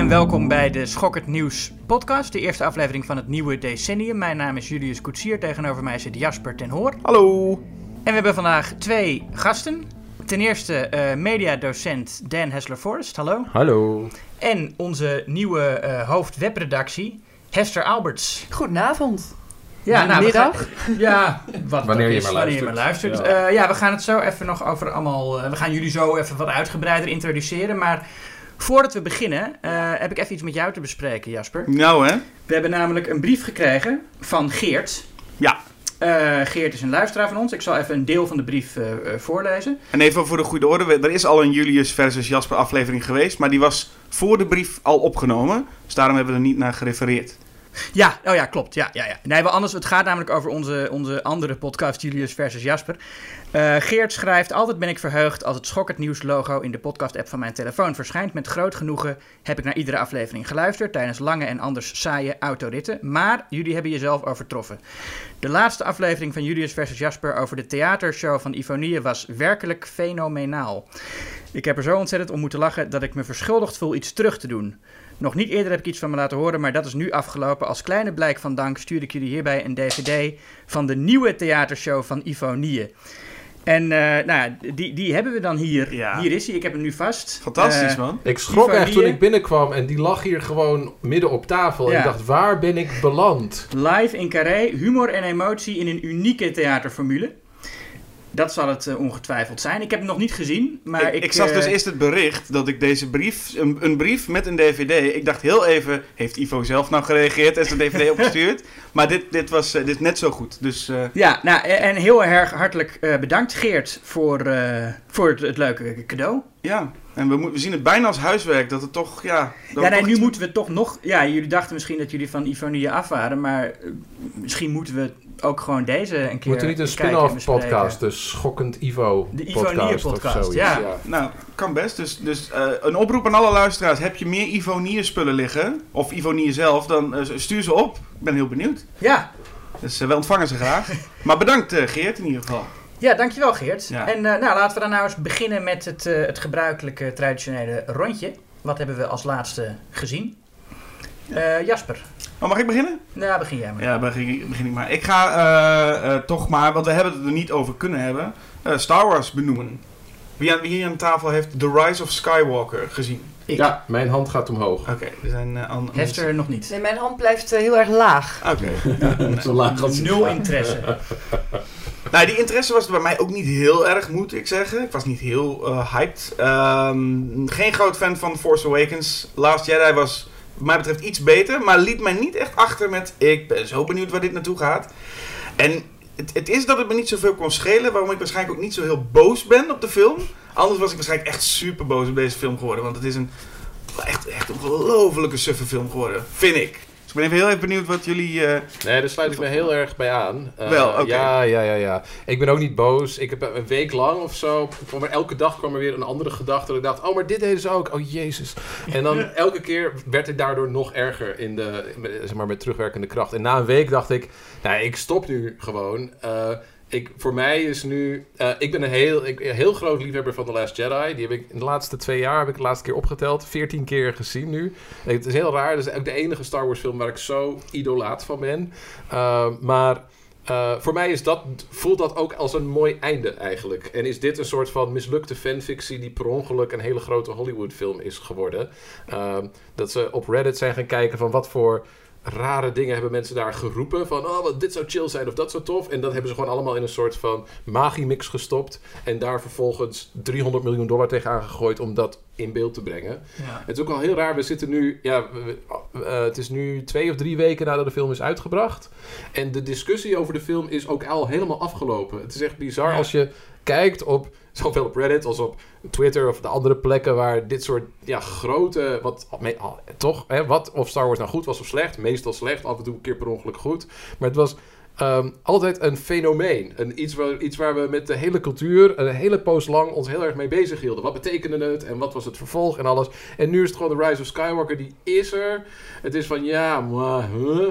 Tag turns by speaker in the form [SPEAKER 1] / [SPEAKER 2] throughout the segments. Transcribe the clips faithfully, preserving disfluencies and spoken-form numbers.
[SPEAKER 1] en welkom bij de Schokkend Nieuws podcast, de eerste aflevering van het nieuwe decennium. Mijn naam is Julius Koetsier, tegenover mij zit Jasper ten Hoor.
[SPEAKER 2] Hallo.
[SPEAKER 1] En we hebben vandaag twee gasten. Ten eerste uh, mediadocent Dan Hessler-Forrest, hallo.
[SPEAKER 3] Hallo.
[SPEAKER 1] En onze nieuwe uh, hoofdwebredactie, Hester Alberts.
[SPEAKER 4] Goedenavond.
[SPEAKER 1] Ja, nou,
[SPEAKER 4] middag.
[SPEAKER 1] Gaan, ja, wat
[SPEAKER 3] wanneer je
[SPEAKER 1] is,
[SPEAKER 3] maar
[SPEAKER 1] wanneer
[SPEAKER 3] luistert.
[SPEAKER 1] je maar luistert. Ja. Uh, ja, we gaan het zo even nog over allemaal... Uh, we gaan jullie zo even wat uitgebreider introduceren, maar... Voordat we beginnen, uh, heb ik even iets met jou te bespreken, Jasper.
[SPEAKER 2] Nou hè?
[SPEAKER 1] We hebben namelijk een brief gekregen van Geert.
[SPEAKER 2] Ja.
[SPEAKER 1] Uh, Geert is een luisteraar van ons. Ik zal even een deel van de brief uh, uh, voorlezen.
[SPEAKER 2] En even voor de goede orde. Er is al een Julius versus Jasper aflevering geweest. Maar die was voor de brief al opgenomen. Dus daarom hebben we er niet naar gerefereerd.
[SPEAKER 1] Ja, oh ja, klopt. Ja, ja, ja. Nee, maar anders, het gaat namelijk over onze, onze andere podcast, Julius versus Jasper. Uh, Geert schrijft, altijd ben ik verheugd als het Schokkend Nieuws logo in de podcast-app van mijn telefoon verschijnt. Met groot genoegen heb ik naar iedere aflevering geluisterd tijdens lange en anders saaie autoritten. Maar jullie hebben jezelf overtroffen. De laatste aflevering van Julius versus Jasper over de theatershow van Ifonie was werkelijk fenomenaal. Ik heb er zo ontzettend om moeten lachen dat ik me verschuldigd voel iets terug te doen. Nog niet eerder heb ik iets van me laten horen, maar dat is nu afgelopen. Als kleine blijk van dank stuur ik jullie hierbij een dvd van de nieuwe theatershow van Ifonie. En uh, nou ja, die, die hebben we dan hier. Ja. Hier is hij, ik heb hem nu vast.
[SPEAKER 2] Fantastisch, uh,
[SPEAKER 3] man. Ik schrok echt toen ik binnenkwam en die lag hier gewoon midden op tafel. Ja. En ik dacht, waar ben ik beland?
[SPEAKER 1] Live in Carré, humor en emotie in een unieke theaterformule. Dat zal het uh, ongetwijfeld zijn. Ik heb hem nog niet gezien, maar
[SPEAKER 2] ik... Ik, ik zag
[SPEAKER 1] uh,
[SPEAKER 2] dus eerst het bericht dat ik deze brief... Een, een brief met een dvd... Ik dacht heel even... Heeft Ivo zelf nou gereageerd en zijn dvd opgestuurd? Maar dit, dit was uh, dit is net zo goed. Dus, uh...
[SPEAKER 1] Ja, nou, en heel erg hartelijk uh, bedankt Geert voor, uh, voor het, het leuke cadeau.
[SPEAKER 2] Ja, en we, mo- we zien het bijna als huiswerk. Dat het toch... Ja,
[SPEAKER 1] ja nee, nu iets... moeten we toch nog... Ja, jullie dachten misschien dat jullie van Ifonie af waren, maar uh, misschien moeten we... ook gewoon deze een keer.
[SPEAKER 3] Moet er niet een spin-off podcast, de Schokkend Ivo
[SPEAKER 1] de Ifonie podcast, ja.
[SPEAKER 2] ja. Nou, kan best. Dus, dus uh, een oproep aan alle luisteraars. Heb je meer Ifonie spullen liggen, of Ifonie zelf, dan uh, stuur ze op. Ik ben heel benieuwd.
[SPEAKER 1] Ja.
[SPEAKER 2] Dus uh, we ontvangen ze graag. Maar bedankt uh, Geert in ieder geval.
[SPEAKER 1] Ja, dankjewel Geert.
[SPEAKER 2] Ja.
[SPEAKER 1] En uh, nou, laten we dan nou eens beginnen met het, uh, het gebruikelijke traditionele rondje. Wat hebben we als laatste gezien? Uh, Jasper.
[SPEAKER 2] Oh, mag ik beginnen?
[SPEAKER 1] Nou, begin jij maar.
[SPEAKER 2] Ja, begin, begin ik maar. Ik ga uh, uh, toch maar, want we hebben het er niet over kunnen hebben, uh, Star Wars benoemen. Wie, aan, wie hier aan tafel heeft The Rise of Skywalker gezien?
[SPEAKER 1] Ik.
[SPEAKER 3] Ja, mijn hand gaat omhoog.
[SPEAKER 2] Oké, okay, er zijn uh, an-
[SPEAKER 1] Hester nog niet.
[SPEAKER 4] Nee, mijn hand blijft uh, heel erg laag.
[SPEAKER 2] Oké. Okay.
[SPEAKER 3] Ja, zo laag als
[SPEAKER 1] nul interesse.
[SPEAKER 2] Nou, die interesse was bij mij ook niet heel erg, moet ik zeggen. Ik was niet heel uh, hyped. Um, geen groot fan van Force Awakens. Last Jedi was... wat mij betreft iets beter, maar liet mij niet echt achter met... ik ben zo benieuwd waar dit naartoe gaat. En het, het is dat het me niet zoveel kon schelen, waarom ik waarschijnlijk ook niet zo heel boos ben op de film. Anders was ik waarschijnlijk echt super boos op deze film geworden, want het is een echt, echt ongelofelijke suffe film geworden, vind ik. Dus ik ben even heel erg benieuwd wat jullie... Uh...
[SPEAKER 3] Nee, daar sluit ik me heel erg bij aan. Uh,
[SPEAKER 2] Wel, oké. Okay.
[SPEAKER 3] Ja, ja, ja, ja. Ik ben ook niet boos. Ik heb een week lang of zo... kwam er elke dag kwam er weer een andere gedachte. Dat ik dacht, oh, maar dit deden ze ook. Oh, jezus. En dan elke keer werd het daardoor nog erger in de, zeg maar, met terugwerkende kracht. En na een week dacht ik, nou, ik stop nu gewoon... Uh, Ik, voor mij is nu... Uh, ik ben een heel, ik, een heel groot liefhebber van The Last Jedi. Die heb ik in de laatste twee jaar, heb ik de laatste keer opgeteld. veertien keer gezien nu. Het is heel raar. Dat is ook de enige Star Wars film waar ik zo idolaat van ben. Uh, maar uh, voor mij is dat, voelt dat ook als een mooi einde eigenlijk. En is dit een soort van mislukte fanfictie die per ongeluk een hele grote Hollywood film is geworden. Uh, dat ze op Reddit zijn gaan kijken van wat voor... rare dingen hebben mensen daar geroepen. Van, oh, wat, dit zou chill zijn of dat zou tof. En dat hebben ze gewoon allemaal in een soort van magiemix gestopt. En daar vervolgens driehonderd miljoen dollar tegenaan gegooid om dat in beeld te brengen. Ja. Het is ook al heel raar. We zitten nu... Ja, we, uh, het is nu twee of drie weken nadat de film is uitgebracht. En de discussie over de film is ook al helemaal afgelopen. Het is echt bizar ja. als je kijkt op... zowel op Reddit als op Twitter of de andere plekken waar dit soort ja, grote... Wat, mee, toch, hè, wat of Star Wars nou goed was of slecht. Meestal slecht, af en toe een keer per ongeluk goed. Maar het was um, altijd een fenomeen. Een, iets, waar, iets waar we met de hele cultuur een hele poos lang ons heel erg mee bezig hielden. Wat betekende het en wat was het vervolg en alles. En nu is het gewoon de Rise of Skywalker, die is er. Het is van ja, maar... Huh?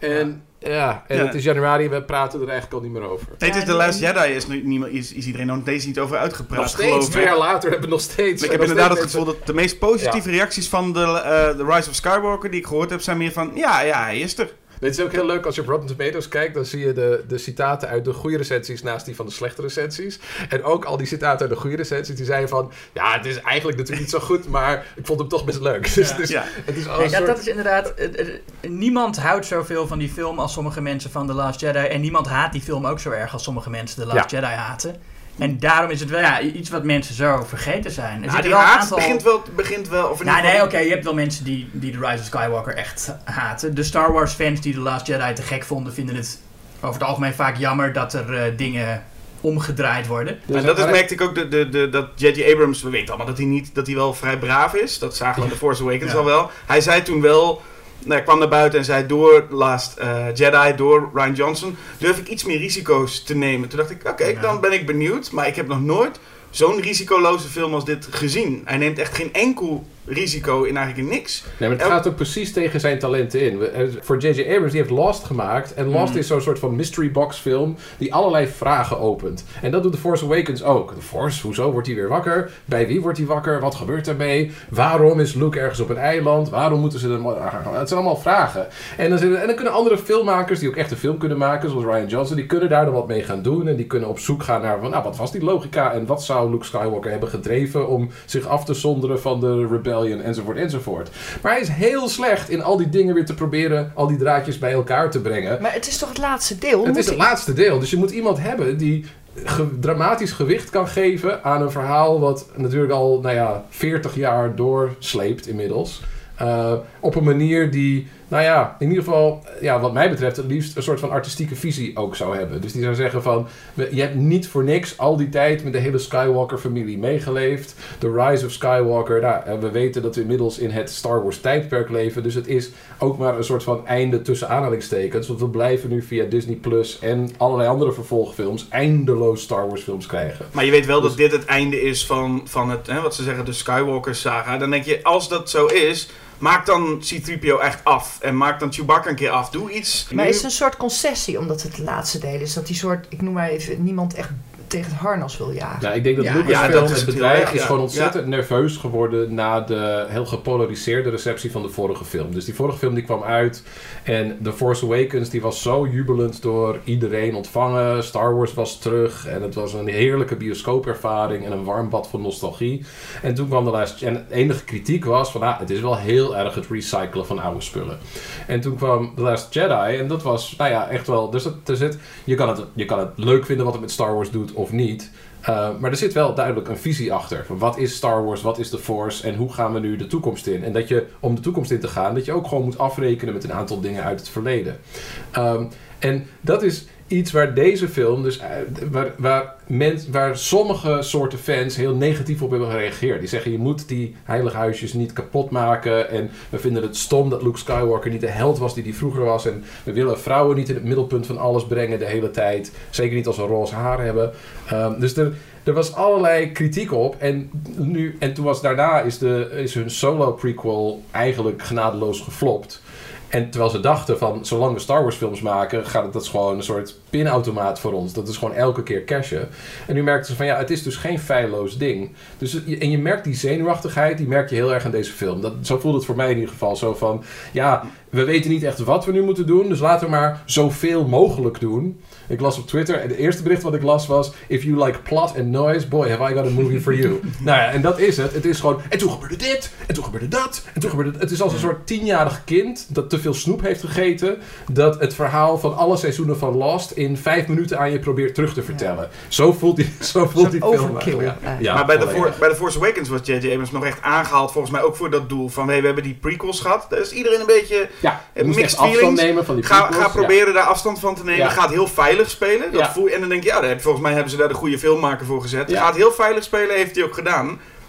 [SPEAKER 3] En ja, en
[SPEAKER 2] Ja.
[SPEAKER 3] het is januari en we praten er eigenlijk al niet meer over.
[SPEAKER 2] Nee, het is
[SPEAKER 4] Ja,
[SPEAKER 2] The Last
[SPEAKER 4] nee.
[SPEAKER 2] Jedi, is, nu, niemand, is, is iedereen nog steeds niet over uitgepraat,
[SPEAKER 3] Nog steeds,
[SPEAKER 2] geloof
[SPEAKER 3] twee
[SPEAKER 2] ik.
[SPEAKER 3] jaar later hebben we nog steeds.
[SPEAKER 2] Ik heb
[SPEAKER 3] nog
[SPEAKER 2] inderdaad het
[SPEAKER 3] steeds
[SPEAKER 2] gevoel dat de meest positieve reacties van de, uh, The Rise of Skywalker die ik gehoord heb, zijn meer van, ja, ja, hij is er.
[SPEAKER 3] Dit is ook heel leuk als je op Rotten Tomatoes kijkt. Dan zie je de, de citaten uit de goede recensies naast die van de slechte recensies. En ook al die citaten uit de goede recensies. Die zeiden van... Ja, het is eigenlijk natuurlijk niet zo goed. Maar ik vond hem toch best leuk. Dus
[SPEAKER 1] Ja.
[SPEAKER 3] het is,
[SPEAKER 2] Ja.
[SPEAKER 3] het is al
[SPEAKER 1] Nee,
[SPEAKER 3] een
[SPEAKER 1] dat,
[SPEAKER 3] soort...
[SPEAKER 1] dat is inderdaad... eh, eh, niemand houdt zoveel van die film als sommige mensen van The Last Jedi. En niemand haat die film ook zo erg als sommige mensen The Last
[SPEAKER 3] Ja.
[SPEAKER 1] Jedi haten. En daarom is het wel ja, iets wat mensen zo vergeten zijn. Er
[SPEAKER 2] Nou,
[SPEAKER 1] zitten
[SPEAKER 2] die
[SPEAKER 1] wel een
[SPEAKER 2] haat
[SPEAKER 1] aantal...
[SPEAKER 2] begint, wel, begint wel... Of in
[SPEAKER 1] Nou,
[SPEAKER 2] ieder
[SPEAKER 1] nee,
[SPEAKER 2] geval-
[SPEAKER 1] oké, je hebt wel mensen die, die The Rise of Skywalker echt haten. De Star Wars fans die The Last Jedi te gek vonden, vinden het over het algemeen vaak jammer dat er uh, dingen omgedraaid worden.
[SPEAKER 3] Dus
[SPEAKER 2] en dat is,
[SPEAKER 3] maar-
[SPEAKER 2] merkte ik ook, de, de, de, dat J J Abrams, we weten allemaal dat hij, niet, dat hij wel vrij braaf is. Dat zagen we in The Force Awakens
[SPEAKER 1] Ja.
[SPEAKER 2] al wel. Hij zei toen wel, nou, hij kwam naar buiten en zei door Last uh, Jedi, door Rian Johnson, durf ik iets meer risico's te nemen. Toen dacht ik, oké,
[SPEAKER 1] Ja.
[SPEAKER 2] dan ben ik benieuwd. Maar ik heb nog nooit zo'n risicoloze film als dit gezien. Hij neemt echt geen enkel risico in eigenlijk in niks.
[SPEAKER 3] Nee, maar het
[SPEAKER 2] Elk-
[SPEAKER 3] gaat ook precies tegen zijn talenten in. We- eh, Voor J J Abrams, die heeft Lost gemaakt. En Lost
[SPEAKER 1] Mm.
[SPEAKER 3] is zo'n soort van mystery box film die allerlei vragen opent. En dat doet The Force Awakens ook. The Force, hoezo wordt hij weer wakker? Bij wie wordt hij wakker? Wat gebeurt ermee? Waarom is Luke ergens op een eiland? Waarom moeten ze... De... Het zijn allemaal vragen. En dan, zitten- en dan kunnen andere filmmakers, die ook echt een film kunnen maken, zoals Rian Johnson, die kunnen daar dan wat mee gaan doen. En die kunnen op zoek gaan naar, van, nou, wat was die logica? En wat zou Luke Skywalker hebben gedreven om zich af te zonderen van de rebellion, enzovoort, enzovoort. Maar hij is heel slecht in al die dingen weer te proberen, al die draadjes bij elkaar te brengen.
[SPEAKER 4] Maar het is toch het laatste deel?
[SPEAKER 3] Het
[SPEAKER 4] Moet
[SPEAKER 3] is het
[SPEAKER 4] ik-
[SPEAKER 3] laatste deel, dus je moet iemand hebben die ge- dramatisch gewicht kan geven aan een verhaal wat natuurlijk al, nou ja, veertig jaar doorsleept inmiddels. Uh, op een manier die, nou ja, in ieder geval, ja, wat mij betreft, het liefst een soort van artistieke visie ook zou hebben. Dus die zou zeggen van, we- je hebt niet voor niks al die tijd met de hele Skywalker-familie meegeleefd. The Rise of Skywalker, nou, en we weten dat we inmiddels in het Star Wars tijdperk leven. Dus het is ook maar een soort van einde tussen aanhalingstekens. Want we blijven nu via Disney Plus en allerlei andere vervolgfilms eindeloos Star Wars films krijgen.
[SPEAKER 2] Maar je weet wel
[SPEAKER 3] Dus-
[SPEAKER 2] dat dit het einde is van, van het, hè, wat ze zeggen, de Skywalker saga. Dan denk je, als dat zo is, maak dan C drie P O echt af. En maak dan Chewbacca een keer af. Doe iets.
[SPEAKER 4] Maar
[SPEAKER 2] Nu-
[SPEAKER 4] is het een soort concessie, omdat het het laatste deel is? Dat die soort, ik noem maar even, niemand echt tegen het harnas wil jagen.
[SPEAKER 3] Nou, ik denk dat
[SPEAKER 1] Ja,
[SPEAKER 3] Lucasfilm,
[SPEAKER 2] ja, dat is
[SPEAKER 3] het
[SPEAKER 2] het
[SPEAKER 3] bedrijf,
[SPEAKER 2] heel erg,
[SPEAKER 3] is
[SPEAKER 2] ja.
[SPEAKER 3] gewoon ontzettend nerveus geworden na de heel gepolariseerde receptie van de vorige film. Dus die vorige film die kwam uit en The Force Awakens die was zo jubelend door iedereen ontvangen. Star Wars was terug en het was een heerlijke bioscoopervaring en een warm bad van nostalgie. En toen kwam de laatste, en de enige kritiek was van, ah, het is wel heel erg het recyclen van oude spullen. En toen kwam The Last Jedi en dat was, nou ja, echt wel, dus dat, er zit, je, kan het, je kan het leuk vinden wat het met Star Wars doet of niet. Uh, maar er zit wel duidelijk een visie achter. Van wat is Star Wars, wat is de Force en hoe gaan we nu de toekomst in? En dat je, om de toekomst in te gaan, dat je ook gewoon moet afrekenen met een aantal dingen uit het verleden. Um, en dat is iets waar deze film, dus uh, waar, waar, mens, waar sommige soorten fans heel negatief op hebben gereageerd. Die zeggen, je moet die heilige huisjes niet kapot maken. En we vinden het stom dat Luke Skywalker niet de held was die hij vroeger was. En we willen vrouwen niet in het middelpunt van alles brengen de hele tijd. Zeker niet als ze roze haar hebben. Um, dus er, er was allerlei kritiek op. En, nu, en toen was daarna is, de, is hun solo prequel eigenlijk genadeloos geflopt. En terwijl ze dachten van, zolang we Star Wars films maken, gaat het, dat is gewoon een soort pinautomaat voor ons. Dat is gewoon elke keer cashen. En nu merkten ze van, ja, het is dus geen feilloos ding. Dus, en je merkt die zenuwachtigheid, die merk je heel erg aan deze film. Dat, zo voelt het voor mij in ieder geval. Zo van, ja, we weten niet echt wat we nu moeten doen, dus laten we maar zoveel mogelijk doen. Ik las op Twitter, en het eerste bericht wat ik las was, if you like plot and noise, boy, have I got a movie for you. Nou ja, en dat is het. Het is gewoon, en toen gebeurde dit, en toen gebeurde dat, en toen gebeurde... Het is als een soort tienjarig kind dat te veel snoep heeft gegeten, dat het verhaal van alle seizoenen van Lost in vijf minuten aan je probeert terug te vertellen. Ja. Zo voelt die, zo voelt die film.
[SPEAKER 4] Overkill.
[SPEAKER 3] Ja.
[SPEAKER 4] Ja.
[SPEAKER 3] Ja,
[SPEAKER 2] maar bij de,
[SPEAKER 3] volledig.
[SPEAKER 2] For, bij de Force Awakens was J J Abrams nog echt aangehaald, volgens mij ook voor dat doel van, hey, we hebben die prequels gehad. Daar is iedereen een beetje
[SPEAKER 3] Ja, je moest
[SPEAKER 2] mixed
[SPEAKER 3] echt afstand
[SPEAKER 2] feelings.
[SPEAKER 3] nemen van die
[SPEAKER 2] Ga,
[SPEAKER 3] prequels.
[SPEAKER 2] ga proberen daar afstand van te nemen.
[SPEAKER 3] Ja.
[SPEAKER 2] Gaat heel veilig spelen. Dat
[SPEAKER 3] Ja.
[SPEAKER 2] voel, en dan denk je, ja, daar heb, volgens mij hebben ze daar de goede filmmaker voor gezet.
[SPEAKER 3] Ja.
[SPEAKER 2] Gaat heel veilig spelen, heeft hij ook gedaan.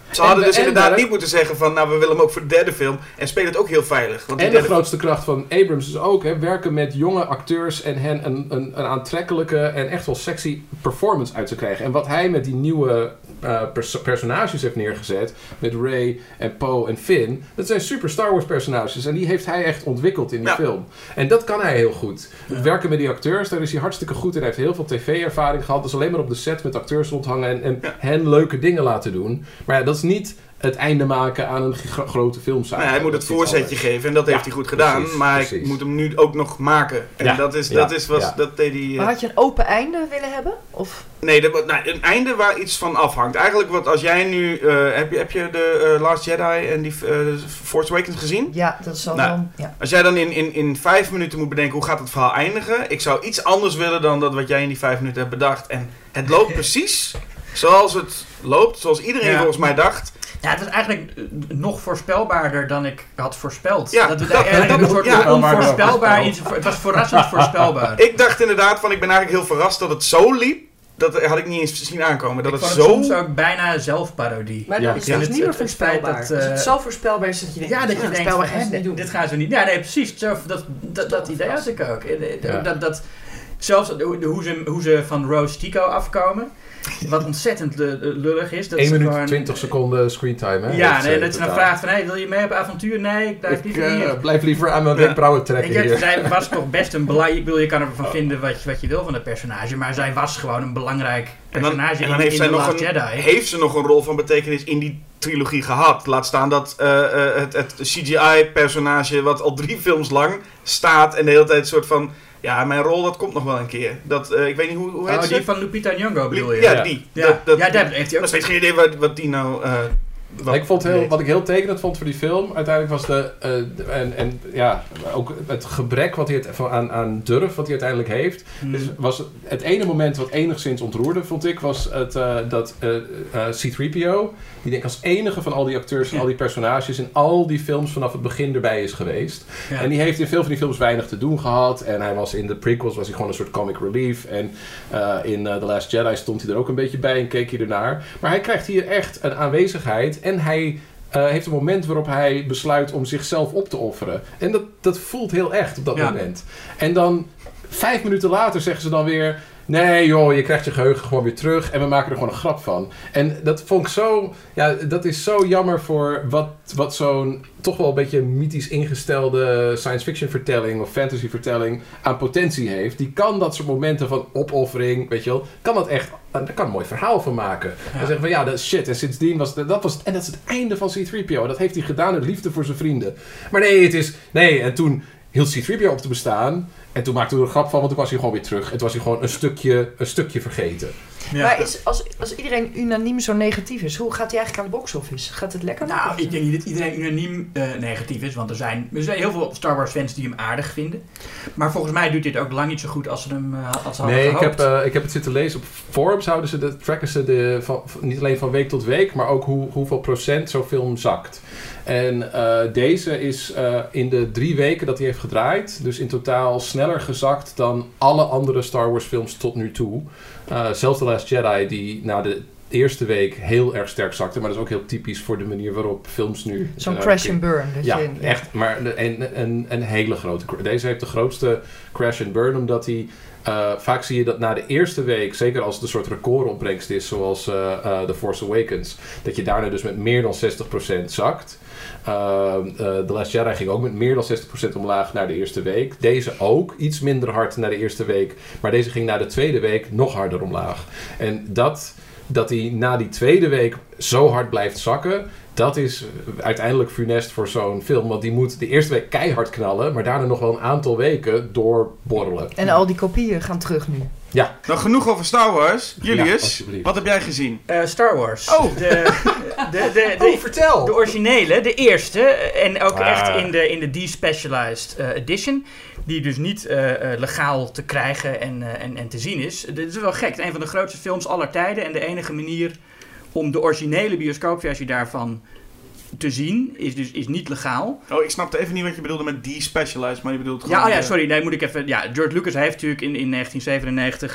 [SPEAKER 2] Ze hadden
[SPEAKER 3] En-
[SPEAKER 2] dus
[SPEAKER 3] en
[SPEAKER 2] inderdaad
[SPEAKER 3] daar-
[SPEAKER 2] niet moeten zeggen van, nou we willen hem ook voor de derde film en spelen het ook heel veilig. Want die
[SPEAKER 3] En de
[SPEAKER 2] derde
[SPEAKER 3] grootste kracht van Abrams is ook hè, werken met jonge acteurs en hen een, een, een aantrekkelijke en echt wel sexy performance uit te krijgen. En wat hij met die nieuwe uh, pers- personages heeft neergezet, met Rey en Poe en Finn, dat zijn super Star Wars personages en die heeft hij echt ontwikkeld in de
[SPEAKER 2] Ja.
[SPEAKER 3] film. En dat kan hij heel goed. Het werken met die acteurs, daar is hij hartstikke goed in. Hij heeft heel veel tv-ervaring gehad, dus alleen maar op de set met acteurs rondhangen en, en
[SPEAKER 2] Ja.
[SPEAKER 3] hen leuke dingen laten doen. Maar ja, dat is niet het einde maken aan een gro- grote filmzaak.
[SPEAKER 2] Nou ja, hij moet
[SPEAKER 3] Dat
[SPEAKER 2] het
[SPEAKER 3] is iets
[SPEAKER 2] voorzetje
[SPEAKER 3] anders.
[SPEAKER 2] geven en dat
[SPEAKER 3] Ja,
[SPEAKER 2] heeft hij goed gedaan.
[SPEAKER 3] precies,
[SPEAKER 2] maar ik
[SPEAKER 3] precies.
[SPEAKER 2] moet hem nu ook nog maken. En
[SPEAKER 3] Ja,
[SPEAKER 2] dat is,
[SPEAKER 3] ja,
[SPEAKER 2] dat is was,
[SPEAKER 3] ja.
[SPEAKER 2] dat deed hij... eh,
[SPEAKER 4] Maar had je een open einde willen hebben? Of?
[SPEAKER 2] Nee, dat, nou, een einde waar iets van afhangt. Eigenlijk wat als jij nu... eh, heb, je, heb je de eh, Last Jedi en die eh, Force Awakens gezien?
[SPEAKER 4] Ja, dat zal
[SPEAKER 2] Nou,
[SPEAKER 4] dan... Ja.
[SPEAKER 2] Als jij dan in, in, in vijf minuten moet bedenken hoe gaat het verhaal eindigen. Ik zou iets anders willen dan dat wat jij in die vijf minuten hebt bedacht. En het loopt precies zoals het loopt. Zoals iedereen
[SPEAKER 1] Ja.
[SPEAKER 2] volgens mij dacht.
[SPEAKER 1] Ja, het was eigenlijk eh, nog voorspelbaarder dan ik had voorspeld.
[SPEAKER 2] Ja,
[SPEAKER 1] dat,
[SPEAKER 2] dat-
[SPEAKER 1] eigenlijk
[SPEAKER 2] dat-
[SPEAKER 1] een soort
[SPEAKER 2] ja.
[SPEAKER 1] onvoorspelbaar iets. Het was verrassend voorspelbaar.
[SPEAKER 2] Ik dacht inderdaad van ik ben eigenlijk heel verrast dat het zo liep. Dat had ik niet eens zien aankomen. Dat
[SPEAKER 1] ik
[SPEAKER 2] het
[SPEAKER 1] vond het
[SPEAKER 2] zo...
[SPEAKER 1] soms ook bijna zelfparodie.
[SPEAKER 4] Maar
[SPEAKER 3] Ja.
[SPEAKER 4] dan is
[SPEAKER 2] Ja.
[SPEAKER 4] het dus niet meer
[SPEAKER 1] Het- het feit
[SPEAKER 4] voorspelbaar.
[SPEAKER 1] dat, eh,
[SPEAKER 4] Als het zo voorspelbaar is dat je denkt...
[SPEAKER 1] Ja, dat je
[SPEAKER 4] nou,
[SPEAKER 1] denkt,
[SPEAKER 4] voorspelbaar
[SPEAKER 1] van,
[SPEAKER 4] gaan ze
[SPEAKER 1] hè,
[SPEAKER 4] niet doen.
[SPEAKER 1] dit gaan ze niet. Ja, nee, precies. Zo, dat, dat, dat idee had ik ook. Eh, eh,
[SPEAKER 3] Ja.
[SPEAKER 1] Dat, dat, zelfs de, de- hoe, ze, hoe ze van Rose Tico afkomen. Wat ontzettend lu- lullig is. Dat
[SPEAKER 3] één
[SPEAKER 1] ze
[SPEAKER 3] minuut
[SPEAKER 1] gewoon-
[SPEAKER 3] twintig seconden screentime, hè?
[SPEAKER 1] Ja,
[SPEAKER 3] heeft
[SPEAKER 1] nee,
[SPEAKER 3] ze
[SPEAKER 1] dat je dan
[SPEAKER 3] totaal.
[SPEAKER 1] vraagt van, hey, wil je mee op avontuur? Nee, ik blijf
[SPEAKER 3] Ik
[SPEAKER 1] liever
[SPEAKER 3] eh,
[SPEAKER 1] hier.
[SPEAKER 3] blijf liever aan mijn
[SPEAKER 2] Ja.
[SPEAKER 3] wenkbrauwen trekken
[SPEAKER 1] Weet je,
[SPEAKER 3] hier.
[SPEAKER 1] zij was toch best een belangrijk... Ik bedoel, je kan ervan vinden wat je, wat je wil van het personage. Maar zij was gewoon een belangrijk
[SPEAKER 2] En dan,
[SPEAKER 1] personage
[SPEAKER 2] en dan
[SPEAKER 1] in,
[SPEAKER 2] heeft
[SPEAKER 1] in
[SPEAKER 2] zij
[SPEAKER 1] The
[SPEAKER 2] nog
[SPEAKER 1] Last
[SPEAKER 2] een,
[SPEAKER 1] Jedi.
[SPEAKER 2] heeft ze nog een rol van betekenis in die trilogie gehad. Laat staan dat eh, eh, het, het C G I-personage wat al drie films lang staat en de hele tijd een soort van... Ja, mijn rol dat komt nog wel een keer. Dat, eh, ik weet niet hoe, hoe heet
[SPEAKER 1] Oh,
[SPEAKER 2] ze?
[SPEAKER 1] die van Lupita Nyong'o bedoel je?
[SPEAKER 2] Ja,
[SPEAKER 3] Ja.
[SPEAKER 2] die.
[SPEAKER 1] Ja,
[SPEAKER 2] Dat, dat,
[SPEAKER 1] ja daar heeft hij ook...
[SPEAKER 2] nog steeds geen idee wat, wat die nou... eh, wat
[SPEAKER 3] ik vond heel,
[SPEAKER 2] deed.
[SPEAKER 3] wat ik heel tekenend vond voor die film, uiteindelijk was de, eh, de- en, en ja, ook het gebrek wat hij het, van, aan, aan durf wat hij uiteindelijk heeft.
[SPEAKER 1] Hmm.
[SPEAKER 3] Dus was het ene moment wat enigszins ontroerde, vond ik, was het, eh, dat eh, eh, C drie P O, die denk ik als enige van al die acteurs en
[SPEAKER 1] Ja.
[SPEAKER 3] al die personages in al die films vanaf het begin erbij is geweest.
[SPEAKER 1] Ja.
[SPEAKER 3] En die heeft in veel van die films weinig te doen gehad. En hij was in de prequels was hij gewoon een soort comic relief. En uh, in uh, The Last Jedi stond hij er ook een beetje bij en keek hij ernaar. Maar hij krijgt hier echt een aanwezigheid. En hij uh, heeft een moment waarop hij besluit om zichzelf op te offeren. En dat, dat voelt heel echt op dat
[SPEAKER 1] Ja.
[SPEAKER 3] moment. En dan vijf minuten later zeggen ze dan weer... Nee joh, je krijgt je geheugen gewoon weer terug en we maken er gewoon een grap van. En dat vond ik zo... Ja, dat is zo jammer voor wat, wat zo'n toch wel een beetje mythisch ingestelde science fiction vertelling of fantasy vertelling aan potentie heeft. Die kan dat soort momenten van opoffering, weet je wel, kan dat echt... Daar kan een mooi verhaal van maken.
[SPEAKER 1] Ja.
[SPEAKER 3] En zeggen van ja, dat is shit. En sindsdien was dat was het, en dat is het einde van C drie P O. Dat heeft hij gedaan uit liefde voor zijn vrienden. Maar nee, het is... Nee, en toen hield C drie P O op te bestaan. En toen maakte hij er een grap van, want toen was hij gewoon weer terug. En toen was hij gewoon een stukje, een stukje vergeten.
[SPEAKER 1] Ja.
[SPEAKER 4] Maar is, als, als iedereen unaniem zo negatief is, hoe gaat hij eigenlijk aan de box office? Gaat het lekker?
[SPEAKER 1] Nou, ik denk niet dat iedereen unaniem uh, negatief is, want er zijn, er zijn heel veel Star Wars fans die hem aardig vinden. Maar volgens mij doet dit ook lang niet zo goed als ze hem uh, als ze hadden
[SPEAKER 3] Nee, ik
[SPEAKER 1] gehoopt.
[SPEAKER 3] heb, uh, ik heb het zitten lezen op Forbes. Houden ze de, tracken ze de, van, niet alleen van week tot week, maar ook hoe, hoeveel procent zo'n film zakt. En uh, deze is uh, in de drie weken dat hij heeft gedraaid, dus in totaal sneller gezakt dan alle andere Star Wars films tot nu toe. Uh, zelfs The Last Jedi, die na de eerste week heel erg sterk zakte, maar dat is ook heel typisch voor de manier waarop films nu...
[SPEAKER 4] Zo'n
[SPEAKER 3] uh,
[SPEAKER 4] crash and burn. Dat
[SPEAKER 3] Ja,
[SPEAKER 4] je,
[SPEAKER 3] echt, maar een, een, een hele grote... Deze heeft de grootste crash and burn, omdat hij... Uh, vaak zie je dat na de eerste week, zeker als het een soort recordopbrengst is, zoals uh, uh, The Force Awakens, dat je daarna dus met meer dan zestig procent zakt. Uh, uh, The Last Jedi ging ook met meer dan zestig procent omlaag naar de eerste week. Deze ook, iets minder hard naar de eerste week, maar deze ging na de tweede week nog harder omlaag. En dat, dat hij na die tweede week zo hard blijft zakken, dat is uiteindelijk funest voor zo'n film. Want die moet de eerste week keihard knallen, maar daarna nog wel een aantal weken doorborrelen.
[SPEAKER 4] En al die kopieën gaan terug nu.
[SPEAKER 3] Ja.
[SPEAKER 2] Nou, genoeg over Star Wars.
[SPEAKER 3] Ja,
[SPEAKER 2] Julius,
[SPEAKER 3] alsjeblieft.
[SPEAKER 2] wat heb jij gezien?
[SPEAKER 1] Uh, Star Wars.
[SPEAKER 2] Oh.
[SPEAKER 1] De, de, de, de,
[SPEAKER 3] Oh, vertel!
[SPEAKER 1] de originele, de eerste. En ook
[SPEAKER 3] Ah.
[SPEAKER 1] echt in de, in de despecialized uh, edition. Die dus niet uh, uh, legaal te krijgen en, uh, en, en te zien is. Dit is wel gek. Een van de grootste films aller tijden. En de enige manier om de originele bioscoopversie daarvan te zien is dus is niet legaal.
[SPEAKER 2] Oh, ik snapte even niet wat je bedoelde met despecialized, maar je bedoelt gewoon...
[SPEAKER 1] Ja, oh ja,
[SPEAKER 2] de-
[SPEAKER 1] sorry. Nee, moet ik even... Ja, George Lucas heeft natuurlijk in, in negentien zevenennegentig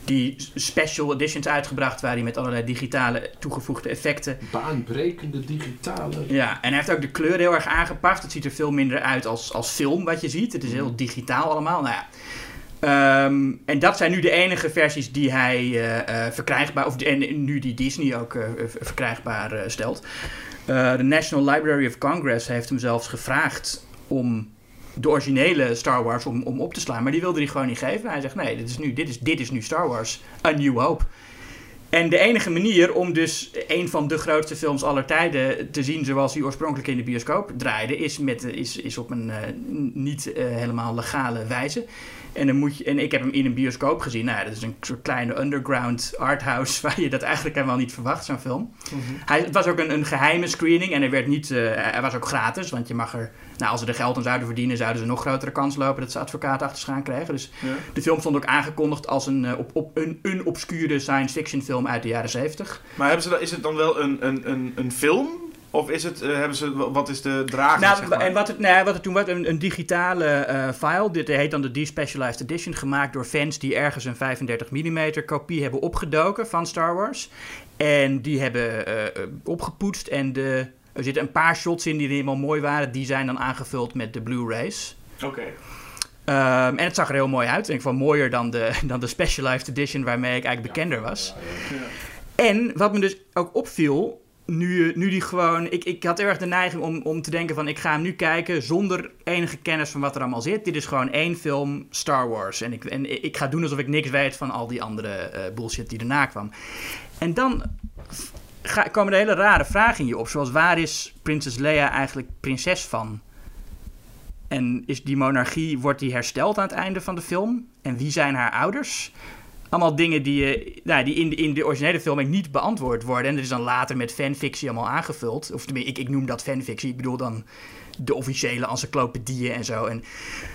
[SPEAKER 1] die special editions uitgebracht waar hij met allerlei digitale toegevoegde effecten.
[SPEAKER 3] Baanbrekende digitale.
[SPEAKER 1] Ja, en hij heeft ook de kleur heel erg aangepast. Het ziet er veel minder uit als, als film wat je ziet. Het is heel digitaal allemaal. Nou ja. Um, en dat zijn nu de enige versies die hij uh, uh, verkrijgbaar, of en nu die Disney ook uh, verkrijgbaar uh, stelt. Uh, de National Library of Congress heeft hem zelfs gevraagd om de originele Star Wars om, om op te slaan. Maar die wilde hij gewoon niet geven. Hij zegt, nee, dit is nu, dit is, dit is nu Star Wars. A New Hope. En de enige manier om dus een van de grootste films aller tijden te zien zoals hij oorspronkelijk in de bioscoop draaide, is, met, is, is op een uh, niet uh, helemaal legale wijze. En, dan moet je, en ik heb hem in een bioscoop gezien. Nou ja, dat is een soort kleine underground arthouse waar je dat eigenlijk helemaal niet verwacht, zo'n film. Mm-hmm. Hij, het was ook een, een geheime screening en hij, werd niet, uh, hij was ook gratis, want je mag er, nou, als ze er geld aan zouden verdienen, zouden ze een nog grotere kans lopen dat ze advocaten achter zich aan krijgen. Dus ja. De film stond ook aangekondigd als een, uh, op, op, een, een obscure science fiction film uit de jaren zeventig.
[SPEAKER 2] Maar hebben ze, is het dan wel een, een, een, een film? Of is het, uh, hebben ze, wat is de drager?
[SPEAKER 1] Nou,
[SPEAKER 2] zeg maar?
[SPEAKER 1] en wat het, nou, wat het toen was, een, een digitale uh, file. Dit heet dan de Despecialized Edition, gemaakt door fans die ergens een vijfendertig millimeter kopie hebben opgedoken van Star Wars. En die hebben uh, opgepoetst en de, er zitten een paar shots in die helemaal mooi waren. Die zijn dan aangevuld met de Blu-rays.
[SPEAKER 2] Oké.
[SPEAKER 1] Okay. Um, en het zag er heel mooi uit. Ik denk van mooier dan de, dan de Specialized Edition waarmee ik eigenlijk bekender was. Ja, ja, ja. En wat me dus ook opviel, Nu, nu die gewoon... Ik, ik had heel erg de neiging om, om te denken van, ik ga hem nu kijken zonder enige kennis van wat er allemaal zit. Dit is gewoon één film Star Wars. En ik, en ik ga doen alsof ik niks weet van al die andere uh, bullshit die erna kwam. En dan ga, komen er hele rare vragen in je op. Zoals, waar is Prinses Leia eigenlijk prinses van? En is die monarchie, wordt die hersteld aan het einde van de film? En wie zijn haar ouders? Allemaal dingen die, uh, nou, die in, de, in de originele film niet beantwoord worden. En dat is dan later met fanfictie allemaal aangevuld. Of tenminste, ik, ik noem dat fanfictie. Ik bedoel dan de officiële encyclopedieën en zo. En,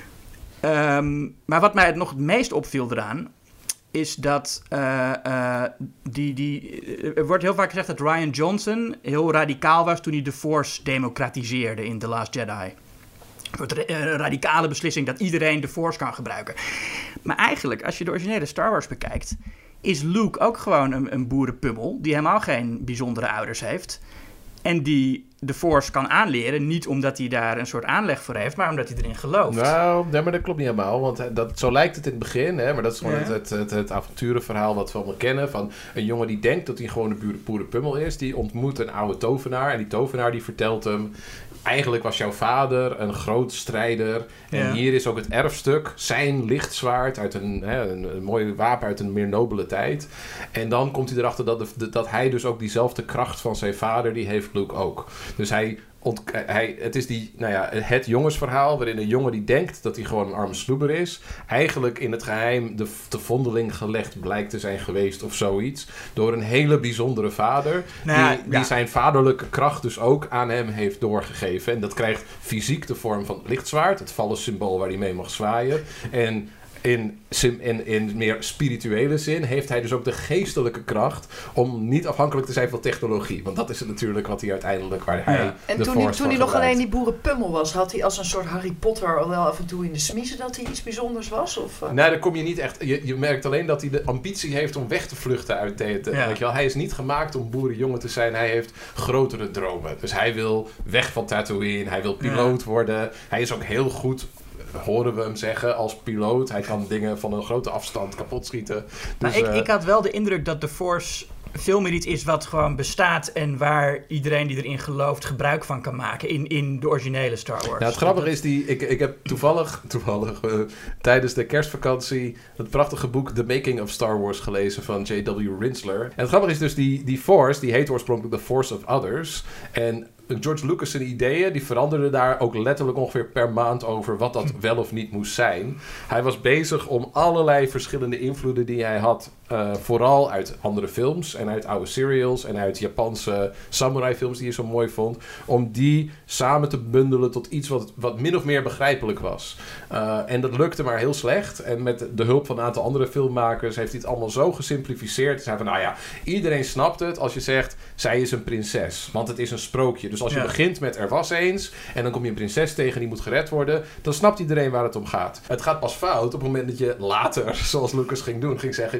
[SPEAKER 1] um, maar wat mij het nog het meest opviel eraan, is dat uh, uh, die, die, er wordt heel vaak gezegd dat Rian Johnson heel radicaal was toen hij de Force democratiseerde in The Last Jedi. Een soort radicale beslissing dat iedereen de Force kan gebruiken. Maar eigenlijk, als je de originele Star Wars bekijkt, is Luke ook gewoon een, een boerenpummel die helemaal geen bijzondere ouders heeft. En die de Force kan aanleren, niet omdat hij daar een soort aanleg voor heeft, maar omdat hij erin gelooft.
[SPEAKER 3] Nou, nee, maar dat klopt niet helemaal, want dat, zo lijkt het in het begin, hè, maar dat is gewoon ja. het, het, het avonturenverhaal wat we allemaal kennen, van een jongen die denkt dat hij gewoon een boerenpummel is, die ontmoet een oude tovenaar en die tovenaar die vertelt hem, eigenlijk was jouw vader een groot strijder. En ja. hier is ook het erfstuk. Zijn lichtzwaard uit een, hè, een, een mooi wapen uit een meer nobele tijd. En dan komt hij erachter dat, de, dat hij dus ook diezelfde kracht van zijn vader, die heeft Luke ook. Dus hij... Ont, hij, het is die, nou ja, het jongensverhaal waarin een jongen die denkt dat hij gewoon een arme sloeber is, eigenlijk in het geheim de, de vondeling gelegd blijkt te zijn geweest of zoiets, door een hele bijzondere vader, nou, die, die ja. zijn vaderlijke kracht dus ook aan hem heeft doorgegeven. En dat krijgt fysiek de vorm van het lichtzwaard, het vallensymbool waar hij mee mag zwaaien. En In, in, in meer spirituele zin heeft hij dus ook de geestelijke kracht om niet afhankelijk te zijn van technologie. Want dat is het natuurlijk wat hij uiteindelijk, waar hij ja.
[SPEAKER 4] En
[SPEAKER 3] de
[SPEAKER 4] toen, hij, toen hij nog alleen die boerenpummel was, had hij als een soort Harry Potter al wel af en toe in de smiezen dat hij iets bijzonders was? Of, uh?
[SPEAKER 3] Nee, daar kom je niet echt... Je, je merkt alleen dat hij de ambitie heeft om weg te vluchten uit de... de ja. weet je wel, hij is niet gemaakt om boerenjongen te zijn. Hij heeft grotere dromen. Dus hij wil weg van Tatooine. Hij wil piloot ja. worden. Hij is ook heel goed... horen we hem zeggen als piloot. Hij kan dingen van een grote afstand kapot schieten. Dus,
[SPEAKER 1] maar ik, uh, ik had wel de indruk dat de Force veel meer iets is wat gewoon bestaat en waar iedereen die erin gelooft gebruik van kan maken in, in de originele Star Wars.
[SPEAKER 3] Nou, het grappige is, die, ik, ik heb toevallig, toevallig uh, tijdens de kerstvakantie het prachtige boek The Making of Star Wars gelezen van J W Rinsler. En het grappige is dus, die, die Force, die heet oorspronkelijk The Force of Others. En George Lucas' zijn ideeën, die veranderden daar ook letterlijk ongeveer per maand over wat dat wel of niet moest zijn. Hij was bezig om allerlei verschillende invloeden die hij had, uh, vooral uit andere films en uit oude serials en uit Japanse samurai films die hij zo mooi vond, om die samen te bundelen tot iets wat, wat min of meer begrijpelijk was. Uh, en dat lukte maar heel slecht. En met de hulp van een aantal andere filmmakers heeft hij het allemaal zo gesimplificeerd. Hij zei van, nou ja, iedereen snapt het als je zegt, zij is een prinses, want het is een sprookje. Dus als je ja. begint met er was eens en dan kom je een prinses tegen die moet gered worden, dan snapt iedereen waar het om gaat. Het gaat pas fout op het moment dat je later, zoals Lucas ging doen, ging zeggen, nee, maar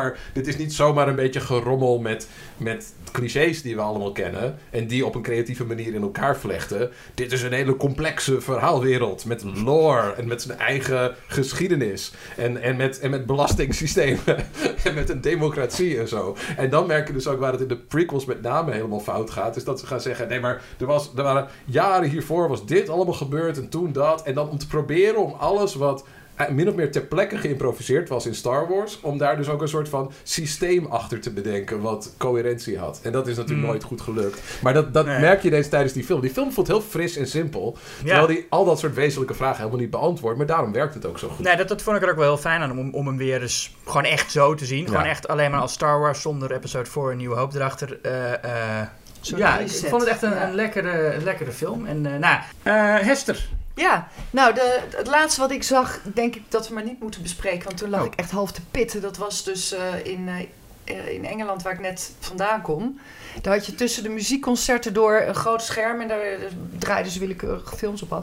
[SPEAKER 3] maar dit is niet zomaar een beetje gerommel met, met clichés die we allemaal kennen. En die op een creatieve manier in elkaar vlechten. Dit is een hele complexe verhaalwereld. Met lore en met zijn eigen geschiedenis. En, en, met, en met belastingssystemen. En met een democratie en zo. En dan merk je dus ook waar het in de prequels met name helemaal fout gaat. Is dat ze gaan zeggen, nee maar er, was, er waren jaren hiervoor was dit allemaal gebeurd en toen dat. En dan om te proberen om alles wat min of meer ter plekke geïmproviseerd was in Star Wars, om daar dus ook een soort van systeem achter te bedenken wat coherentie had. En dat is natuurlijk mm. nooit goed gelukt. Maar dat, dat nee. merk je ineens tijdens die film. Die film voelt heel fris en simpel, terwijl ja. die al dat soort wezenlijke vragen helemaal niet beantwoordt, maar daarom werkt het ook zo goed.
[SPEAKER 1] Nee, dat, dat vond ik er ook wel heel fijn aan, om, om hem weer eens gewoon echt zo te zien. Ja. Gewoon echt alleen maar als Star Wars, zonder episode vier een nieuwe hoop erachter. Uh, uh, ja, ik vond het echt een, ja. een lekkere, een lekkere film. En uh, nou, uh, Hester.
[SPEAKER 4] Ja, nou, de, het laatste wat ik zag, denk ik dat we maar niet moeten bespreken. Want toen lag oh. ik echt half te pitten. Dat was dus uh, in, uh, in Engeland, waar ik net vandaan kom. Daar had je tussen de muziekconcerten door een groot scherm. En daar draaiden ze willekeurige films op af.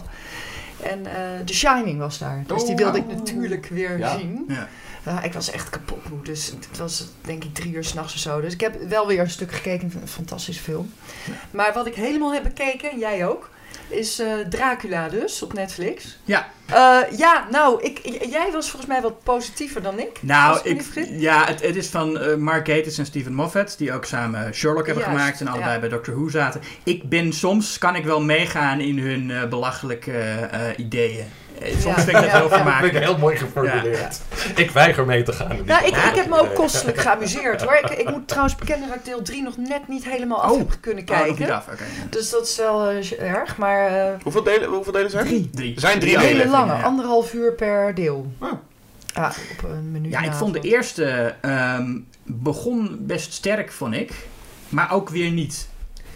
[SPEAKER 4] En uh, The Shining was daar. Dus die wilde ik natuurlijk weer ja. zien. Ja. Uh, ik was echt kapot moe. Dus het was denk ik drie uur 's nachts of zo. Dus ik heb wel weer een stuk gekeken. Een fantastische film. Ja. Maar wat ik helemaal heb bekeken, en jij ook, is uh, Dracula dus, op Netflix.
[SPEAKER 1] Ja.
[SPEAKER 4] Uh, ja, nou, ik, jij was volgens mij wat positiever dan ik.
[SPEAKER 1] Nou, ik, ja, het, het is van uh, Mark Gatiss en Stephen Moffat, die ook samen Sherlock hebben Juist, gemaakt en allebei ja. bij Doctor Who zaten. Ik ben soms, kan ik wel meegaan in hun uh, belachelijke uh, ideeën. Soms ja. vind ik dat
[SPEAKER 3] ja,
[SPEAKER 1] heel vermakelijk.
[SPEAKER 3] Dat vind ik heel mooi geformuleerd. Ja. Ik weiger mee te gaan.
[SPEAKER 4] Nou, ik, ik heb me ook kostelijk geamuseerd hoor. Ik, ik moet trouwens bekennen dat ik deel drie nog net niet helemaal af oh. heb kunnen kijken. Oh, af. Okay. Dus dat is wel uh, erg, maar... Uh,
[SPEAKER 2] hoeveel, delen, hoeveel delen zijn er?
[SPEAKER 4] Drie.
[SPEAKER 2] drie. Er zijn drie
[SPEAKER 4] delen. Hele lange,
[SPEAKER 1] ja.
[SPEAKER 4] anderhalf uur per deel.
[SPEAKER 2] Oh.
[SPEAKER 4] Ja, op een minuut.
[SPEAKER 1] Ja, ik vond de eerste um, begon best sterk, vond ik. Maar ook weer niet.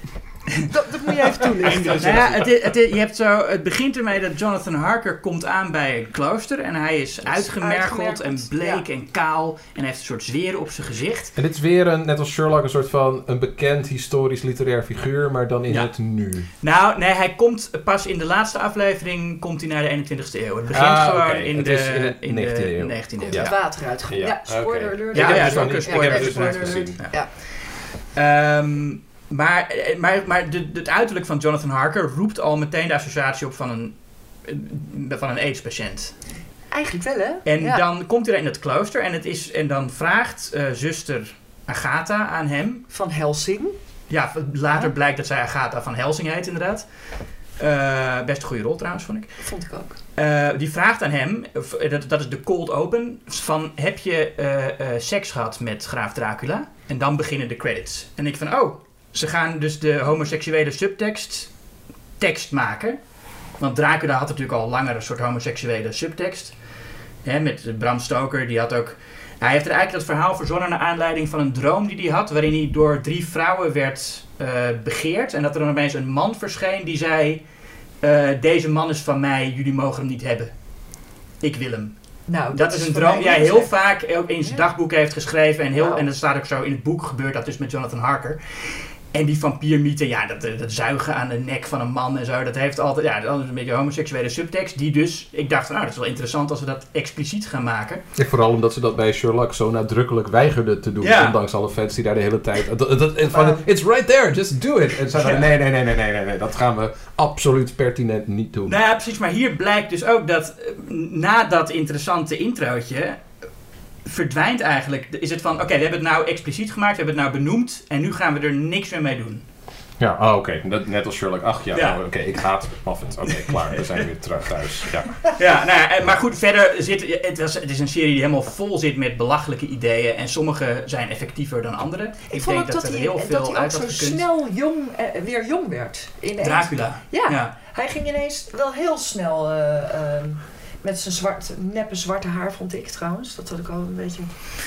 [SPEAKER 4] Dat, dat moet je even toelichten.
[SPEAKER 1] Nou ja, het, het, het, je hebt zo, het begint ermee dat Jonathan Harker komt aan bij een klooster. En hij is uitgemergeld en bleek ja. en kaal. En hij heeft een soort zweren op zijn gezicht.
[SPEAKER 3] En dit is weer, een, net als Sherlock, een soort van een bekend historisch literair figuur. Maar dan in ja. het nu.
[SPEAKER 1] Nou, nee, hij komt pas in de laatste aflevering komt hij naar de eenentwintigste eeuw. Het begint
[SPEAKER 3] ah,
[SPEAKER 1] gewoon
[SPEAKER 3] okay.
[SPEAKER 1] in,
[SPEAKER 3] het
[SPEAKER 1] de,
[SPEAKER 3] is in, het
[SPEAKER 1] in
[SPEAKER 3] negentiende
[SPEAKER 1] de
[SPEAKER 3] eeuw.
[SPEAKER 1] negentiende eeuw.
[SPEAKER 4] Ja. Het water uitgegaan. Ja, ja spoiler alert.
[SPEAKER 1] Ja,
[SPEAKER 3] ja,
[SPEAKER 1] ja,
[SPEAKER 3] ja,
[SPEAKER 1] ja,
[SPEAKER 3] ik heb het dus nooit gezien.
[SPEAKER 4] Ja.
[SPEAKER 1] Ja. Um, Maar, maar, maar de, het uiterlijk van Jonathan Harker roept al meteen de associatie op van een, van een AIDS-patiënt.
[SPEAKER 4] Eigenlijk wel, hè?
[SPEAKER 1] En
[SPEAKER 4] ja.
[SPEAKER 1] dan komt hij in het klooster en, het is, en dan vraagt uh, zuster Agatha aan hem...
[SPEAKER 4] Van Helsing.
[SPEAKER 1] Ja, later ja. blijkt dat zij Agatha van Helsing heet, inderdaad. Uh, best een goede rol trouwens, vond ik.
[SPEAKER 4] Vond ik ook.
[SPEAKER 1] Uh, die vraagt aan hem, dat, dat is de cold open, van heb je uh, uh, seks gehad met graaf Dracula? En dan beginnen de credits. En ik van, oh... Ze gaan dus de homoseksuele subtekst tekst maken. Want Dracula had natuurlijk al langer een soort homoseksuele subtekst. Hè, met Bram Stoker, die had ook... Hij heeft er eigenlijk dat verhaal verzonnen naar aanleiding van een droom die hij had... waarin hij door drie vrouwen werd uh, begeerd. En dat er dan opeens een man verscheen die zei... Uh, deze man is van mij, jullie mogen hem niet hebben. Ik wil hem.
[SPEAKER 4] Nou,
[SPEAKER 1] dat, dat is een droom die hij heel vaak ook in zijn ja. dagboek heeft geschreven. En, heel, wow. en dat staat ook zo in het boek, gebeurt dat dus met Jonathan Harker. En die vampiermythe, ja, dat, dat zuigen aan de nek van een man en zo, dat heeft altijd, ja, dat is een beetje homoseksuele subtekst. Die dus, ik dacht, nou, dat is wel interessant als we dat expliciet gaan maken.
[SPEAKER 3] Ja, vooral omdat ze dat bij Sherlock zo nadrukkelijk weigerden te doen, ja. ondanks alle fans die daar de hele tijd, dat, dat, van, uh, it's right there, just do it. En ze zeiden, ja. nee, nee, nee, nee, nee, nee, nee, dat gaan we absoluut pertinent niet doen.
[SPEAKER 1] Nou ja, precies, maar hier blijkt dus ook dat, na dat interessante introotje, verdwijnt eigenlijk, is het van, oké, okay, we hebben het nou expliciet gemaakt, we hebben het nou benoemd en nu gaan we er niks meer mee doen.
[SPEAKER 3] Ja, oh, oké, okay. Net als Sherlock. Ach ja, ja. Oh, oké, okay. Ik haat Moffat. Oké, okay, klaar, we zijn weer terug thuis. Ja,
[SPEAKER 1] ja nou ja, maar goed, verder zit, het, was, het is een serie die helemaal vol zit met belachelijke ideeën en sommige zijn effectiever dan andere. Ik,
[SPEAKER 4] ik vond
[SPEAKER 1] denk
[SPEAKER 4] ook dat,
[SPEAKER 1] dat er
[SPEAKER 4] hij,
[SPEAKER 1] heel veel
[SPEAKER 4] dat hij ook zo snel jong, eh, weer jong werd. Ineens.
[SPEAKER 1] Dracula.
[SPEAKER 4] Ja, ja, hij ging ineens wel heel snel... Uh, uh, met zijn zwart, neppe zwarte haar, vond ik trouwens. Dat had ik al een beetje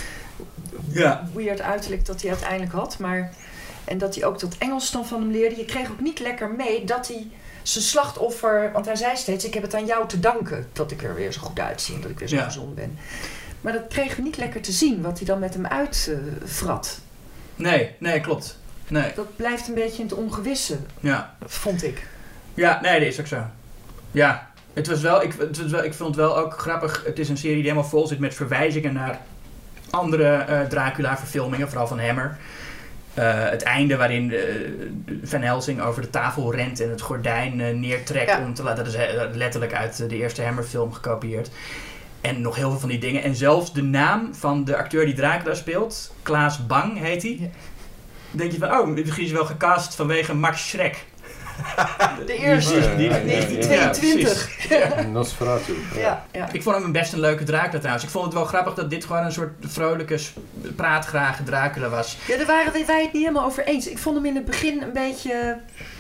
[SPEAKER 1] ja.
[SPEAKER 4] weird uiterlijk dat hij uiteindelijk had. Maar, en dat hij ook dat Engels dan van hem leerde. Je kreeg ook niet lekker mee dat hij zijn slachtoffer... Want hij zei steeds, ik heb het aan jou te danken dat ik er weer zo goed uitzie. En dat ik weer zo ja. gezond ben. Maar dat kregen we niet lekker te zien, wat hij dan met hem uitvrat.
[SPEAKER 1] Uh, nee, nee, klopt. Nee.
[SPEAKER 4] Dat blijft een beetje in het ongewisse,
[SPEAKER 1] ja.
[SPEAKER 4] vond ik.
[SPEAKER 1] Ja, nee, dat is ook zo. Ja. Het was wel, ik, het was wel, ik vond het wel ook grappig. Het is een serie die helemaal vol zit met verwijzingen naar andere uh, Dracula-verfilmingen, vooral van Hammer. Uh, het einde waarin uh, Van Helsing over de tafel rent en het gordijn uh, neertrekt ja. om te laten. Dat is uh, letterlijk uit uh, de eerste Hammer-film gekopieerd. En nog heel veel van die dingen. En zelfs de naam van de acteur die Dracula speelt, Klaas Bang heet hij. Ja. Denk je van, oh, misschien is hij wel gecast vanwege Max Schreck.
[SPEAKER 4] De eerste,
[SPEAKER 1] ja, ja, ja,
[SPEAKER 4] uit negentien tweeëntwintig.
[SPEAKER 3] Ja, ja. Nosferatu. Ja.
[SPEAKER 4] Ja, ja.
[SPEAKER 1] Ik vond hem best een leuke Dracula trouwens. Ik vond het wel grappig dat dit gewoon een soort vrolijke, praatgrage Dracula was.
[SPEAKER 4] Ja, daar waren wij het niet helemaal over eens. Ik vond hem in het begin een beetje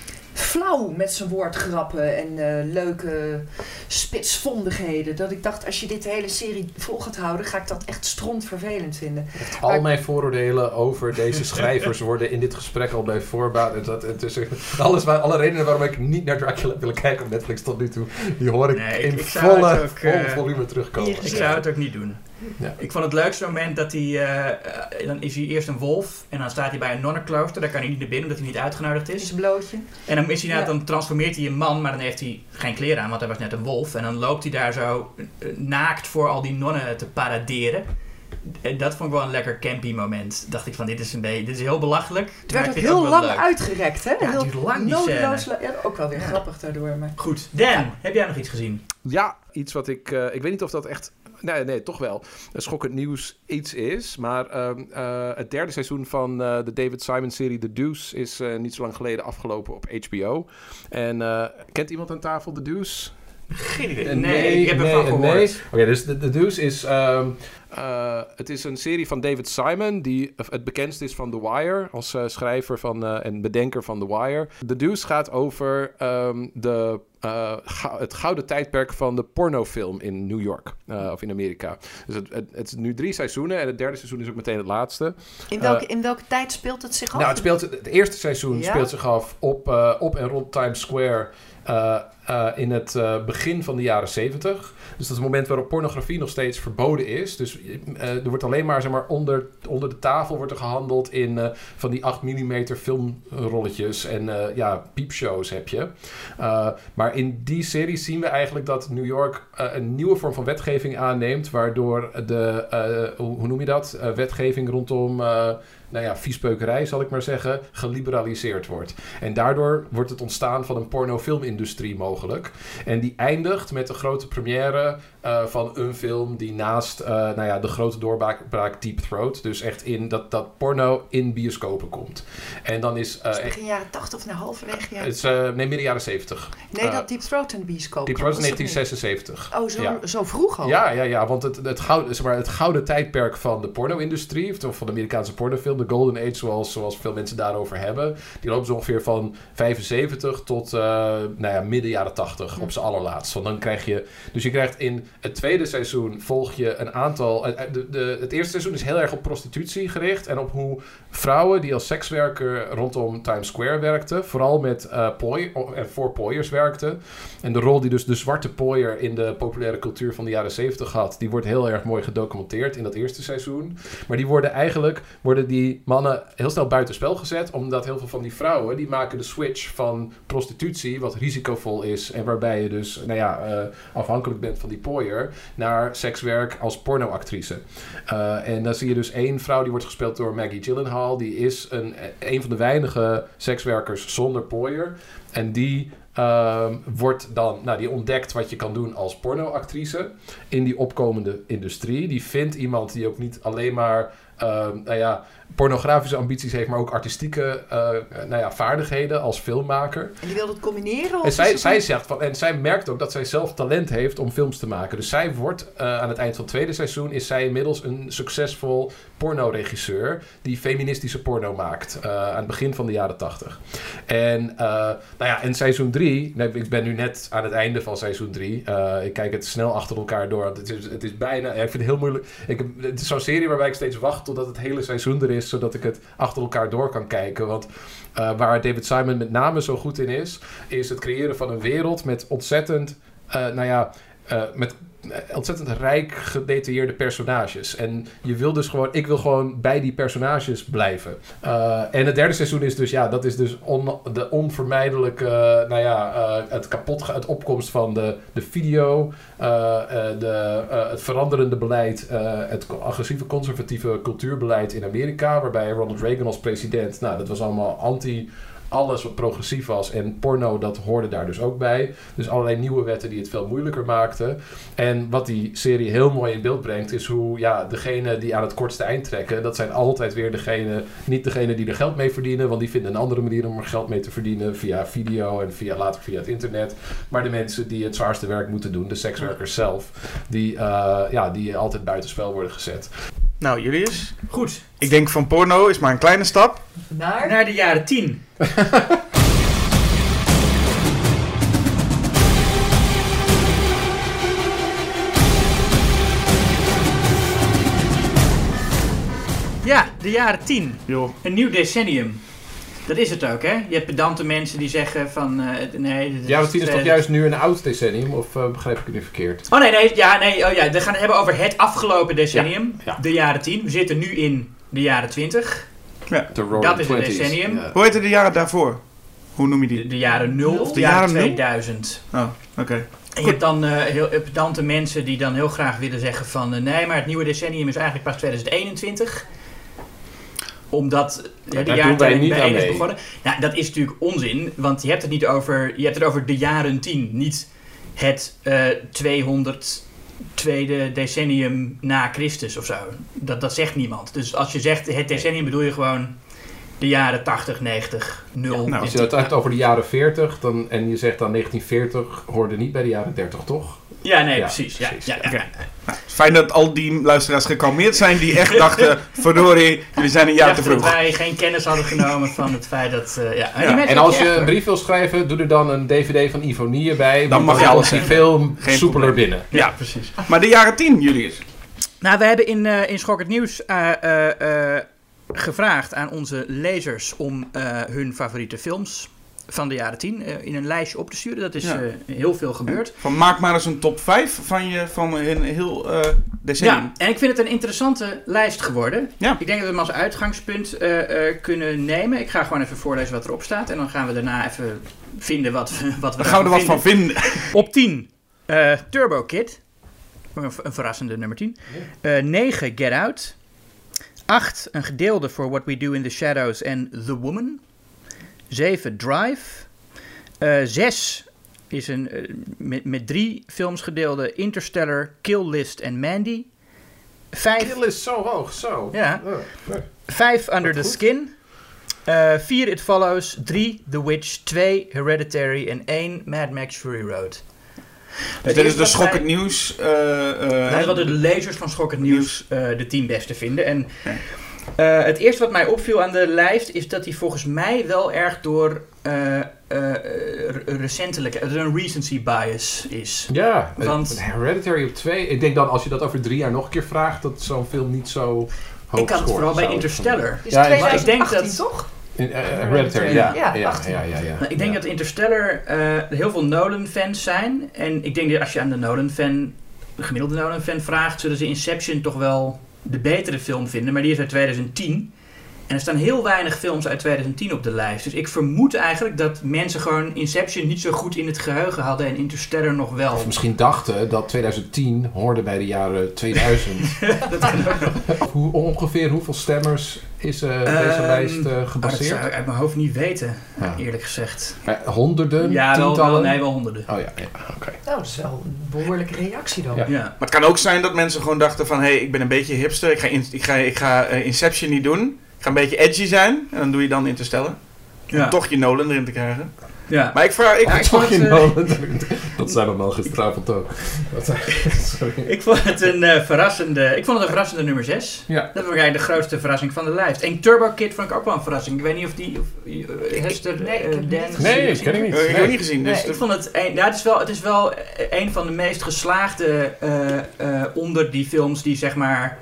[SPEAKER 4] flauw met zijn woordgrappen en uh, leuke spitsvondigheden. Dat ik dacht, als je dit de hele serie vol gaat houden, ga ik dat echt strontvervelend vinden.
[SPEAKER 3] Al maar mijn vooroordelen over deze schrijvers worden in dit gesprek al bij voorbaat. En dat, het is, alles waar, alle redenen waarom ik niet naar Dracula wil kijken op Netflix tot nu toe, die hoor ik
[SPEAKER 1] nee,
[SPEAKER 3] in
[SPEAKER 1] ik, ik
[SPEAKER 3] volle,
[SPEAKER 1] ook,
[SPEAKER 3] volle
[SPEAKER 1] uh,
[SPEAKER 3] volume terugkomen.
[SPEAKER 1] Ik zou het ook niet doen. Ja. Ik vond het leukste moment dat hij, uh, dan is hij eerst een wolf en dan staat hij bij een nonnenklooster. Daar kan hij niet naar binnen omdat hij niet uitgenodigd is.
[SPEAKER 4] Is een blootje.
[SPEAKER 1] En dan, is hij nou,
[SPEAKER 4] ja.
[SPEAKER 1] dan transformeert hij een man, maar dan heeft hij geen kleren aan, want hij was net een wolf. En dan loopt hij daar zo uh, naakt voor al die nonnen te paraderen. En dat vond ik wel een lekker campy moment. Dacht ik van, dit is een beetje, dit is heel belachelijk.
[SPEAKER 4] Het werd ook heel lang leuk. uitgerekt, hè?
[SPEAKER 1] Ja,
[SPEAKER 4] heel
[SPEAKER 1] het duurt lang die
[SPEAKER 4] nodeloos,
[SPEAKER 1] scène.
[SPEAKER 4] ja, ook wel weer
[SPEAKER 1] ja.
[SPEAKER 4] grappig daardoor. Maar...
[SPEAKER 1] Goed, Dan,
[SPEAKER 4] ja.
[SPEAKER 1] heb jij nog iets gezien?
[SPEAKER 3] Ja, iets wat ik... Uh, ik weet niet of dat echt... Nee, nee, toch wel. Een schokkend nieuws iets is. Maar uh, uh, het derde seizoen van uh, de David Simon-serie The Deuce is uh, niet zo lang geleden afgelopen op H B O. En uh, kent iemand aan tafel The Deuce?
[SPEAKER 1] Geen idee.
[SPEAKER 3] Nee,
[SPEAKER 1] nee, ik heb
[SPEAKER 3] nee,
[SPEAKER 1] ervan gehoord.
[SPEAKER 3] Nee. Oké, okay, dus The, The Deuce is... Um, uh, het is een serie van David Simon, die het bekendst is van The Wire, als uh, schrijver van, uh, en bedenker van The Wire. The Deuce gaat over um, de... Uh, ga- het gouden tijdperk van de pornofilm in New York, uh, of in Amerika. Dus het, het, het is nu drie seizoenen en het derde seizoen is ook meteen het laatste.
[SPEAKER 4] In welke,
[SPEAKER 3] uh,
[SPEAKER 4] in welke tijd speelt het zich af?
[SPEAKER 3] Nou, het, speelt, het eerste seizoen ja? speelt zich af op, uh, op en rond Times Square uh, uh, in het uh, begin van de jaren zeventig. Dus dat is het moment waarop pornografie nog steeds verboden is. Dus uh, er wordt alleen maar, zeg maar onder, onder de tafel wordt er gehandeld in uh, van die acht millimeter filmrolletjes en uh, ja, piepshows heb je. Uh, maar in die serie zien we eigenlijk dat New York uh, een nieuwe vorm van wetgeving aanneemt, waardoor de, uh, hoe, hoe noem je dat, uh, wetgeving rondom... Uh, nou ja, viespeukerij zal ik maar zeggen, geliberaliseerd wordt. En daardoor wordt het ontstaan van een pornofilmindustrie mogelijk. En die eindigt met een grote première uh, van een film die naast uh, nou ja, de grote doorbraak Deep Throat, dus echt in dat, dat porno in bioscopen komt. En dan is... Uh,
[SPEAKER 4] is het begin jaren tachtig of naar halverwege? Ja.
[SPEAKER 3] Het is, uh, nee, midden jaren zeventig.
[SPEAKER 4] Nee, uh, dat Deep Throat in de bioscoop.
[SPEAKER 3] Deep Throat is negentien zesenzeventig.
[SPEAKER 4] Oh, zo,
[SPEAKER 3] ja.
[SPEAKER 4] zo vroeg al?
[SPEAKER 3] Ja, ja, ja, want het, het, gouden, zeg maar, het gouden tijdperk van de porno-industrie, of van de Amerikaanse pornofilm, de Golden Age, zoals, zoals veel mensen daarover hebben, die loopt zo ongeveer van vijfenzeventig tot uh, nou ja, midden jaren tachtig hm. op z'n allerlaatst. Want dan krijg je, dus je krijgt in het tweede seizoen volg je een aantal, uh, de, de, het eerste seizoen is heel erg op prostitutie gericht en op hoe vrouwen die als sekswerker rondom Times Square werkten, vooral met uh, plooi, en voor pooiers werkten. En de rol die dus de zwarte pooier in de populaire cultuur van de jaren zeventig had, die wordt heel erg mooi gedocumenteerd in dat eerste seizoen. Maar die worden eigenlijk, worden die mannen heel snel buitenspel gezet, omdat heel veel van die vrouwen, die maken de switch van prostitutie, wat risicovol is en waarbij je dus, nou ja, uh, afhankelijk bent van die pooier, naar sekswerk als pornoactrice. Uh, en dan zie je dus één vrouw, die wordt gespeeld door Maggie Gyllenhaal, die is een, een van de weinige sekswerkers zonder pooier. En die uh, wordt dan, nou, die ontdekt wat je kan doen als pornoactrice in die opkomende industrie. Die vindt iemand die ook niet alleen maar Uh, nou ja, pornografische ambities heeft, maar ook artistieke uh, nou ja, vaardigheden als filmmaker.
[SPEAKER 4] En die wil dat combineren?
[SPEAKER 3] En zij, zij zegt van, en zij merkt ook dat zij zelf talent heeft om films te maken. Dus zij wordt uh, aan het eind van het tweede seizoen is zij inmiddels een succesvol pornoregisseur die feministische porno maakt uh, aan het begin van de jaren tachtig. En uh, nou ja, in seizoen drie, nee, ik ben nu net aan het einde van seizoen drie. Uh, ik kijk het snel achter elkaar door. Het is, het is bijna, ja, ik vind het heel moeilijk. Ik heb, het is zo'n serie waarbij ik steeds wacht totdat het hele seizoen er is, zodat ik het achter elkaar door kan kijken. Want uh, waar David Simon met name zo goed in is, is het creëren van een wereld met ontzettend, uh, nou ja, uh, met ontzettend rijk gedetailleerde personages. En je wil dus gewoon, ik wil gewoon bij die personages blijven. Uh, en het derde seizoen is dus, ja, dat is dus on, de onvermijdelijke, uh, nou ja, uh, het kapot, het opkomst van de, de video, uh, uh, de, uh, het veranderende beleid, uh, het agressieve conservatieve cultuurbeleid in Amerika, waarbij Ronald Reagan als president, nou, dat was allemaal anti alles wat progressief was. En porno, dat hoorde daar dus ook bij. Dus allerlei nieuwe wetten die het veel moeilijker maakten. En wat die serie heel mooi in beeld brengt, is hoe, ja, degene die aan het kortste eind trekken, dat zijn altijd weer degene, niet degene die er geld mee verdienen, want die vinden een andere manier om er geld mee te verdienen, via video en via, later via het internet. Maar de mensen die het zwaarste werk moeten doen, de sekswerkers zelf, die, uh, ja, die altijd buitenspel worden gezet.
[SPEAKER 2] Nou, Julius.
[SPEAKER 1] Goed.
[SPEAKER 2] Ik denk van porno is maar een kleine stap.
[SPEAKER 4] Naar?
[SPEAKER 1] Naar de jaren tien. Ja, de jaren tien.
[SPEAKER 2] Jo.
[SPEAKER 1] Een nieuw decennium. Dat is het ook, hè? Je hebt pedante mensen die zeggen van... Uh, nee, dit
[SPEAKER 3] De jaren
[SPEAKER 1] is,
[SPEAKER 3] tien is
[SPEAKER 1] uh,
[SPEAKER 3] toch juist nu een oud decennium? Of uh, begrijp ik het nu verkeerd?
[SPEAKER 1] Oh nee, nee, ja, nee, oh ja, we gaan het hebben over het afgelopen decennium.
[SPEAKER 3] Ja, ja.
[SPEAKER 1] De jaren tien. We zitten nu in de jaren twintig.
[SPEAKER 2] Ja.
[SPEAKER 3] De Roaring
[SPEAKER 1] Dat is het
[SPEAKER 3] Twenties.
[SPEAKER 1] decennium.
[SPEAKER 3] Ja.
[SPEAKER 2] Hoe heette de jaren daarvoor? Hoe noem je
[SPEAKER 1] De,
[SPEAKER 2] die?
[SPEAKER 1] de jaren nul of de,
[SPEAKER 2] De
[SPEAKER 1] jaren,
[SPEAKER 2] jaren nul?
[SPEAKER 1] tweeduizend.
[SPEAKER 2] Oh, oké. Okay.
[SPEAKER 1] En je hebt dan uh, heel pedante mensen die dan heel graag willen zeggen van... Uh, nee, maar het nieuwe decennium is eigenlijk pas twintig eenentwintig. Omdat uh, de
[SPEAKER 3] Daar
[SPEAKER 1] jaartelling
[SPEAKER 3] doen wij
[SPEAKER 1] bij
[SPEAKER 3] niet
[SPEAKER 1] één
[SPEAKER 3] aan
[SPEAKER 1] is begonnen. Nou, dat is natuurlijk onzin. Want je hebt het niet over... Je hebt het over de jaren tien. Niet het uh, tweehonderd tweede decennium na Christus of zo. Dat, dat zegt niemand. Dus als je zegt het decennium bedoel je gewoon... de jaren tachtig, negentig, nul.
[SPEAKER 2] Ja, nou,
[SPEAKER 3] Als je het hebt over de jaren veertig dan, en je zegt dan negentien veertig, hoorde niet bij de jaren dertig, toch?
[SPEAKER 1] Ja, nee,
[SPEAKER 3] Ja,
[SPEAKER 1] precies. Ja,
[SPEAKER 3] precies,
[SPEAKER 1] ja,
[SPEAKER 3] ja.
[SPEAKER 1] ja.
[SPEAKER 2] Okay. Nou, fijn dat al die luisteraars gekalmeerd zijn die echt dachten... verdorie, jullie zijn een jaar
[SPEAKER 1] Ik
[SPEAKER 2] te
[SPEAKER 1] dacht
[SPEAKER 2] vroeg.
[SPEAKER 1] dat wij geen kennis hadden genomen van het feit dat... Uh, ja.
[SPEAKER 2] Ja,
[SPEAKER 1] Die mensen
[SPEAKER 3] En als
[SPEAKER 1] echt,
[SPEAKER 3] je een
[SPEAKER 1] hoor.
[SPEAKER 3] brief wil schrijven, doe er dan een dvd van Ivonie bij.
[SPEAKER 2] Dan mag je
[SPEAKER 3] komt
[SPEAKER 2] alles
[SPEAKER 3] die
[SPEAKER 2] zeggen.
[SPEAKER 3] film
[SPEAKER 2] Geen
[SPEAKER 3] soepeler
[SPEAKER 2] probleem.
[SPEAKER 3] binnen.
[SPEAKER 2] Ja,
[SPEAKER 1] precies.
[SPEAKER 2] maar de jaren tien, Julius.
[SPEAKER 1] Nou, we hebben in, uh, in Schokkend Nieuws uh, uh, uh, gevraagd aan onze lezers om uh, hun favoriete films van de jaren tien uh, in een lijstje op te sturen. Dat is
[SPEAKER 2] Ja.
[SPEAKER 1] uh, heel veel gebeurd.
[SPEAKER 2] Van maak maar eens een top vijf van, je, van een heel uh, decennium.
[SPEAKER 1] Ja, en ik vind het een interessante lijst geworden.
[SPEAKER 2] Ja.
[SPEAKER 1] Ik denk dat we hem als uitgangspunt uh, uh, kunnen nemen. Ik ga gewoon even voorlezen wat erop staat. En dan gaan we daarna even vinden wat, wat we
[SPEAKER 2] Daar gaan we er wat van vinden.
[SPEAKER 1] Op tien, uh, Turbo Kid. Een, een verrassende nummer tien. Uh, negen, Get Out. acht, een gedeelde For What We Do in the Shadows en The Woman. zeven, Drive. Uh, zes is een, uh, met, met drie films gedeelde Interstellar, Kill List en Mandy. vijf,
[SPEAKER 3] Kill is zo hoog, zo.
[SPEAKER 1] Ja.
[SPEAKER 3] Oh, nee.
[SPEAKER 1] vijf Under
[SPEAKER 3] Wat
[SPEAKER 1] the
[SPEAKER 3] goed.
[SPEAKER 1] Skin. Uh, vier, It Follows. drie, The Witch. twee, Hereditary. En één, Mad Max Fury Road.
[SPEAKER 2] Dus dit is de schokkend nieuws. Uh, uh,
[SPEAKER 1] Dat is wat de lezers van Schokkend Nieuws uh, de tien beste vinden. En uh, het eerste wat mij opviel aan de lijst is dat die volgens mij wel erg door uh, uh, recentelijk, uh, een recency bias is.
[SPEAKER 3] Ja,
[SPEAKER 1] Want-
[SPEAKER 3] een Hereditary op twee. Ik denk dan, als je dat over drie jaar nog een keer vraagt, dat zo'n film niet zo hoog
[SPEAKER 1] Ik had het
[SPEAKER 3] scoort,
[SPEAKER 1] vooral bij
[SPEAKER 3] zou ik
[SPEAKER 1] Interstellar.
[SPEAKER 4] Is
[SPEAKER 3] Ja,
[SPEAKER 1] maar ik denk
[SPEAKER 4] tweeduizend achttien,
[SPEAKER 1] dat-
[SPEAKER 4] toch?
[SPEAKER 3] In, uh, Hereditary, ja. Ja, ja,
[SPEAKER 4] achttien.
[SPEAKER 3] ja, ja, ja.
[SPEAKER 1] Nou, ik denk
[SPEAKER 3] Ja.
[SPEAKER 1] dat Interstellar uh, heel veel Nolan-fans zijn. En ik denk dat als je aan de Nolan-fan, de gemiddelde Nolan-fan vraagt, zullen ze Inception toch wel de betere film vinden. Maar die is uit tweeduizend tien. En er staan heel weinig films uit tweeduizend tien op de lijst. Dus ik vermoed eigenlijk dat mensen gewoon Inception niet zo goed in het geheugen hadden en Interstellar nog wel.
[SPEAKER 3] Of misschien dachten dat tweeduizend tien hoorde bij de jaren tweeduizend.
[SPEAKER 1] Dat kan ook.
[SPEAKER 3] Hoe, ongeveer hoeveel stemmers is uh, deze
[SPEAKER 1] Ehm,
[SPEAKER 3] lijst uh,
[SPEAKER 1] Oh, dat
[SPEAKER 3] gebaseerd?
[SPEAKER 1] zou ik uit mijn hoofd niet weten,
[SPEAKER 3] Ja.
[SPEAKER 1] eerlijk gezegd.
[SPEAKER 3] Uh, honderden,
[SPEAKER 1] Ja, wel,
[SPEAKER 3] tientallen?
[SPEAKER 1] wel, nee, wel honderden.
[SPEAKER 3] Oh ja, ja oké.
[SPEAKER 4] Nou, dat is wel een behoorlijke reactie dan.
[SPEAKER 3] Ja.
[SPEAKER 1] Ja.
[SPEAKER 2] Maar het kan ook zijn dat mensen gewoon dachten van... hé, hey, ik ben een beetje hipster. Ik ga, in, ik ga, ik ga uh, Inception niet doen. Ik ga een beetje edgy zijn. En dan doe je dan Interstellar.
[SPEAKER 1] Ja.
[SPEAKER 2] Om toch je Nolan erin te krijgen.
[SPEAKER 1] Ja.
[SPEAKER 2] Maar ik vraag... Ik,
[SPEAKER 1] Ja, ik
[SPEAKER 3] Toch
[SPEAKER 1] vond het,
[SPEAKER 3] je
[SPEAKER 1] uh,
[SPEAKER 3] Nolan? Dat zijn we al gisteravond ook. Wat- Sorry.
[SPEAKER 1] Ik vond het een uh, verrassende. Ik vond het een verrassende nummer zes.
[SPEAKER 3] Ja.
[SPEAKER 1] Dat was eigenlijk de grootste verrassing van de lijst. En Turbo Kid vond ik ook wel een verrassing. Ik weet niet of die. Of, uh, Hester,
[SPEAKER 4] nee, ik heb
[SPEAKER 1] uh,
[SPEAKER 4] het
[SPEAKER 1] Dan.
[SPEAKER 4] niet
[SPEAKER 3] Nee, dat ken ik niet.
[SPEAKER 2] uh, ik heb
[SPEAKER 3] Nee.
[SPEAKER 2] het niet gezien. Dus
[SPEAKER 1] Nee, ik vond het. Een, ja, het, is wel, het is wel een van de meest geslaagde uh, uh, onder die films die zeg maar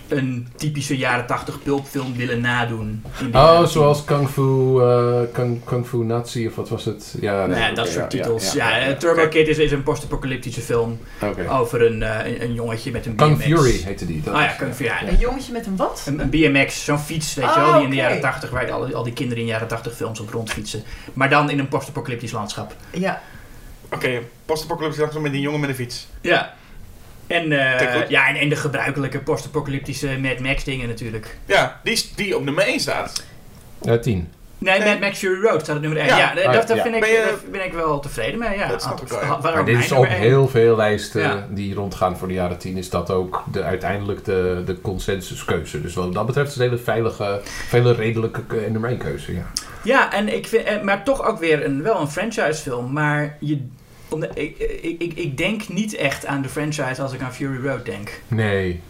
[SPEAKER 1] een typische jaren tachtig pulpfilm willen nadoen. In de
[SPEAKER 3] Oh,
[SPEAKER 1] jaren
[SPEAKER 3] zoals
[SPEAKER 1] tien.
[SPEAKER 3] Kung Fu, uh, Kung, Kung Fu Nazi of wat was het? Ja,
[SPEAKER 1] Nou ja, dat
[SPEAKER 3] ja,
[SPEAKER 1] soort
[SPEAKER 3] ja,
[SPEAKER 1] titels.
[SPEAKER 3] ja,
[SPEAKER 1] Ja,
[SPEAKER 3] ja, ja.
[SPEAKER 1] Turbo
[SPEAKER 2] Oké.
[SPEAKER 1] Kid is, is een post-apocalyptische film
[SPEAKER 3] Oké.
[SPEAKER 1] over een, uh, een, een jongetje met een
[SPEAKER 3] Kung
[SPEAKER 1] B M X.
[SPEAKER 3] Fury heette die. Dat
[SPEAKER 1] Ah ja,
[SPEAKER 3] was-
[SPEAKER 1] Kung Fury. Ja.
[SPEAKER 4] Een jongetje met een wat?
[SPEAKER 1] Een, een B M X, zo'n fiets, weet je
[SPEAKER 4] Ah,
[SPEAKER 1] wel, die in de
[SPEAKER 4] oké.
[SPEAKER 1] jaren tachtig, waar al, al die kinderen in jaren tachtig films op rondfietsen. Maar dan in een post-apocalyptisch landschap.
[SPEAKER 4] Ja.
[SPEAKER 2] Oké, okay, post-apocalypse dag met die jongen met een fiets.
[SPEAKER 1] Ja. En, uh,
[SPEAKER 2] Kijk, goed.
[SPEAKER 1] ja, en, en de gebruikelijke post-apocalyptische Mad Max dingen natuurlijk.
[SPEAKER 2] Ja, die, is- die op nummer één staat.
[SPEAKER 3] Uh, tien.
[SPEAKER 1] Nee,
[SPEAKER 2] Nee.
[SPEAKER 1] Mad Max Fury Road staat op nummer één.
[SPEAKER 2] Ja.
[SPEAKER 1] Ja, dat,
[SPEAKER 3] Ah,
[SPEAKER 1] dat
[SPEAKER 3] ja.
[SPEAKER 1] vind ik,
[SPEAKER 2] Ben je-
[SPEAKER 1] daar ben ik wel tevreden mee. Ja.
[SPEAKER 2] Dat snap ik wel, ja.
[SPEAKER 1] Waarom
[SPEAKER 3] Maar dit
[SPEAKER 1] mijn
[SPEAKER 3] is op
[SPEAKER 1] nummer één?
[SPEAKER 3] heel veel lijsten
[SPEAKER 1] Ja.
[SPEAKER 3] die rondgaan voor de jaren tien, is dat ook de, uiteindelijk de, de consensuskeuze. Dus wat dat betreft is het een hele veilige, vele redelijke ke- nummer één keuze. Ja.
[SPEAKER 1] Ja, en ik vind, eh, maar toch ook weer een, wel een franchisefilm. Maar je, om de, ik, ik, ik, ik denk niet echt aan de franchise als ik aan Fury Road denk.
[SPEAKER 3] Nee.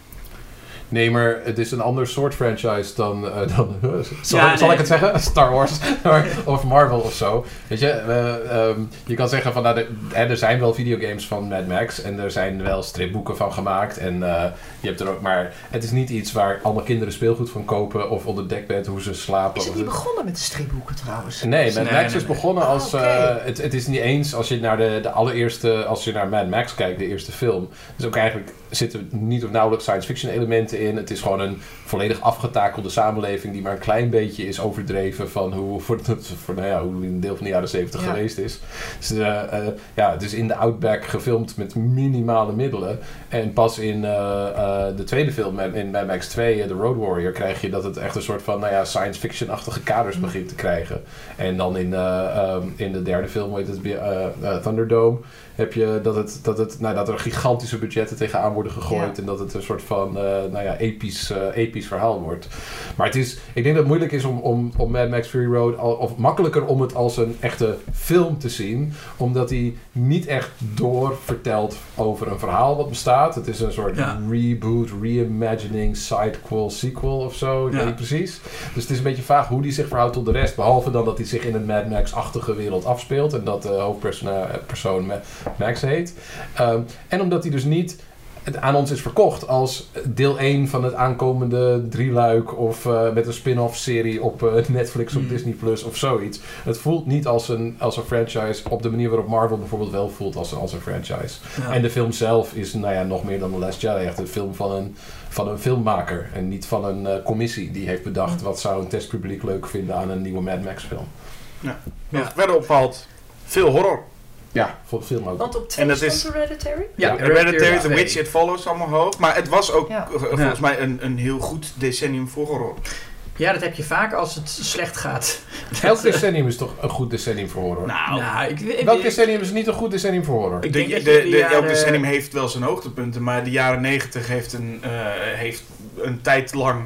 [SPEAKER 3] Nee, maar het is een ander soort franchise dan... uh, dan zal
[SPEAKER 1] Ja,
[SPEAKER 3] zal
[SPEAKER 1] nee.
[SPEAKER 3] ik het zeggen? Star Wars of Marvel of zo. Weet je, uh, um, je kan zeggen van... Nou, de, er zijn wel videogames van Mad Max en er zijn wel stripboeken van gemaakt. En uh, je hebt er ook... Maar het is niet iets waar allemaal kinderen speelgoed van kopen of onder dekbed hoe ze slapen.
[SPEAKER 4] Is het niet begonnen met de stripboeken trouwens?
[SPEAKER 3] Nee, Mad
[SPEAKER 1] Nee,
[SPEAKER 3] Max
[SPEAKER 1] nee,
[SPEAKER 3] is
[SPEAKER 1] nee.
[SPEAKER 3] begonnen als...
[SPEAKER 4] Ah, oké.
[SPEAKER 3] uh, het, het is niet eens als je naar de, de allereerste... Als je naar Mad Max kijkt, de eerste film. Dus ook eigenlijk zitten niet of nauwelijks science fiction elementen in. Het is gewoon een volledig afgetakelde samenleving die maar een klein beetje is overdreven van hoe, voor, voor, nou ja, hoe een deel van de jaren zeventig
[SPEAKER 4] Ja.
[SPEAKER 3] geweest is. Dus, uh, uh, ja, het is in de Outback gefilmd met minimale middelen. En pas in uh, uh, de tweede film, in Mad Max twee, uh, The Road Warrior, krijg je dat het echt een soort van nou ja, science fiction-achtige kaders
[SPEAKER 4] Mm.
[SPEAKER 3] begint te krijgen. En dan in, uh, um, in de derde film, hoe heet het, uh, uh, Thunderdome, heb je dat, het, dat, het, nou, dat er gigantische budgetten tegenaan worden gegooid.
[SPEAKER 4] Ja.
[SPEAKER 3] En dat het een soort van uh, nou ja, episch, uh, episch verhaal wordt. Maar het is, ik denk dat het moeilijk is om, om, om Mad Max Fury Road, al, of makkelijker om het als een echte film te zien. Omdat hij niet echt doorvertelt over een verhaal wat bestaat. Het is een soort
[SPEAKER 1] Ja.
[SPEAKER 3] reboot, reimagining, sidequel, sequel of zo. Ik
[SPEAKER 1] Ja.
[SPEAKER 3] weet niet precies. Dus het is een beetje vaag hoe die zich verhoudt tot de rest. Behalve dan dat hij zich in een Mad Max-achtige wereld afspeelt. En dat de hoofdpersoon Ma- Max heet. Um, en omdat hij dus niet het aan ons is verkocht als deel één van het aankomende drieluik of uh, met een spin-off serie op uh, Netflix of
[SPEAKER 1] Mm.
[SPEAKER 3] Disney Plus of zoiets. Het voelt niet als een, als een franchise op de manier waarop Marvel bijvoorbeeld wel voelt als, als een franchise.
[SPEAKER 1] Ja.
[SPEAKER 3] En de film zelf is nou ja, nog meer dan The Last Jedi. Echt een film van een, van een filmmaker en niet van een uh, commissie die heeft bedacht wat zou een testpubliek leuk vinden aan een nieuwe Mad Max film.
[SPEAKER 2] Wat
[SPEAKER 1] Ja.
[SPEAKER 2] verder opvalt, veel horror.
[SPEAKER 3] Ja, voor de film ook.
[SPEAKER 4] Want op twee
[SPEAKER 2] En dat
[SPEAKER 4] stond
[SPEAKER 2] is-
[SPEAKER 4] Hereditary?
[SPEAKER 1] Ja,
[SPEAKER 2] Hereditary, The
[SPEAKER 1] twee.
[SPEAKER 2] Witch, It Follows allemaal hoog. Maar het was ook
[SPEAKER 4] Ja.
[SPEAKER 2] uh, volgens mij een, een heel goed decennium voor horror.
[SPEAKER 1] Ja, dat heb je vaak als het slecht gaat.
[SPEAKER 3] Elk decennium is toch een goed decennium voor horror?
[SPEAKER 1] Nou, nou ik, ik,
[SPEAKER 3] Welk
[SPEAKER 1] ik-
[SPEAKER 3] decennium is niet een goed decennium voor horror?
[SPEAKER 1] Ik
[SPEAKER 2] De,
[SPEAKER 1] denk
[SPEAKER 2] de,
[SPEAKER 1] dat
[SPEAKER 2] de,
[SPEAKER 1] je de
[SPEAKER 2] elk
[SPEAKER 1] jaren-
[SPEAKER 2] decennium heeft wel zijn hoogtepunten, maar de jaren negentig heeft een, uh, heeft een tijd lang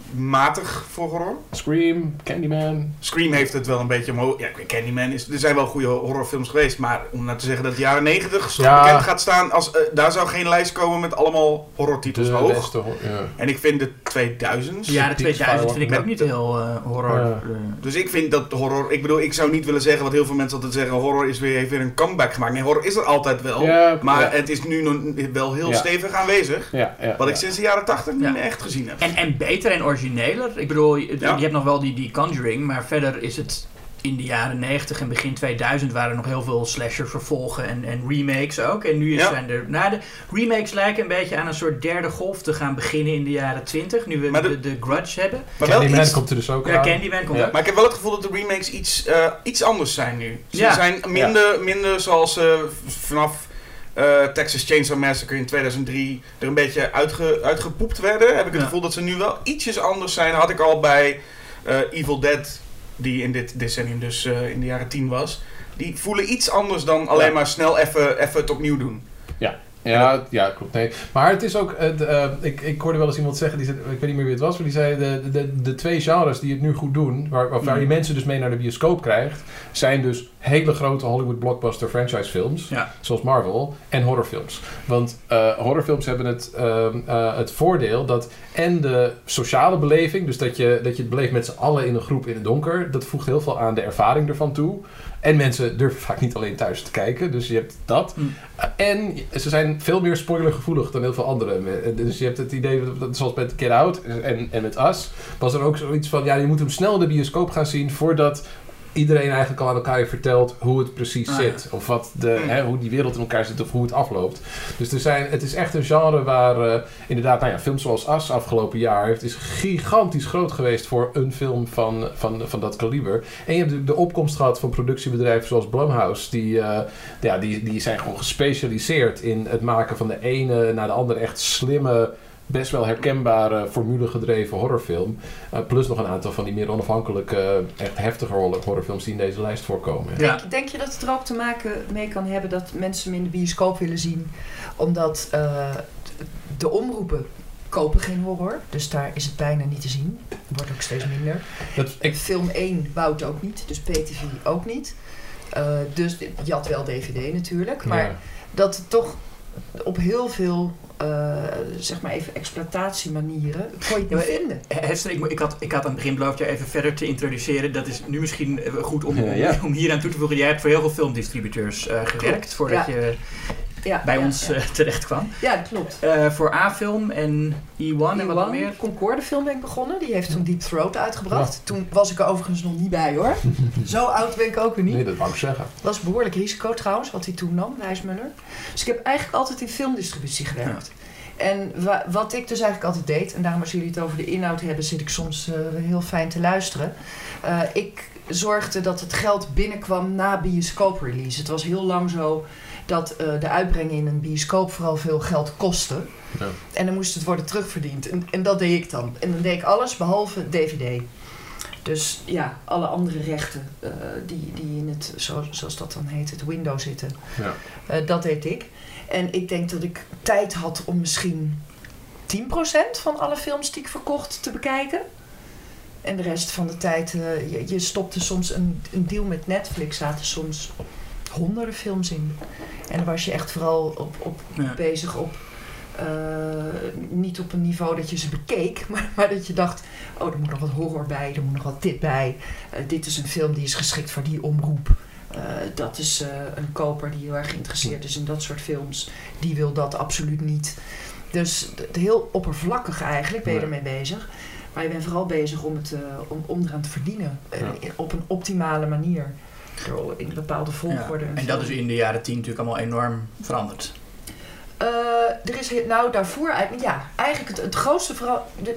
[SPEAKER 2] matig voor horror.
[SPEAKER 3] Scream, Candyman.
[SPEAKER 2] Scream heeft het wel een beetje omhoog. Ja, Candyman is. Er zijn wel goede horrorfilms geweest, maar om nou te zeggen dat de jaren negentig
[SPEAKER 3] Ja.
[SPEAKER 2] bekend gaat staan, als, uh, daar zou geen lijst komen met allemaal horrortitels
[SPEAKER 3] De
[SPEAKER 2] hoog.
[SPEAKER 3] beste hor- ja.
[SPEAKER 2] En ik vind de tweeduizend.
[SPEAKER 1] Ja, de tweeduizend vind ik
[SPEAKER 2] Met-
[SPEAKER 1] ook niet heel uh, horror.
[SPEAKER 3] Ja.
[SPEAKER 1] uh,
[SPEAKER 2] Dus ik vind dat horror. Ik bedoel, ik zou niet willen zeggen wat heel veel mensen altijd zeggen: horror is weer, heeft weer een comeback gemaakt. Nee, horror is er altijd wel.
[SPEAKER 3] Ja,
[SPEAKER 2] maar
[SPEAKER 3] ja.
[SPEAKER 2] het is nu nog wel heel
[SPEAKER 3] Ja.
[SPEAKER 2] stevig aanwezig.
[SPEAKER 3] Ja, ja,
[SPEAKER 2] Wat
[SPEAKER 3] ja.
[SPEAKER 2] ik sinds de jaren tachtig niet
[SPEAKER 1] Ja.
[SPEAKER 2] meer echt gezien heb.
[SPEAKER 1] En, en beter en origineler. Ik bedoel, je,
[SPEAKER 2] Ja.
[SPEAKER 1] je hebt nog wel die, die Conjuring, maar verder is het in de jaren negentig en begin tweeduizend waren er nog heel veel slasher vervolgen en, en remakes ook. En nu is
[SPEAKER 2] Ja.
[SPEAKER 1] zijn er... Nou, de remakes lijken een beetje aan een soort derde golf te gaan beginnen in de jaren twintig, nu we
[SPEAKER 2] Maar
[SPEAKER 1] de,
[SPEAKER 2] de-
[SPEAKER 1] de Grudge hebben.
[SPEAKER 2] Maar wel
[SPEAKER 3] Candyman
[SPEAKER 2] iets,
[SPEAKER 3] komt er dus ook
[SPEAKER 1] Ja,
[SPEAKER 3] aan.
[SPEAKER 1] Candyman komt
[SPEAKER 3] Ja.
[SPEAKER 1] ook.
[SPEAKER 2] maar ik heb wel het gevoel dat de remakes iets, eh, iets anders zijn nu. Ze
[SPEAKER 1] Ja.
[SPEAKER 2] zijn minder, minder zoals ze vanaf eh, Texas Chainsaw Massacre in tweeduizend drie er een beetje uitge, uitgepoept werden. Heb ik het
[SPEAKER 1] Ja.
[SPEAKER 2] gevoel dat ze nu wel ietsjes anders zijn. Had ik al bij eh, Evil Dead, die in dit decennium dus eh, in de jaren tien was. Die voelen iets anders dan alleen
[SPEAKER 3] Ja.
[SPEAKER 2] maar snel even even het opnieuw doen.
[SPEAKER 3] Ja, ja, klopt. Nee. Maar het is ook... Uh, de, uh, ik, ik hoorde wel eens iemand zeggen, die zei, ik weet niet meer wie het was, maar die zei de, de, de twee genres die het nu goed doen, waar, waar
[SPEAKER 1] Mm.
[SPEAKER 3] je mensen dus mee naar de bioscoop krijgt, zijn dus hele grote Hollywood blockbuster franchise films,
[SPEAKER 1] Ja.
[SPEAKER 3] zoals Marvel, en horrorfilms. Want uh, horrorfilms hebben het, uh, uh, het voordeel dat en de sociale beleving, dus dat je, dat je het beleeft met z'n allen in een groep in het donker, dat voegt heel veel aan de ervaring ervan toe. En mensen durven vaak niet alleen thuis te kijken, dus je hebt dat.
[SPEAKER 1] Mm.
[SPEAKER 3] Uh, en ze zijn veel meer spoilergevoelig dan heel veel anderen. Dus je hebt het idee, dat, zoals met Get Out en, en met Us, was er ook zoiets van, ja, je moet hem snel in de bioscoop gaan zien voordat iedereen eigenlijk al aan elkaar heeft verteld hoe het precies ah, zit. Ja. Of wat de, mm. hè, hoe die wereld in elkaar zit of hoe het afloopt. Dus er zijn, het is echt een genre waar uh, inderdaad, nou ja, films zoals Us afgelopen jaar heeft is gigantisch groot geweest voor een film van, van, van dat kaliber. En je hebt de, de opkomst gehad van productiebedrijven zoals Blumhouse. Die, uh, ja, die, die zijn gewoon gespecialiseerd in het maken van de ene naar de andere echt slimme, best wel herkenbare, formule-gedreven horrorfilm. Uh, plus nog een aantal van die meer onafhankelijke, uh, echt heftige horrorfilms die in deze lijst voorkomen.
[SPEAKER 4] Ja. Denk, denk je dat het er ook te maken mee kan hebben dat mensen hem in de bioscoop willen zien? Omdat uh, de omroepen kopen geen horror. Dus daar is het bijna niet te zien. Wordt ook steeds minder. Dat, ik... Film één bouwt ook niet. Dus P T V ook niet. Uh, dus je had wel D V D natuurlijk. Maar ja. dat het toch op heel veel Uh, zeg maar even exploitatiemanieren kon je het niet vinden.
[SPEAKER 1] Hester, ik, ik, had, ik had aan het begin beloofd je even verder te introduceren. Dat is nu misschien goed om, om, ja. om hier aan toe te voegen. Jij hebt voor heel veel filmdistributeurs uh, gewerkt klopt. voordat ja. je ja, bij ja, ons ja. Uh, terecht kwam.
[SPEAKER 4] Ja, dat klopt.
[SPEAKER 1] Uh, voor A-film en E één en wat nog meer.
[SPEAKER 4] Concorde Film ben ik begonnen. Die heeft toen Deep Throat uitgebracht. Ja. Toen was ik er overigens nog niet bij hoor. Zo oud ben ik ook weer niet.
[SPEAKER 3] Nee, dat wou ik zeggen.
[SPEAKER 4] Dat was behoorlijk risico trouwens, wat hij toen nam, Wijsmuller. Dus ik heb eigenlijk altijd in filmdistributie gewerkt. Ja. En wa- wat ik dus eigenlijk altijd deed, en daarom als jullie het over de inhoud hebben, zit ik soms uh, heel fijn te luisteren. Uh, ik zorgde dat het geld binnenkwam na bioscooprelease. Het was heel lang zo dat uh, de uitbrenging in een bioscoop vooral veel geld kostte. Ja. En dan moest het worden terugverdiend. En, en dat deed ik dan. En dan deed ik alles behalve D V D. Dus ja, alle andere rechten uh, die, die in het, zo, zoals dat dan heet, het window zitten. Ja. Uh, dat deed ik. En ik denk dat ik tijd had om misschien tien procent van alle films die ik verkocht te bekijken. En de rest van de tijd, uh, je, je stopte soms een, een deal met Netflix, zaten soms honderden films in. En dan was je echt vooral op, op ja. bezig op, uh, niet op een niveau dat je ze bekeek, maar, maar dat je dacht, oh, er moet nog wat horror bij, er moet nog wat dit bij. Uh, dit is een film die is geschikt voor die omroep. Uh, dat is uh, een koper die heel erg geïnteresseerd is in dat soort films. Die wil dat absoluut niet. Dus d- heel oppervlakkig eigenlijk ben je ermee bezig. Maar je bent vooral bezig om, het, uh, om, om eraan te verdienen. Uh, ja. Op een optimale manier. In een bepaalde volgorde.
[SPEAKER 1] Ja. En dat is in de jaren tien natuurlijk allemaal enorm veranderd.
[SPEAKER 4] Uh, er is nou daarvoor eigenlijk, ja, eigenlijk het, het grootste verandering.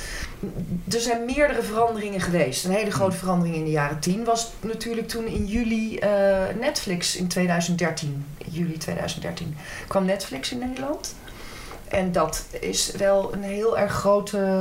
[SPEAKER 4] Er zijn meerdere veranderingen geweest. Een hele grote verandering in de jaren tien was natuurlijk toen in juli uh, Netflix in tweeduizend dertien, juli tweeduizend dertien, kwam Netflix in Nederland. En dat is wel een heel erg grote,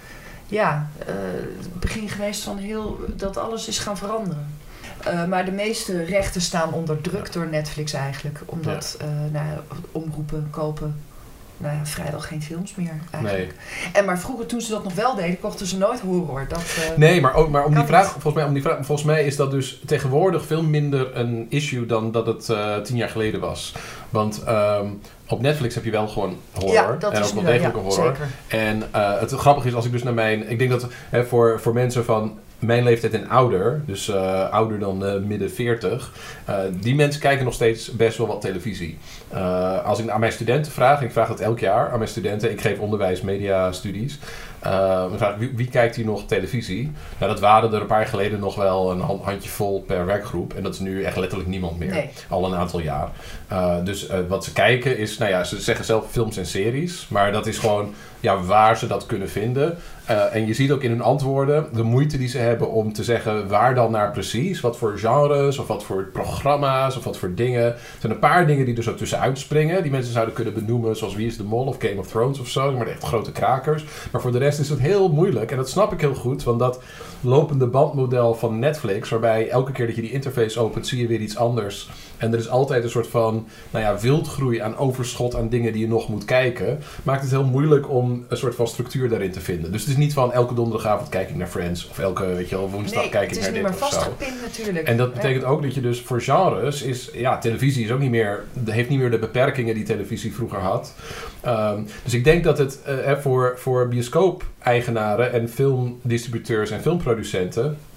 [SPEAKER 4] ja, uh, begin geweest van heel, dat alles is gaan veranderen. Uh, maar de meeste rechten staan onder druk door Netflix eigenlijk. Omdat ja. uh, nou, omroepen kopen nou ja, vrijwel geen films meer eigenlijk. Nee. En maar vroeger toen ze dat nog wel deden, kochten ze nooit horror. Dat, uh,
[SPEAKER 3] nee, maar, ook, maar om die vraag, volgens mij, om die vraag, volgens mij is dat dus tegenwoordig veel minder een issue dan dat het uh, tien jaar geleden was. Want um, op Netflix heb je wel gewoon horror.
[SPEAKER 4] Ja, dat
[SPEAKER 3] en
[SPEAKER 4] is
[SPEAKER 3] ook wel degelijke ja, horror.
[SPEAKER 4] Zeker.
[SPEAKER 3] En uh, het grappige is als ik dus naar mijn... Ik denk dat hè, voor, voor mensen van mijn leeftijd en ouder, dus uh, ouder dan uh, midden veertig, uh, die mensen kijken nog steeds best wel wat televisie. Uh, als ik aan mijn studenten vraag, en ik vraag dat elk jaar aan mijn studenten, ik geef onderwijs, media, studies, uh, vraag, wie, wie kijkt hier nog televisie? Nou, dat waren er een paar jaar geleden nog wel een hand, handjevol per werkgroep. En dat is nu echt letterlijk niemand meer.
[SPEAKER 4] Nee.
[SPEAKER 3] Al een aantal jaar. Uh, dus uh, wat ze kijken is, nou ja, ze zeggen zelf films en series, maar dat is gewoon ja, waar ze dat kunnen vinden. Uh, en je ziet ook in hun antwoorden de moeite die ze hebben om te zeggen waar dan naar precies. Wat voor genres of wat voor programma's of wat voor dingen. Er zijn een paar dingen die er zo tussenuit springen. Die mensen zouden kunnen benoemen zoals Wie is de Mol of Game of Thrones of zo. Maar echt grote krakers. Maar voor de rest is het heel moeilijk. En dat snap ik heel goed. Want dat lopende bandmodel van Netflix, waarbij elke keer dat je die interface opent zie je weer iets anders. En er is altijd een soort van nou ja, wildgroei aan overschot aan dingen die je nog moet kijken. Maakt het heel moeilijk om een soort van structuur daarin te vinden. Dus het is niet van elke donderdagavond kijk ik naar Friends. Of elke weet je wel, woensdag
[SPEAKER 4] nee,
[SPEAKER 3] kijk ik naar dit of zo.
[SPEAKER 4] Het is niet meer vastgepind natuurlijk.
[SPEAKER 3] En dat betekent ja. ook dat je dus voor genres is... Ja, televisie is ook niet meer... heeft niet meer de beperkingen die televisie vroeger had. Um, dus ik denk dat het uh, voor, voor bioscoop-eigenaren en filmdistributeurs en filmproducenten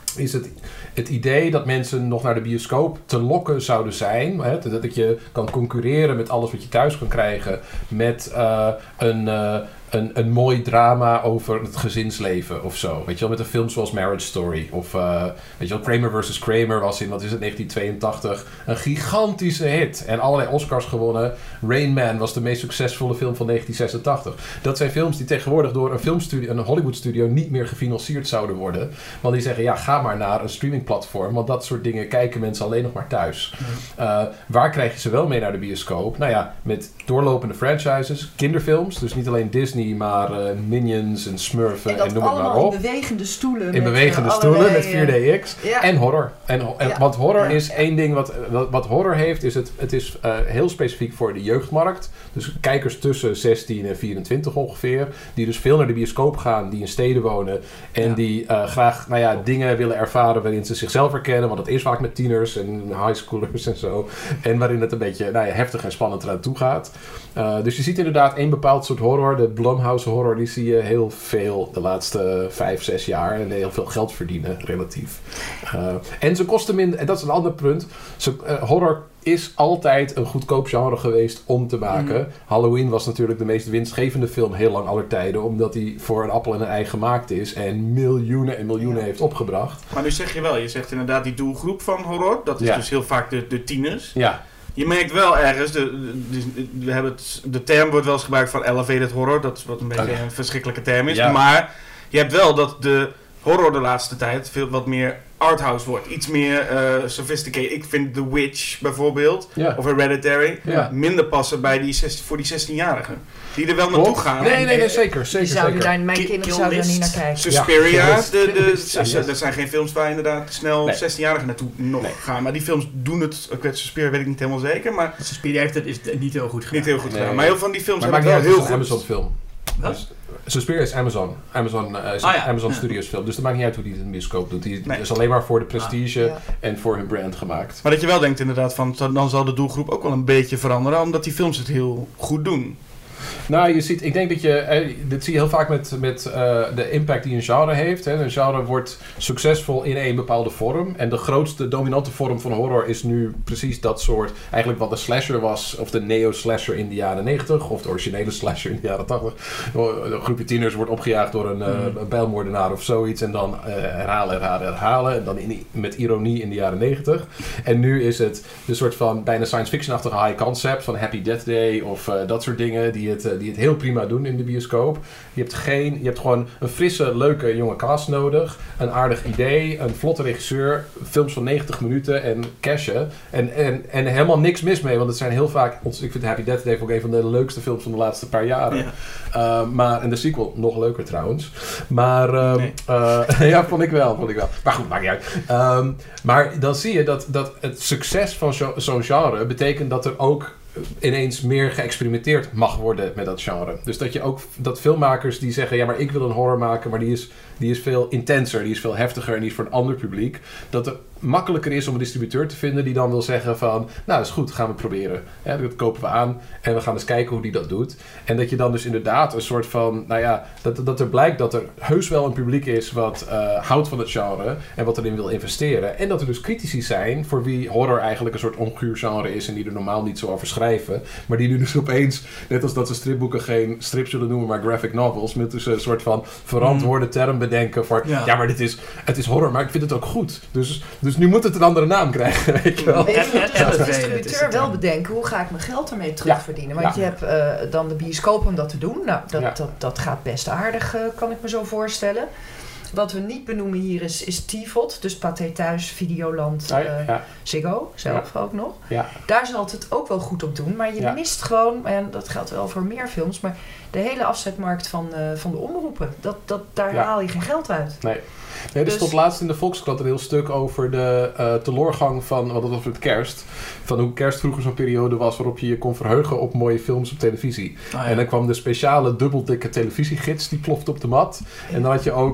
[SPEAKER 3] is het, het idee dat mensen nog naar de bioscoop te lokken zouden zijn. Hè, dat je kan concurreren met alles wat je thuis kan krijgen. Met uh, een, uh, een, een mooi drama over het gezinsleven of zo. Weet je wel, met een film zoals Marriage Story. Of uh, weet je wel, Kramer versus. Kramer was in, wat is het, negentien tweeëntachtig een gigantische hit. En allerlei Oscars gewonnen. Rain Man was de meest succesvolle film van negentien zesentachtig. Dat zijn films die tegenwoordig door een filmstudio, een Hollywood studio niet meer gefinancierd zouden worden. Want die zeggen, ja, ga maar naar een streamingplatform. Want dat soort dingen kijken mensen alleen nog maar thuis. Mm. Uh, waar krijg je ze wel mee naar de bioscoop? Nou ja, met doorlopende franchises, kinderfilms. Dus niet alleen Disney, maar uh, Minions en Smurfen en, en noem het maar op.
[SPEAKER 4] in bewegende stoelen.
[SPEAKER 3] In
[SPEAKER 4] met
[SPEAKER 3] bewegende stoelen met vier D X. Ja. En horror. En, en,
[SPEAKER 4] ja.
[SPEAKER 3] Want horror
[SPEAKER 4] ja.
[SPEAKER 3] is één ding wat, wat, wat horror heeft. Is het, het is uh, heel specifiek voor de jeugdmarkt. Dus kijkers tussen zestien en vierentwinttig ongeveer. Die dus veel naar de bioscoop gaan. Die in steden wonen. En ja. die uh, graag nou ja, dingen willen ervaren waarin ze zichzelf herkennen. Want dat is vaak met tieners en highschoolers en zo. En waarin het een beetje nou ja, heftig en spannend eraan toe gaat. Uh, dus je ziet inderdaad één bepaald soort horror. De Blumhouse horror, die zie je heel veel de laatste vijf, zes jaar. En heel veel geld verdienen, relatief. Uh, en ze kosten minder, en dat is een ander punt. Ze, uh, horror is altijd een goedkoop genre geweest om te maken. Mm. Halloween was natuurlijk de meest winstgevende film heel lang aller tijden. Omdat hij voor een appel en een ei gemaakt is. En miljoenen en miljoenen ja. heeft opgebracht.
[SPEAKER 2] Maar nu zeg je wel, je zegt inderdaad die doelgroep van horror. Dat is ja. dus heel vaak de, de tieners.
[SPEAKER 3] Ja.
[SPEAKER 2] Je merkt wel ergens, de, de, de, we hebben het, de term wordt wel eens gebruikt van elevated horror. Dat is wat een beetje okay. een verschrikkelijke term is. Ja. Maar je hebt wel dat de horror de laatste tijd veel wat meer arthouse wordt. Iets meer uh, sophisticated. Ik vind The Witch bijvoorbeeld, ja. of Hereditary, ja. minder passen bij die zestien, voor die zestienjarigen. Die er wel naartoe gaan.
[SPEAKER 3] Nee, nee, nee, zeker. zeker,
[SPEAKER 4] die zouden
[SPEAKER 3] zeker.
[SPEAKER 4] Daar, mijn kinderen zouden er niet naar kijken.
[SPEAKER 2] Suspiria, ja. de, de, de, er zijn geen films waar inderdaad snel nee. zestienjarigen naartoe nog nee. gaan. Maar die films doen het, ik weet, Suspiria weet ik niet helemaal zeker. Maar
[SPEAKER 1] Suspiria heeft het is niet heel goed gedaan.
[SPEAKER 2] Niet heel goed
[SPEAKER 3] nee,
[SPEAKER 2] gedaan. Maar heel veel van die films
[SPEAKER 3] hebben
[SPEAKER 2] het wel heel goed.
[SPEAKER 3] Een Amazon film.
[SPEAKER 1] Wat?
[SPEAKER 3] Suspiria is Amazon. Amazon, uh, is
[SPEAKER 1] ah, ja.
[SPEAKER 3] Amazon
[SPEAKER 1] ja.
[SPEAKER 3] Studios film. Dus dat maakt niet uit hoe die het in de bioscoop doet. Die
[SPEAKER 2] nee.
[SPEAKER 3] is alleen maar voor de prestige
[SPEAKER 4] ah, ja.
[SPEAKER 3] en voor hun brand gemaakt.
[SPEAKER 2] Maar dat je wel denkt inderdaad van, dan zal de doelgroep ook wel een beetje veranderen. Omdat die films het heel goed doen.
[SPEAKER 3] Nou, je ziet, ik denk dat je, eh, dit zie je heel vaak met, met uh, de impact die een genre heeft. Hè. Een genre wordt succesvol in een bepaalde vorm. En de grootste dominante vorm van horror is nu precies dat soort, eigenlijk wat de slasher was, of de neo-slasher in de jaren negentig, of de originele slasher in de jaren tachtig. Een groepje tieners wordt opgejaagd door een, uh, een bijlmoordenaar of zoiets. En dan uh, herhalen, herhalen, herhalen. En dan in, met ironie in de jaren negentig. En nu is het een soort van bijna science fiction-achtige high concept van Happy Death Day of uh, dat soort dingen die het, uh, die het heel prima doen in de bioscoop. Je hebt, geen, je hebt gewoon een frisse, leuke, jonge cast nodig. Een aardig idee, een vlotte regisseur, films van negentig minuten en cashen. En, en, en helemaal niks mis mee, want het zijn heel vaak, ik vind Happy Death Day ook een van de leukste films van de laatste paar jaren. Ja. Uh, maar, en de sequel nog leuker trouwens. Maar uh, nee. uh, ja, vond ik wel, vond ik wel. Maar goed, maakt niet uit. Um, maar dan zie je dat, dat het succes van zo, zo'n genre betekent dat er ook ineens meer geëxperimenteerd mag worden met dat genre. Dus dat je ook, dat filmmakers die zeggen, ja, maar ik wil een horror maken, maar die is, die is veel intenser, die is veel heftiger en die is voor een ander publiek. Dat het makkelijker is om een distributeur te vinden die dan wil zeggen van, nou, is goed, gaan we proberen. Ja, dat kopen we aan en we gaan eens kijken hoe die dat doet. En dat je dan dus inderdaad een soort van, nou ja, dat, dat er blijkt dat er heus wel een publiek is wat uh, houdt van het genre en wat erin wil investeren. En dat er dus critici zijn voor wie horror eigenlijk een soort onguur genre is en die er normaal niet zo over schrijven. Maar die nu dus opeens, net als dat ze stripboeken geen strip zullen noemen, maar graphic novels, met dus een soort van verantwoorde mm. term bedenken voor, ja. ja, maar dit is, het is horror, maar ik vind het ook goed. Dus, dus nu moet het een andere naam krijgen, weet je wel.
[SPEAKER 4] Nee, je moet dus als distributeur wel bedenken, hoe ga ik mijn geld ermee terugverdienen? Want ja. je hebt uh, dan de bioscoop om dat te doen. Nou, dat, ja. dat, dat gaat best aardig, uh, kan ik me zo voorstellen. Wat we niet benoemen hier is, is T V O D, dus Pathé Thuis, Videoland, uh, ja, ja. Ziggo, zelf ja. ook nog. Ja. Daar zal het het ook wel goed op doen, maar je ja. mist gewoon, en dat geldt wel voor meer films, maar de hele afzetmarkt van, uh, van de omroepen, dat, dat, daar ja. haal je geen geld uit.
[SPEAKER 3] Nee. Nee, er dus stond laatst in de Volkskrant een heel stuk over de uh, teleurgang van, wat het was met kerst. Van hoe kerst vroeger zo'n periode was waarop je je kon verheugen op mooie films op televisie. Oh, ja. En dan kwam de speciale dubbeldikke televisiegids, die plofte op de mat. En dan had je ook, waar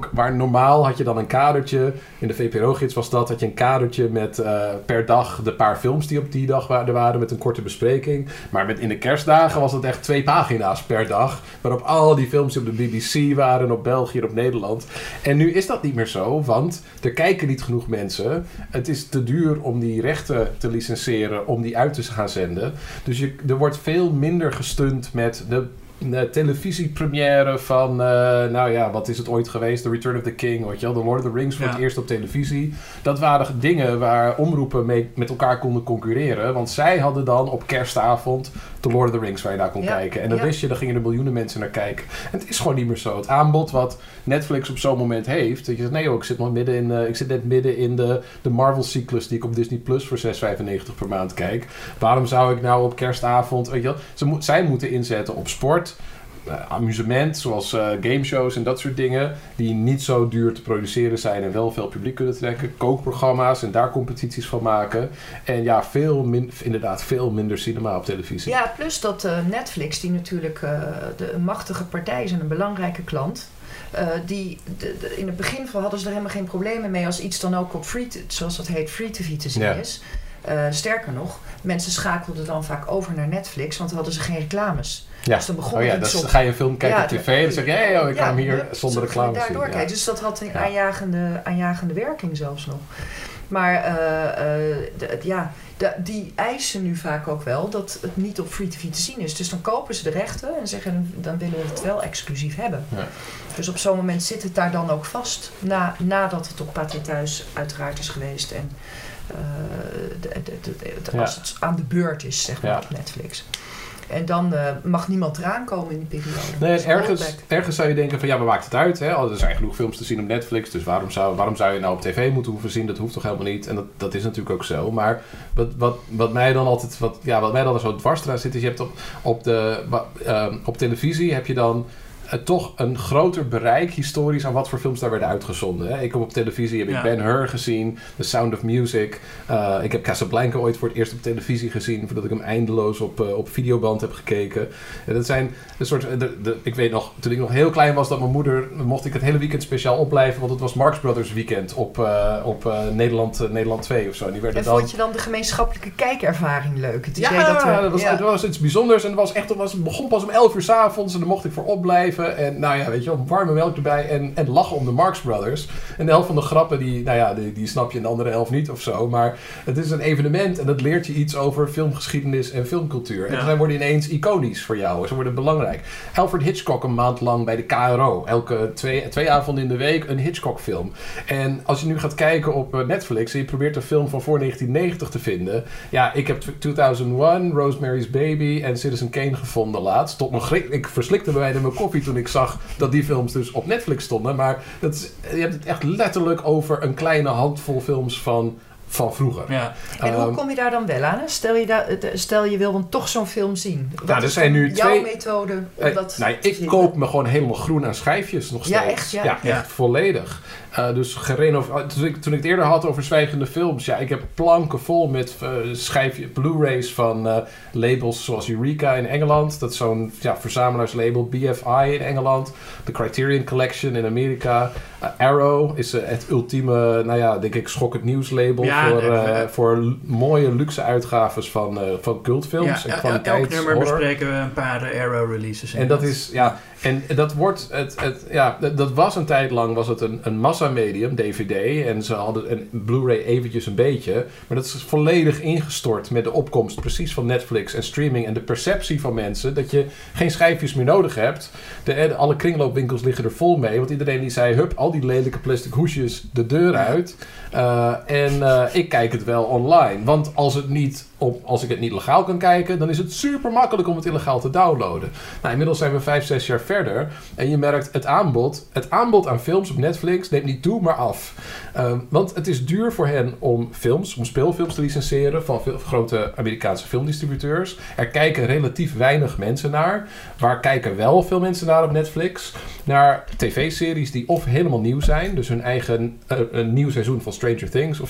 [SPEAKER 3] normaal had je dan een kadertje. In de V P R O-gids was dat. Had je een kadertje met uh, per dag de paar films die op die dag wa- er waren. Met een korte bespreking. Maar met, in de kerstdagen was dat echt twee pagina's per dag. Waarop al die films die op de B B C waren. Op België en op Nederland. En nu is dat niet meer zo. Want er kijken niet genoeg mensen. Het is te duur om die rechten te licenseren. Om die uit te gaan zenden. Dus je, er wordt veel minder gestund met de... de televisiepremière van, uh, nou ja, wat is het ooit geweest? The Return of the King, weet je wel? The Lord of the Rings voor ja. het eerst op televisie. Dat waren dingen waar omroepen mee met elkaar konden concurreren. Want zij hadden dan op kerstavond The Lord of the Rings waar je naar kon ja. kijken. En dan ja. wist je, daar gingen er miljoenen mensen naar kijken. En het is gewoon niet meer zo. Het aanbod wat Netflix op zo'n moment heeft. Dat je zegt, nee joh, ik zit, nog midden in, uh, ik zit net midden in de, de Marvel-cyclus die ik op Disney Plus voor zes vijfennegentig per maand kijk. Waarom zou ik nou op kerstavond, weet je wel? Ze mo- zij moeten inzetten op sport. Uh, amusement, zoals uh, gameshows en dat soort dingen, die niet zo duur te produceren zijn en wel veel publiek kunnen trekken. Kookprogramma's en daar competities van maken. En ja, veel min- inderdaad veel minder cinema op televisie.
[SPEAKER 4] Ja, plus dat uh, Netflix, die natuurlijk uh, de een machtige partij is en een belangrijke klant. Uh, die, de, de, in het begin hadden ze er helemaal geen problemen mee als iets dan ook op free, to, zoals dat heet, free T V te zien ja. is. Uh, sterker nog, mensen schakelden dan vaak over naar Netflix, want dan hadden ze geen reclames.
[SPEAKER 3] Ja.
[SPEAKER 4] Dus dan begon
[SPEAKER 3] oh ja,
[SPEAKER 4] dus
[SPEAKER 3] dan
[SPEAKER 4] op...
[SPEAKER 3] ga je een film kijken ja, op tv en dan zeg je, hey, oh, ik
[SPEAKER 4] ja,
[SPEAKER 3] kan hem hier
[SPEAKER 4] ja,
[SPEAKER 3] zonder reclame zien.
[SPEAKER 4] Ja. Dus dat had een ja. aanjagende, aanjagende werking zelfs nog. Maar uh, uh, de, ja, de, die eisen nu vaak ook wel dat het niet op free T V te zien is. Dus dan kopen ze de rechten en zeggen, dan willen we het wel exclusief hebben. Ja. Dus op zo'n moment zit het daar dan ook vast, na, nadat het op Pathé Thuis uiteraard is geweest. En uh, de, de, de, de, de, als ja. het aan de beurt is, zeg maar, ja. op Netflix. En dan uh, mag niemand eraan komen in die periode.
[SPEAKER 3] Nee, ergens, ergens zou je denken van ja, maar maakt het uit. Hè? Er zijn genoeg films te zien op Netflix, dus waarom zou, waarom zou je nou op tv moeten hoeven zien? Dat hoeft toch helemaal niet? En dat, dat is natuurlijk ook zo. Maar wat, wat, wat mij dan altijd, wat, ja, wat mij dan zo dwars eraan zit, is je hebt op, op, de, uh, op televisie heb je dan Uh, toch een groter bereik historisch aan wat voor films daar werden uitgezonden. Hè. Ik heb op televisie heb ik ja. Ben-Hur gezien, The Sound of Music. Uh, ik heb Casablanca ooit voor het eerst op televisie gezien, voordat ik hem eindeloos op, uh, op videoband heb gekeken. En dat zijn een soort, de, de, ik weet nog, toen ik nog heel klein was, dat mijn moeder, mocht ik het hele weekend speciaal opblijven, want het was Marx Brothers weekend op, uh, op uh, Nederland, uh, Nederland twee of zo. Die werden
[SPEAKER 4] en
[SPEAKER 3] dan...
[SPEAKER 4] vond je dan de gemeenschappelijke kijkervaring leuk? Het
[SPEAKER 3] ja,
[SPEAKER 4] idee dat, er,
[SPEAKER 3] dat, was, ja. het was iets bijzonders en het, was echt, het, was, het begon pas om elf uur 's avonds en daar mocht ik voor opblijven. En nou ja, weet je wel, warme melk erbij en, en lachen om de Marx Brothers. En de helft van de grappen, die, nou ja, die, die snap je en de andere helft niet of zo. Maar het is een evenement en dat leert je iets over filmgeschiedenis en filmcultuur. En ja. zij worden ineens iconisch voor jou. Ze worden belangrijk. Alfred Hitchcock een maand lang bij de K R O. Elke twee, twee avonden in de week een Hitchcock film. En als je nu gaat kijken op Netflix en je probeert een film van voor negentien negentig te vinden. Ja, ik heb tweeduizend één, Rosemary's Baby en Citizen Kane gevonden laatst. Tot mijn schrik, ik verslikte bij mij mijn koffie toen ik zag dat die films dus op Netflix stonden. Maar dat is, je hebt het echt letterlijk over een kleine handvol films van, van vroeger.
[SPEAKER 4] Ja. En um, hoe kom je daar dan wel aan? Stel je, daar, stel je wil dan toch zo'n film zien. Wat
[SPEAKER 3] nou, er
[SPEAKER 4] is
[SPEAKER 3] zijn nu
[SPEAKER 4] jouw
[SPEAKER 3] twee...
[SPEAKER 4] methode om
[SPEAKER 3] uh,
[SPEAKER 4] dat
[SPEAKER 3] nee, ik vinden? koop me gewoon helemaal groen aan schijfjes nog steeds.
[SPEAKER 4] Ja, echt? Ja,
[SPEAKER 3] ja,
[SPEAKER 4] ja.
[SPEAKER 3] echt volledig. Uh, dus gerenoveerd. Toen ik, toen ik het eerder had over zwijgende films. Ja, ik heb planken vol met uh, schijfje, Blu-rays van uh, labels zoals Eureka in Engeland. Dat is zo'n ja, verzamelaarslabel. B F I in Engeland. De Criterion Collection in Amerika. Uh, Arrow is uh, het ultieme, nou ja, denk ik, schokkend nieuwslabel. Ja, voor, uh, uh, voor l- mooie luxe uitgaves van, uh, van cultfilms.
[SPEAKER 1] Ja,
[SPEAKER 3] en kwaliteits-
[SPEAKER 1] elk nummer horror. Bespreken we een paar uh, Arrow releases.
[SPEAKER 3] En dat is, ja... En dat wordt, het, het, ja, dat, dat was een tijd lang was het een, een massamedium, D V D. En ze hadden een Blu-ray eventjes een beetje. Maar dat is volledig ingestort met de opkomst precies van Netflix en streaming. En de perceptie van mensen dat je geen schijfjes meer nodig hebt. De, de, alle kringloopwinkels liggen er vol mee. Want iedereen die zei, hup, al die lelijke plastic hoesjes de deur uit. Uh, en uh, ik kijk het wel online. Want als, het niet op, als ik het niet legaal kan kijken, dan is het super makkelijk om het illegaal te downloaden. Nou, inmiddels zijn we vijf, zes jaar verder. En je merkt het aanbod. Het aanbod aan films op Netflix neemt niet toe, maar af. Um, want het is duur voor hen om films, om speelfilms te licenseren van veel, grote Amerikaanse filmdistributeurs. Er kijken relatief weinig mensen naar. Waar kijken wel veel mensen naar op Netflix? Naar tv-series die of helemaal nieuw zijn. Dus hun eigen uh, een nieuw seizoen van Stranger Things of zoiets.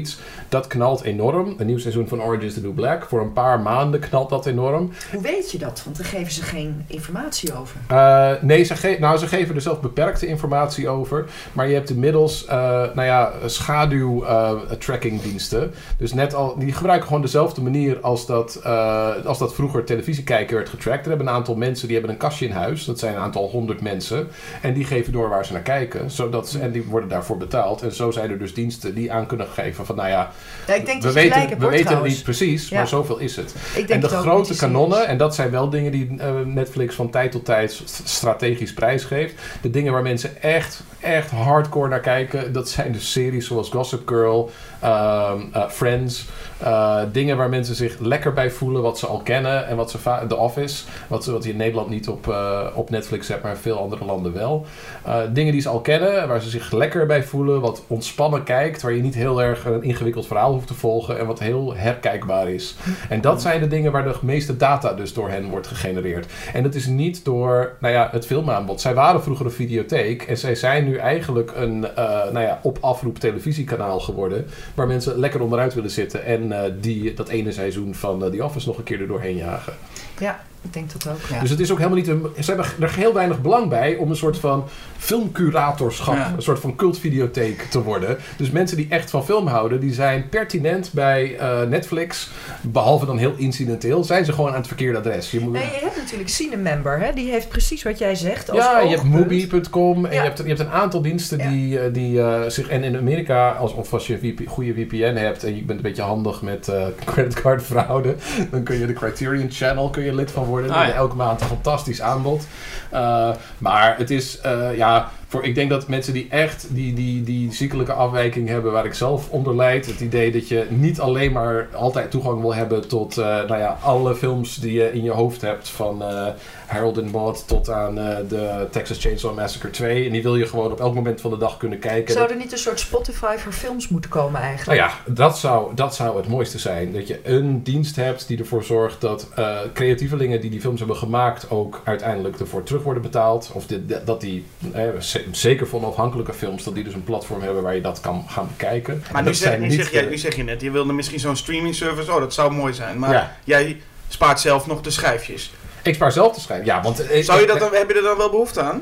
[SPEAKER 3] iets. Dat knalt enorm. Een nieuw seizoen van Orange is the New Black. Voor een paar maanden knalt dat enorm.
[SPEAKER 4] Hoe weet je dat? Want daar geven ze geen informatie over.
[SPEAKER 3] Uh, nee, ze, ge- nou, ze geven er zelf beperkte informatie over. Maar je hebt inmiddels uh, nou ja, schaduw uh, trackingdiensten. Dus net al, die gebruiken gewoon dezelfde manier als dat, uh, als dat vroeger televisiekijken werd getrackt. Er hebben een aantal mensen die hebben een kastje in huis. Dat zijn een aantal honderd mensen. En die geven door waar ze naar kijken. Zodat ze, en die worden daarvoor betaald. En zo zijn er dus diensten die aan kunnen geven van nou ja,
[SPEAKER 4] ja ik denk
[SPEAKER 3] we
[SPEAKER 4] dat
[SPEAKER 3] weten,
[SPEAKER 4] gelijk hebt,
[SPEAKER 3] we weten het
[SPEAKER 4] trouwens.
[SPEAKER 3] niet precies,
[SPEAKER 4] Ja.
[SPEAKER 3] maar zoveel is het.
[SPEAKER 4] Ik denk
[SPEAKER 3] En de
[SPEAKER 4] het ook
[SPEAKER 3] grote
[SPEAKER 4] niet
[SPEAKER 3] kanonnen, en dat zijn wel dingen die uh, Netflix van tijd tot tijd st- strategisch prijsgeeft. De dingen waar mensen echt, echt hardcore naar kijken, dat zijn dus series zoals Gossip Girl, um, uh, Friends. Uh, dingen waar mensen zich lekker bij voelen, wat ze al kennen en wat ze va- The Office, wat, ze, wat je in Nederland niet op, uh, op Netflix hebt, maar in veel andere landen wel. Uh, dingen die ze al kennen, waar ze zich lekker bij voelen, wat ontspannen kijkt, waar je niet heel erg een ingewikkeld verhaal hoeft te volgen en wat heel herkijkbaar is. En dat zijn de dingen waar de meeste data dus door hen wordt gegenereerd. En dat is niet door, nou ja, het filmaanbod. Zij waren vroeger een videotheek en zij zijn nu eigenlijk een, uh, nou ja, op afroep televisiekanaal geworden, waar mensen lekker onderuit willen zitten en uh, die, dat ene seizoen van uh, The Office nog een keer er doorheen jagen.
[SPEAKER 4] Ja, ik denk dat ook. Ja.
[SPEAKER 3] Dus het is ook helemaal niet een... Ze hebben er heel weinig belang bij om een soort van filmcuratorschap,
[SPEAKER 1] Ja.
[SPEAKER 3] een soort van cultvideotheek te worden. Dus mensen die echt van film houden, die zijn pertinent bij uh, Netflix, behalve dan heel incidenteel, zijn ze gewoon aan het verkeerde adres. Je moet...
[SPEAKER 4] Nee, je hebt natuurlijk Cinemember, hè? Die heeft precies wat jij zegt als
[SPEAKER 3] Ja, je hebt
[SPEAKER 4] oogpunt.
[SPEAKER 3] Mubi punt com en
[SPEAKER 4] Ja.
[SPEAKER 3] je, hebt, je hebt een aantal diensten
[SPEAKER 4] Ja.
[SPEAKER 3] die, uh, die uh, zich... En in Amerika, als, of als je een V P, goede V P N hebt en je bent een beetje handig met uh, creditcardfraude, dan kun je de Criterion Channel kun je lid van worden.
[SPEAKER 1] Ah,
[SPEAKER 3] Die
[SPEAKER 1] ja.
[SPEAKER 3] hebben elke maand een fantastisch aanbod. Uh, maar het is, uh, ja... Voor, ik denk dat mensen die echt die, die, die ziekelijke afwijking hebben waar ik zelf onder lijd. Het idee dat je niet alleen maar altijd toegang wil hebben tot uh, nou ja, alle films die je in je hoofd hebt. Van uh, Harold and Maude tot aan uh, de Texas Chainsaw Massacre twee. En die wil je gewoon op elk moment van de dag kunnen kijken.
[SPEAKER 4] Zou er niet een soort Spotify voor films moeten komen eigenlijk?
[SPEAKER 3] Nou ja, dat zou, dat zou het mooiste zijn. Dat je een dienst hebt die ervoor zorgt dat uh, creatievelingen die die films hebben gemaakt ook uiteindelijk ervoor terug worden betaald. Of de, de, dat die... Eh, zeker voor onafhankelijke films, dat die dus een platform hebben waar je dat kan gaan bekijken.
[SPEAKER 2] Maar nu
[SPEAKER 3] dat
[SPEAKER 2] zeg,
[SPEAKER 3] zijn
[SPEAKER 2] nu,
[SPEAKER 3] niet
[SPEAKER 2] zeg jij,
[SPEAKER 3] de-
[SPEAKER 2] nu zeg je net, je wilde misschien zo'n streaming service, oh dat zou mooi zijn, maar
[SPEAKER 3] Ja.
[SPEAKER 2] jij spaart zelf nog de schijfjes.
[SPEAKER 3] Ik spaar zelf te schrijven. Ja, want... eh,
[SPEAKER 2] Zou je
[SPEAKER 3] ik-
[SPEAKER 2] dat dan, heb je er dan wel behoefte aan?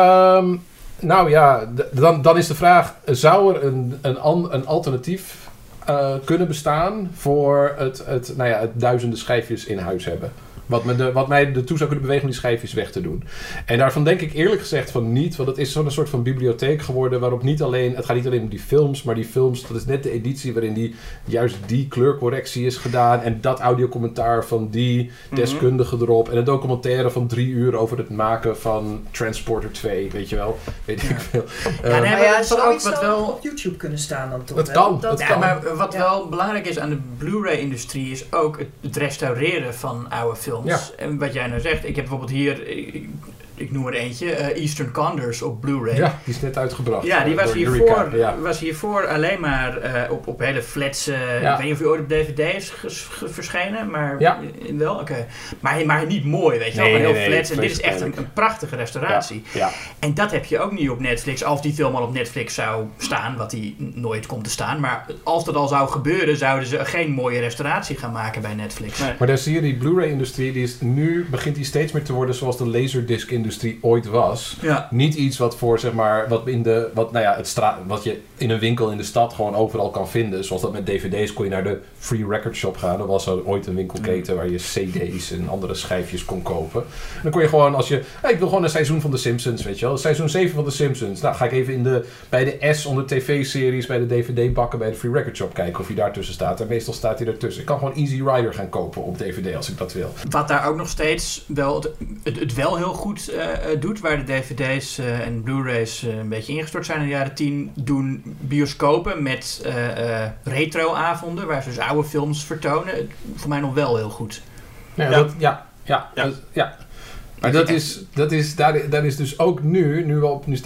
[SPEAKER 3] Um, nou ja, d- dan, dan is de vraag, zou er een, een, an- een alternatief uh, kunnen bestaan voor het, het, nou ja, het duizenden schijfjes in huis hebben? Wat, me de, wat mij ertoe zou kunnen bewegen om die schijfjes weg te doen. En daarvan denk ik eerlijk gezegd van niet. Want het is zo'n soort van bibliotheek geworden. Waarop niet alleen. Het gaat niet alleen om die films. Maar die films. Dat is net de editie waarin die, juist die kleurcorrectie is gedaan. En dat audiocommentaar van die deskundige erop. En een documentaire van drie uur over het maken van Transporter twee. Weet je wel. Weet ik veel.
[SPEAKER 1] Ja,
[SPEAKER 3] Uh,
[SPEAKER 1] nee,
[SPEAKER 4] Maar
[SPEAKER 1] maar
[SPEAKER 4] ja,
[SPEAKER 1] dat is toch
[SPEAKER 4] zoiets
[SPEAKER 1] ook wat
[SPEAKER 4] zou
[SPEAKER 1] wel-
[SPEAKER 4] op YouTube kunnen staan dan toch
[SPEAKER 3] Dat
[SPEAKER 4] wel?
[SPEAKER 3] kan, dat
[SPEAKER 1] Ja,
[SPEAKER 3] kan.
[SPEAKER 1] maar wat
[SPEAKER 4] Ja.
[SPEAKER 1] wel belangrijk is aan de Blu-ray-industrie is ook het, het restaureren van oude films.
[SPEAKER 3] Ja.
[SPEAKER 1] En wat jij nou zegt, ik heb bijvoorbeeld hier, ik, ik noem er eentje, uh, Eastern Condors op Blu-ray.
[SPEAKER 3] ja, die is net uitgebracht.
[SPEAKER 1] Ja, die
[SPEAKER 3] uh,
[SPEAKER 1] was
[SPEAKER 3] door
[SPEAKER 1] hiervoor,
[SPEAKER 3] Eureka, ja.
[SPEAKER 1] was hiervoor alleen maar uh, op, op hele flats. Uh,
[SPEAKER 3] Ja.
[SPEAKER 1] Ik weet niet of hij ooit op D V D is ges- ge- verschenen, maar
[SPEAKER 3] Ja.
[SPEAKER 1] uh, wel, oké. Maar, maar niet mooi, weet je wel,
[SPEAKER 3] Nee,
[SPEAKER 1] gewoon
[SPEAKER 3] nee,
[SPEAKER 1] heel
[SPEAKER 3] nee,
[SPEAKER 1] flats. En dit is echt een,
[SPEAKER 3] vreselijk.
[SPEAKER 1] een prachtige restauratie.
[SPEAKER 3] Ja.
[SPEAKER 1] En dat heb je ook niet op Netflix, als die film al op Netflix zou staan, wat die n- nooit komt te staan. Maar als dat al zou gebeuren, zouden ze geen mooie restauratie gaan maken bij Netflix.
[SPEAKER 2] Nee.
[SPEAKER 3] Maar daar zie je die Blu-ray-industrie, die is nu begint die steeds meer te worden zoals de laserdisc-industrie ooit was.
[SPEAKER 1] Ja.
[SPEAKER 3] Niet iets wat voor zeg maar wat in de wat nou ja het straat wat je in een winkel in de stad gewoon overal kan vinden. Zoals dat met D V D's kon je naar de Free Record Shop gaan. Dat was er ooit een winkelketen waar je C D's en andere schijfjes kon kopen. En dan kon je gewoon als je hey, ik wil gewoon een seizoen van de Simpsons, weet je wel, seizoen zeven van de Simpsons. Nou ga ik even in de bij de S onder tv-series bij de D V D-bakken bij de Free Record Shop kijken of hij daartussen staat. En meestal staat hij ertussen. Ik kan gewoon Easy Rider gaan kopen op D V D als ik dat wil.
[SPEAKER 1] Wat daar ook nog steeds wel het, het, het wel heel goed uh, doet, waar de D V D's uh, en Blu-rays uh, een beetje ingestort zijn in de jaren tien, doen bioscopen met uh, uh, retro-avonden, waar ze dus oude films vertonen. Voor mij nog wel heel goed.
[SPEAKER 3] Ja,
[SPEAKER 2] Ja.
[SPEAKER 3] Dat, ja, ja,
[SPEAKER 2] Ja.
[SPEAKER 3] dat- ja. Maar dat is, dat is, daar, daar is dus ook nu, nu, we op, nu staan we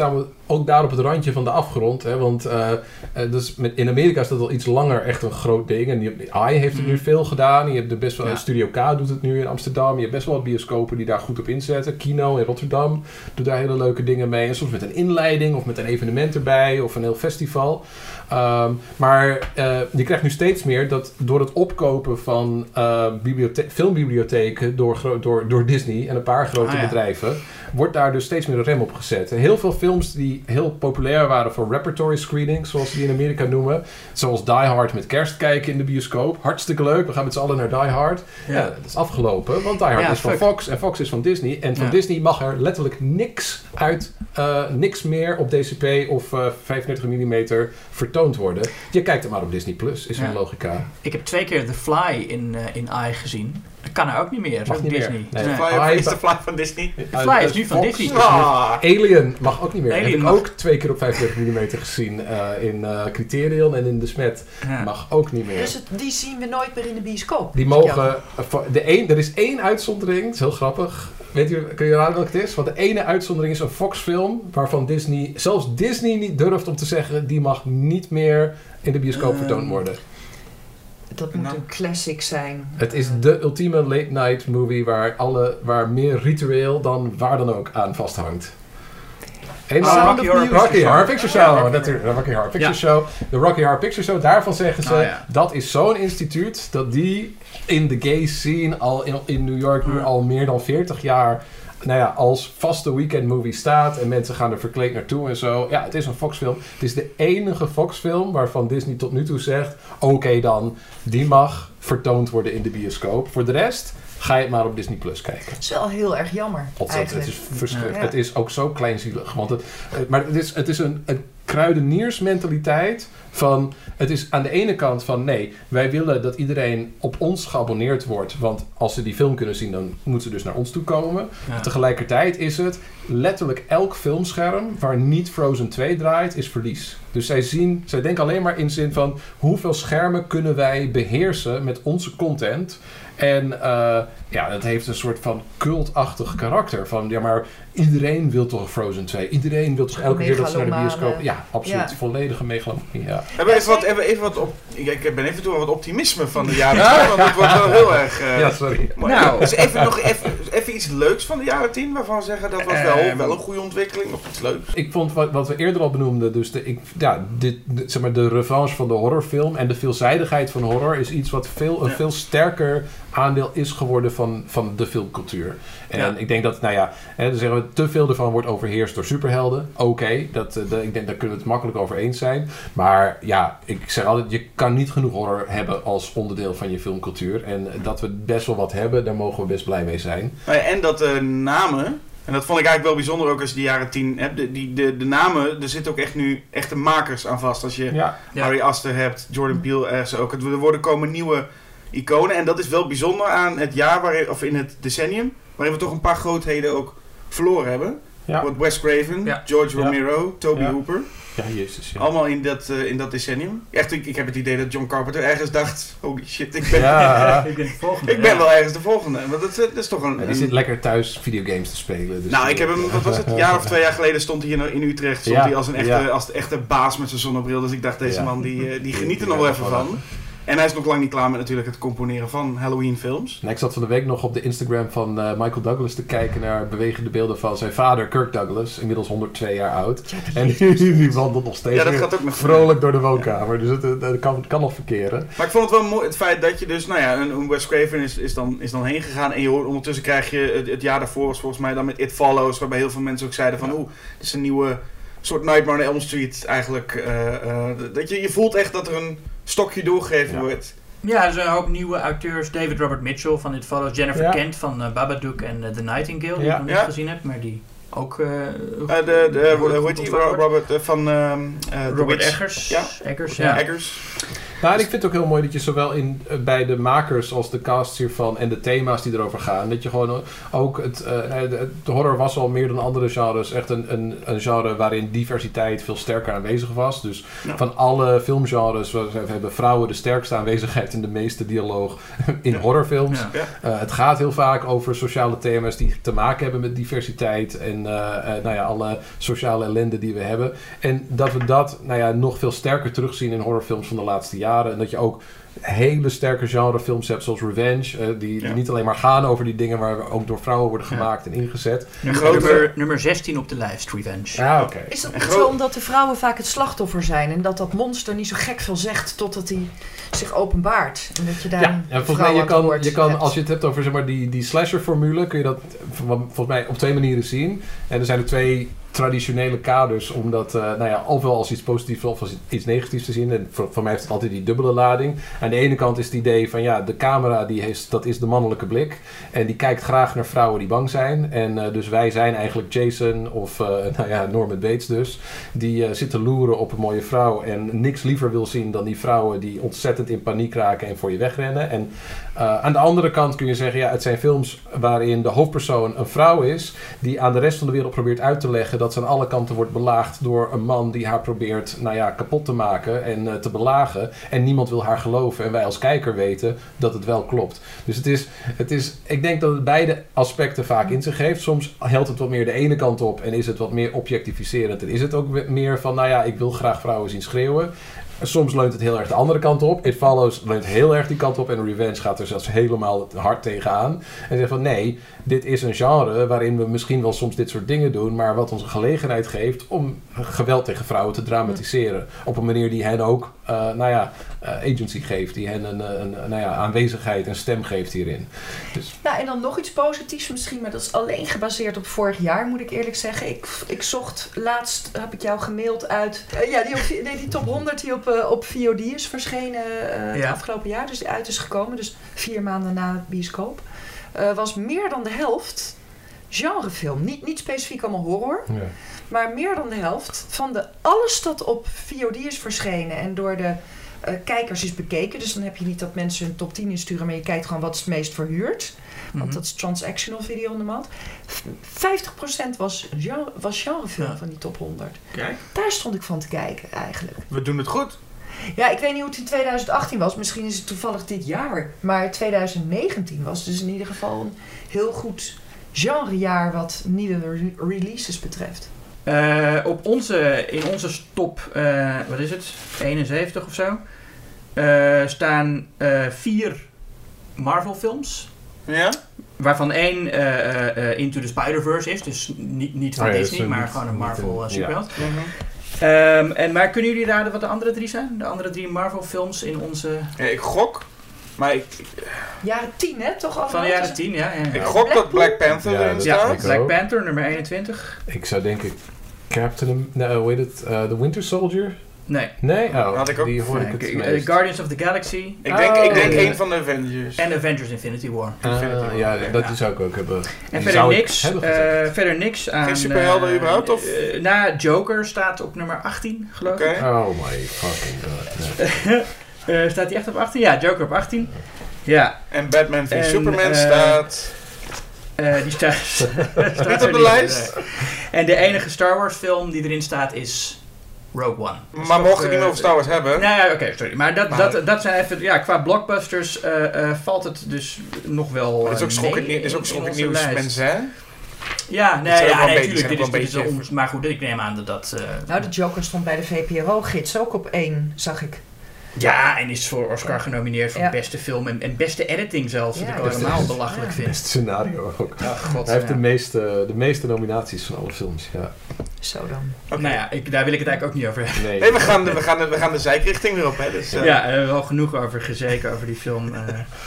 [SPEAKER 3] ook daar op het randje van de afgrond. Hè, want uh, uh, dus met, in Amerika is dat al iets langer echt een groot ding. En die, I heeft het nu veel gedaan. Je hebt er best wel, ja. Studio K doet het nu in Amsterdam. Je hebt best wel wat bioscopen die daar goed op inzetten. Kino in Rotterdam doet daar hele leuke dingen mee. En soms met een inleiding of met een evenement erbij of een heel festival. Um, maar uh, je krijgt nu steeds meer dat door het opkopen van uh, bibliothe- filmbibliotheken door, gro- door, door Disney en een paar grote ah, ja. bedrijven, wordt daar dus steeds meer een rem op gezet. Heel veel films die heel populair waren voor repertory screenings, zoals ze die in Amerika noemen. Zoals Die Hard met kerst kijken in de bioscoop. Hartstikke leuk, we gaan met z'n allen naar Die Hard. Ja. Ja, dat is afgelopen, want Die Hard ja, is fuck. van Fox en Fox is van Disney. En van ja. Disney mag er letterlijk niks uit, uh, niks meer op D C P of uh, vijfendertig millimeter vertoond worden. Je kijkt er maar op Disney Plus, is ja. een logica.
[SPEAKER 1] Ik heb twee keer The Fly in, uh, in I gezien. Dat kan er ook niet meer,
[SPEAKER 3] mag niet
[SPEAKER 1] Disney.
[SPEAKER 3] Meer.
[SPEAKER 2] Nee.
[SPEAKER 1] Nee.
[SPEAKER 2] Fly, is de Fly van Disney?
[SPEAKER 1] De Fly is nu van Fox. Disney.
[SPEAKER 3] Ah. Alien mag ook niet meer.
[SPEAKER 1] Alien
[SPEAKER 3] heb ik
[SPEAKER 1] mag...
[SPEAKER 3] ook twee keer op vijfendertig millimeter gezien uh, in uh, Criterion en in De Smet. Ja. Mag ook niet meer.
[SPEAKER 4] Dus het, die zien we nooit meer in de bioscoop?
[SPEAKER 3] Die mogen... Uh, de een, er is één uitzondering, dat is heel grappig. Weet je, kun je raden welke het is? Want de ene uitzondering is een Fox-film waarvan Disney, zelfs Disney niet durft om te zeggen, die mag niet meer in de bioscoop uh, vertoond worden.
[SPEAKER 4] Dat moet nou. een classic zijn.
[SPEAKER 3] Het is de ultieme late-night movie waar, alle, waar meer ritueel dan waar dan ook aan vasthangt.
[SPEAKER 1] Eenmaal Rocky Horror
[SPEAKER 3] Rocky Picture Horror Picture Show. Ja, natuurlijk, de Rocky Horror Picture ja. Show. De Rocky Horror Picture Show, daarvan zeggen ze, oh, ja. dat is zo'n instituut dat die in de gay scene al in, in New York nu al meer dan veertig jaar nou ja, als vaste weekendmovie staat en mensen gaan er verkleed naartoe en zo. Ja, het is een Fox-film. Het is de enige Fox-film waarvan Disney tot nu toe zegt, oké okay dan, die mag vertoond worden in de bioscoop. Voor de rest ga je het maar op Disney Plus kijken.
[SPEAKER 4] Het is wel heel erg jammer.
[SPEAKER 3] Ontzettend. Het is verschrikkelijk. Ja. Het is ook zo kleinzielig. Want het, maar het is, het is een, een kruideniersmentaliteit van, het is aan de ene kant van nee, wij willen dat iedereen op ons geabonneerd wordt, want als ze die film kunnen zien, dan moeten ze dus naar ons toe komen. Ja. Tegelijkertijd is het letterlijk elk filmscherm waar niet Frozen twee draait, is verlies. Dus zij zien, zij denken alleen maar in zin van hoeveel schermen kunnen wij beheersen met onze content. En uh, ja, dat heeft een soort van cultachtig karakter. Van ja, maar iedereen wil toch Frozen twee. Iedereen wil toch elke keer dat ze naar de bioscoop. Ja, absoluut. Ja. Volledige megalomanie. Ja.
[SPEAKER 2] Hebben we even wat, even, even wat op. Ik ben even toe aan wat optimisme van de jaren tien. Want het wordt wel heel erg. Uh,
[SPEAKER 3] ja, sorry.
[SPEAKER 2] Nou, dus even nog even, even iets leuks van de jaren tien. Waarvan we zeggen dat was wel, uh, wel een goede ontwikkeling. Of iets leuks.
[SPEAKER 3] Ik vond wat, wat we eerder al benoemden. Dus de, ik, ja, dit, de, zeg maar de revanche van de horrorfilm. En de veelzijdigheid van horror is iets wat veel, een ja. veel sterker aandeel is geworden van, van de filmcultuur. En ja. ik denk dat, nou ja, hè, dan zeggen we, te veel ervan wordt overheerst door superhelden. Oké, okay, dat, uh, ik denk daar kunnen we het makkelijk over eens zijn. Maar ja, ik zeg altijd, je kan niet genoeg horror hebben als onderdeel van je filmcultuur. En dat we best wel wat hebben, daar mogen we best blij mee zijn.
[SPEAKER 2] En dat de uh, namen, en dat vond ik eigenlijk wel bijzonder ook als je die jaren tien hebt. De, die, de, de namen, er zitten ook echt nu echte makers aan vast. Als je ja. Ari Aster hebt, Jordan Peele ergens ook. Er worden komen nieuwe iconen. En dat is wel bijzonder aan het jaar, waarin, of in het decennium, waarin we toch een paar grootheden ook verloren hebben. Ja. Wes Craven, ja. George Romero, ja. Tobe ja. Hooper.
[SPEAKER 3] Ja, jezus. Ja.
[SPEAKER 2] Allemaal in dat, uh, in dat decennium. Echt, ik, ik heb het idee dat John Carpenter ergens dacht, holy shit, ik ben,
[SPEAKER 3] ja.
[SPEAKER 1] ik ben de volgende.
[SPEAKER 2] Ik ben ja. wel ergens de volgende. Want dat, dat is toch een...
[SPEAKER 3] Ja, die zit lekker thuis videogames te spelen. Dus
[SPEAKER 2] nou, ik heb hem, wat was het, een jaar of twee jaar geleden stond hij in, in Utrecht. Stond ja. hij als een echte, ja. als de echte baas met zijn zonnebril. Dus ik dacht, deze ja. man die, die geniet er nog wel even van. En hij is nog lang niet klaar met natuurlijk het componeren van Halloween films.
[SPEAKER 3] Nou, ik zat van de week nog op de Instagram van uh, Michael Douglas te kijken naar bewegende beelden van zijn vader Kirk Douglas, inmiddels honderdtwee jaar oud. Ja, en die, die wandelt nog steeds
[SPEAKER 2] ja, dat gaat ook nog
[SPEAKER 3] vrolijk door de woonkamer. Dus het, het, het, kan, het kan nog verkeren.
[SPEAKER 2] Maar ik vond het wel mooi, het feit dat je dus, nou ja, een Wes Craven is, is, dan, is dan heen gegaan. En je hoort, ondertussen krijg je, het, het jaar daarvoor was volgens mij dan met It Follows, waarbij heel veel mensen ook zeiden van, oeh, dit is een nieuwe soort Nightmare on Elm Street eigenlijk. Uh, uh, dat je, je voelt echt dat er een stokje doorgegeven ja. wordt.
[SPEAKER 1] Ja, er zijn een hoop nieuwe auteurs. David Robert Mitchell van It Follows. Jennifer ja. Kent van uh, Babadook en uh, The Nightingale, die ja. ik nog niet ja. gezien heb, maar die ook... Uh,
[SPEAKER 2] uh, de, de, hoe heet die? Robert uh, van... Uh, uh,
[SPEAKER 1] Robert Eggers.
[SPEAKER 2] Ja.
[SPEAKER 1] Eggers,
[SPEAKER 2] ja.
[SPEAKER 1] ja.
[SPEAKER 2] Eggers.
[SPEAKER 3] Nou, en ik vind het ook heel mooi dat je zowel in, uh, bij de makers als de casts hiervan en de thema's die erover gaan, dat je gewoon ook het, uh, de, de horror was al meer dan andere genres echt een, een, een genre waarin diversiteit veel sterker aanwezig was. Dus ja. van alle filmgenres, we, we hebben vrouwen de sterkste aanwezigheid in de meeste dialoog in ja. horrorfilms. Ja. Uh, het gaat heel vaak over sociale thema's die te maken hebben met diversiteit en uh, uh, nou ja, alle sociale ellende die we hebben. En dat we dat nou ja, nog veel sterker terugzien in horrorfilms van de laatste jaren. En dat je ook hele sterke genrefilms hebt zoals Revenge. Uh, die, die ja. niet alleen maar gaan over die dingen waar ook door vrouwen worden gemaakt ja. en ingezet.
[SPEAKER 1] Nummer, nummer, nummer zestien op de lijst, Revenge.
[SPEAKER 3] Ah, okay.
[SPEAKER 4] Is dat niet zo omdat de vrouwen vaak het slachtoffer zijn en dat dat monster niet zo gek veel zegt totdat hij zich openbaart? En dat je daar
[SPEAKER 3] ja, ja volgens mij je kan, je kan als je het hebt over zeg maar, die, die slasher-formule, kun je dat volgens mij op twee manieren zien. En er zijn er twee traditionele kaders om dat, uh, nou ja, ofwel als iets positiefs of als iets negatiefs te zien. En voor, voor mij heeft het altijd die dubbele lading. Aan de ene kant is het idee van, ja, de camera, die heeft, dat is de mannelijke blik. En die kijkt graag naar vrouwen die bang zijn. En uh, dus wij zijn eigenlijk Jason of, uh, nou ja, Norman Bates dus. Die uh, zit te loeren op een mooie vrouw en niks liever wil zien dan die vrouwen die ontzettend in paniek raken en voor je wegrennen. En uh, aan de andere kant kun je zeggen, ja, het zijn films waarin de hoofdpersoon een vrouw is die aan de rest van de wereld probeert uit te leggen dat ze aan alle kanten wordt belaagd door een man die haar probeert, nou ja, kapot te maken en uh, te belagen. En niemand wil haar geloven. En wij als kijker weten dat het wel klopt. Dus het is, het is, ik denk dat het beide aspecten vaak in zich heeft. Soms helpt het wat meer de ene kant op en is het wat meer objectificerend. En is het ook meer van, nou ja, ik wil graag vrouwen zien schreeuwen. Soms leunt het heel erg de andere kant op. It Follows leunt heel erg die kant op. En Revenge gaat er zelfs helemaal hard tegenaan. En zegt van nee, dit is een genre waarin we misschien wel soms dit soort dingen doen. Maar wat ons een gelegenheid geeft om geweld tegen vrouwen te dramatiseren. Op een manier die hen ook uh, nou ja, uh, agency geeft. Die hen een, een, een nou ja, aanwezigheid en stem geeft hierin. Dus.
[SPEAKER 4] Nou, en dan nog iets positiefs misschien. Maar dat is alleen gebaseerd op vorig jaar, moet ik eerlijk zeggen. Ik, ik zocht laatst, heb ik jou gemaild uit. Uh, ja, die, op, nee, die top honderd die op... op V O D is verschenen uh, het ja. afgelopen jaar, dus die uit is gekomen, dus vier maanden na het bioscoop, uh, was meer dan de helft genrefilm. Niet, niet specifiek allemaal horror, ja. maar meer dan de helft van de alles dat op V O D is verschenen en door de uh, kijkers is bekeken. Dus dan heb je niet dat mensen een top tien insturen, maar je kijkt gewoon wat is het meest verhuurd. Want mm-hmm. dat is transactional video on demand. vijftig procent was, genre, was genrefilm ja. van die top honderd.
[SPEAKER 2] Kijk.
[SPEAKER 4] Daar stond ik van te kijken eigenlijk.
[SPEAKER 2] We doen het goed.
[SPEAKER 4] Ja, ik weet niet hoe het in twintig achttien was. Misschien is het toevallig dit jaar. Maar twintig negentien was dus in ieder geval een heel goed genrejaar wat nieuwe re- releases betreft.
[SPEAKER 1] Uh, op onze, in onze top, uh, wat is het, eenenzeventig of zo, uh, staan uh, vier Marvel films.
[SPEAKER 2] Ja?
[SPEAKER 1] Waarvan één uh, uh, Into the Spider-Verse is, dus niet, niet van oh ja, Disney, maar gewoon een Marvel uh, superheld. Ja. Mm-hmm. Um, en, maar kunnen jullie raden wat de andere drie zijn? De andere drie Marvel films in onze...
[SPEAKER 2] Ja, ik gok, maar ik...
[SPEAKER 4] Jaren tien, hè? Toch al?
[SPEAKER 1] Van de jaren tien, ja. ja.
[SPEAKER 2] Ik gok dat Black Panther ja, erin staat.
[SPEAKER 1] Ja, Black Panther, nummer eenentwintig.
[SPEAKER 3] Ik zou denken Captain... Nee, hoe heet het? Uh, The Winter Soldier?
[SPEAKER 1] Nee.
[SPEAKER 3] Nee? Oh,
[SPEAKER 2] had ik ook.
[SPEAKER 3] Die hoor ik het
[SPEAKER 1] uh, Guardians of the Galaxy.
[SPEAKER 2] Ik denk,
[SPEAKER 1] oh,
[SPEAKER 2] ik denk
[SPEAKER 1] uh,
[SPEAKER 2] een van de Avengers.
[SPEAKER 1] En Avengers Infinity War.
[SPEAKER 3] Uh,
[SPEAKER 2] Infinity War.
[SPEAKER 3] Ja, dat ja. zou ik ook hebben.
[SPEAKER 1] En verder niks, uh, verder niks aan...
[SPEAKER 2] Geen superhelden uh, überhaupt? Of?
[SPEAKER 1] Uh, na Joker staat op nummer achttien, geloof
[SPEAKER 2] okay.
[SPEAKER 1] ik.
[SPEAKER 3] Oh my fucking god.
[SPEAKER 1] uh, staat hij echt op achttien? Ja, Joker op achttien. Ja.
[SPEAKER 2] En Batman v Superman uh, staat...
[SPEAKER 1] Uh, die staat, staat
[SPEAKER 2] niet op de lijst.
[SPEAKER 1] Nee. En de enige Star Wars film die erin staat is... Rogue One.
[SPEAKER 2] Dus maar mocht ik uh, niet meer over Star Wars hebben...
[SPEAKER 1] Nou ja, oké, okay, sorry. Maar dat, maar dat, dat zijn even... Ja, qua blockbusters uh, uh, valt het dus nog wel...
[SPEAKER 2] Het is ook schokkend nieuws, is ook schokkend nieuws mensen, hè?
[SPEAKER 1] Ja, nee, ja, nee natuurlijk. Dit is, dit is om, maar goed, ik neem aan dat dat... Uh,
[SPEAKER 4] nou, de Joker stond bij de V P R O-gids ook op één, zag ik.
[SPEAKER 1] Ja, en is voor Oscar genomineerd voor ja. beste film en, en beste editing zelfs. Ja, wat ik helemaal is, belachelijk ja. vind.
[SPEAKER 3] Beste scenario ook.
[SPEAKER 1] Oh, God,
[SPEAKER 3] Hij heeft
[SPEAKER 1] ja.
[SPEAKER 3] de, meeste, de meeste nominaties van alle films, ja.
[SPEAKER 4] Zo dan.
[SPEAKER 1] Okay. Nou ja, ik, daar wil ik het eigenlijk ook niet over hebben.
[SPEAKER 2] Nee, nee we, gaan de, we, gaan de, we gaan de zijkrichting weer op, hè. Dus, uh...
[SPEAKER 1] Ja, we hebben wel genoeg over gezeken over die film. Uh,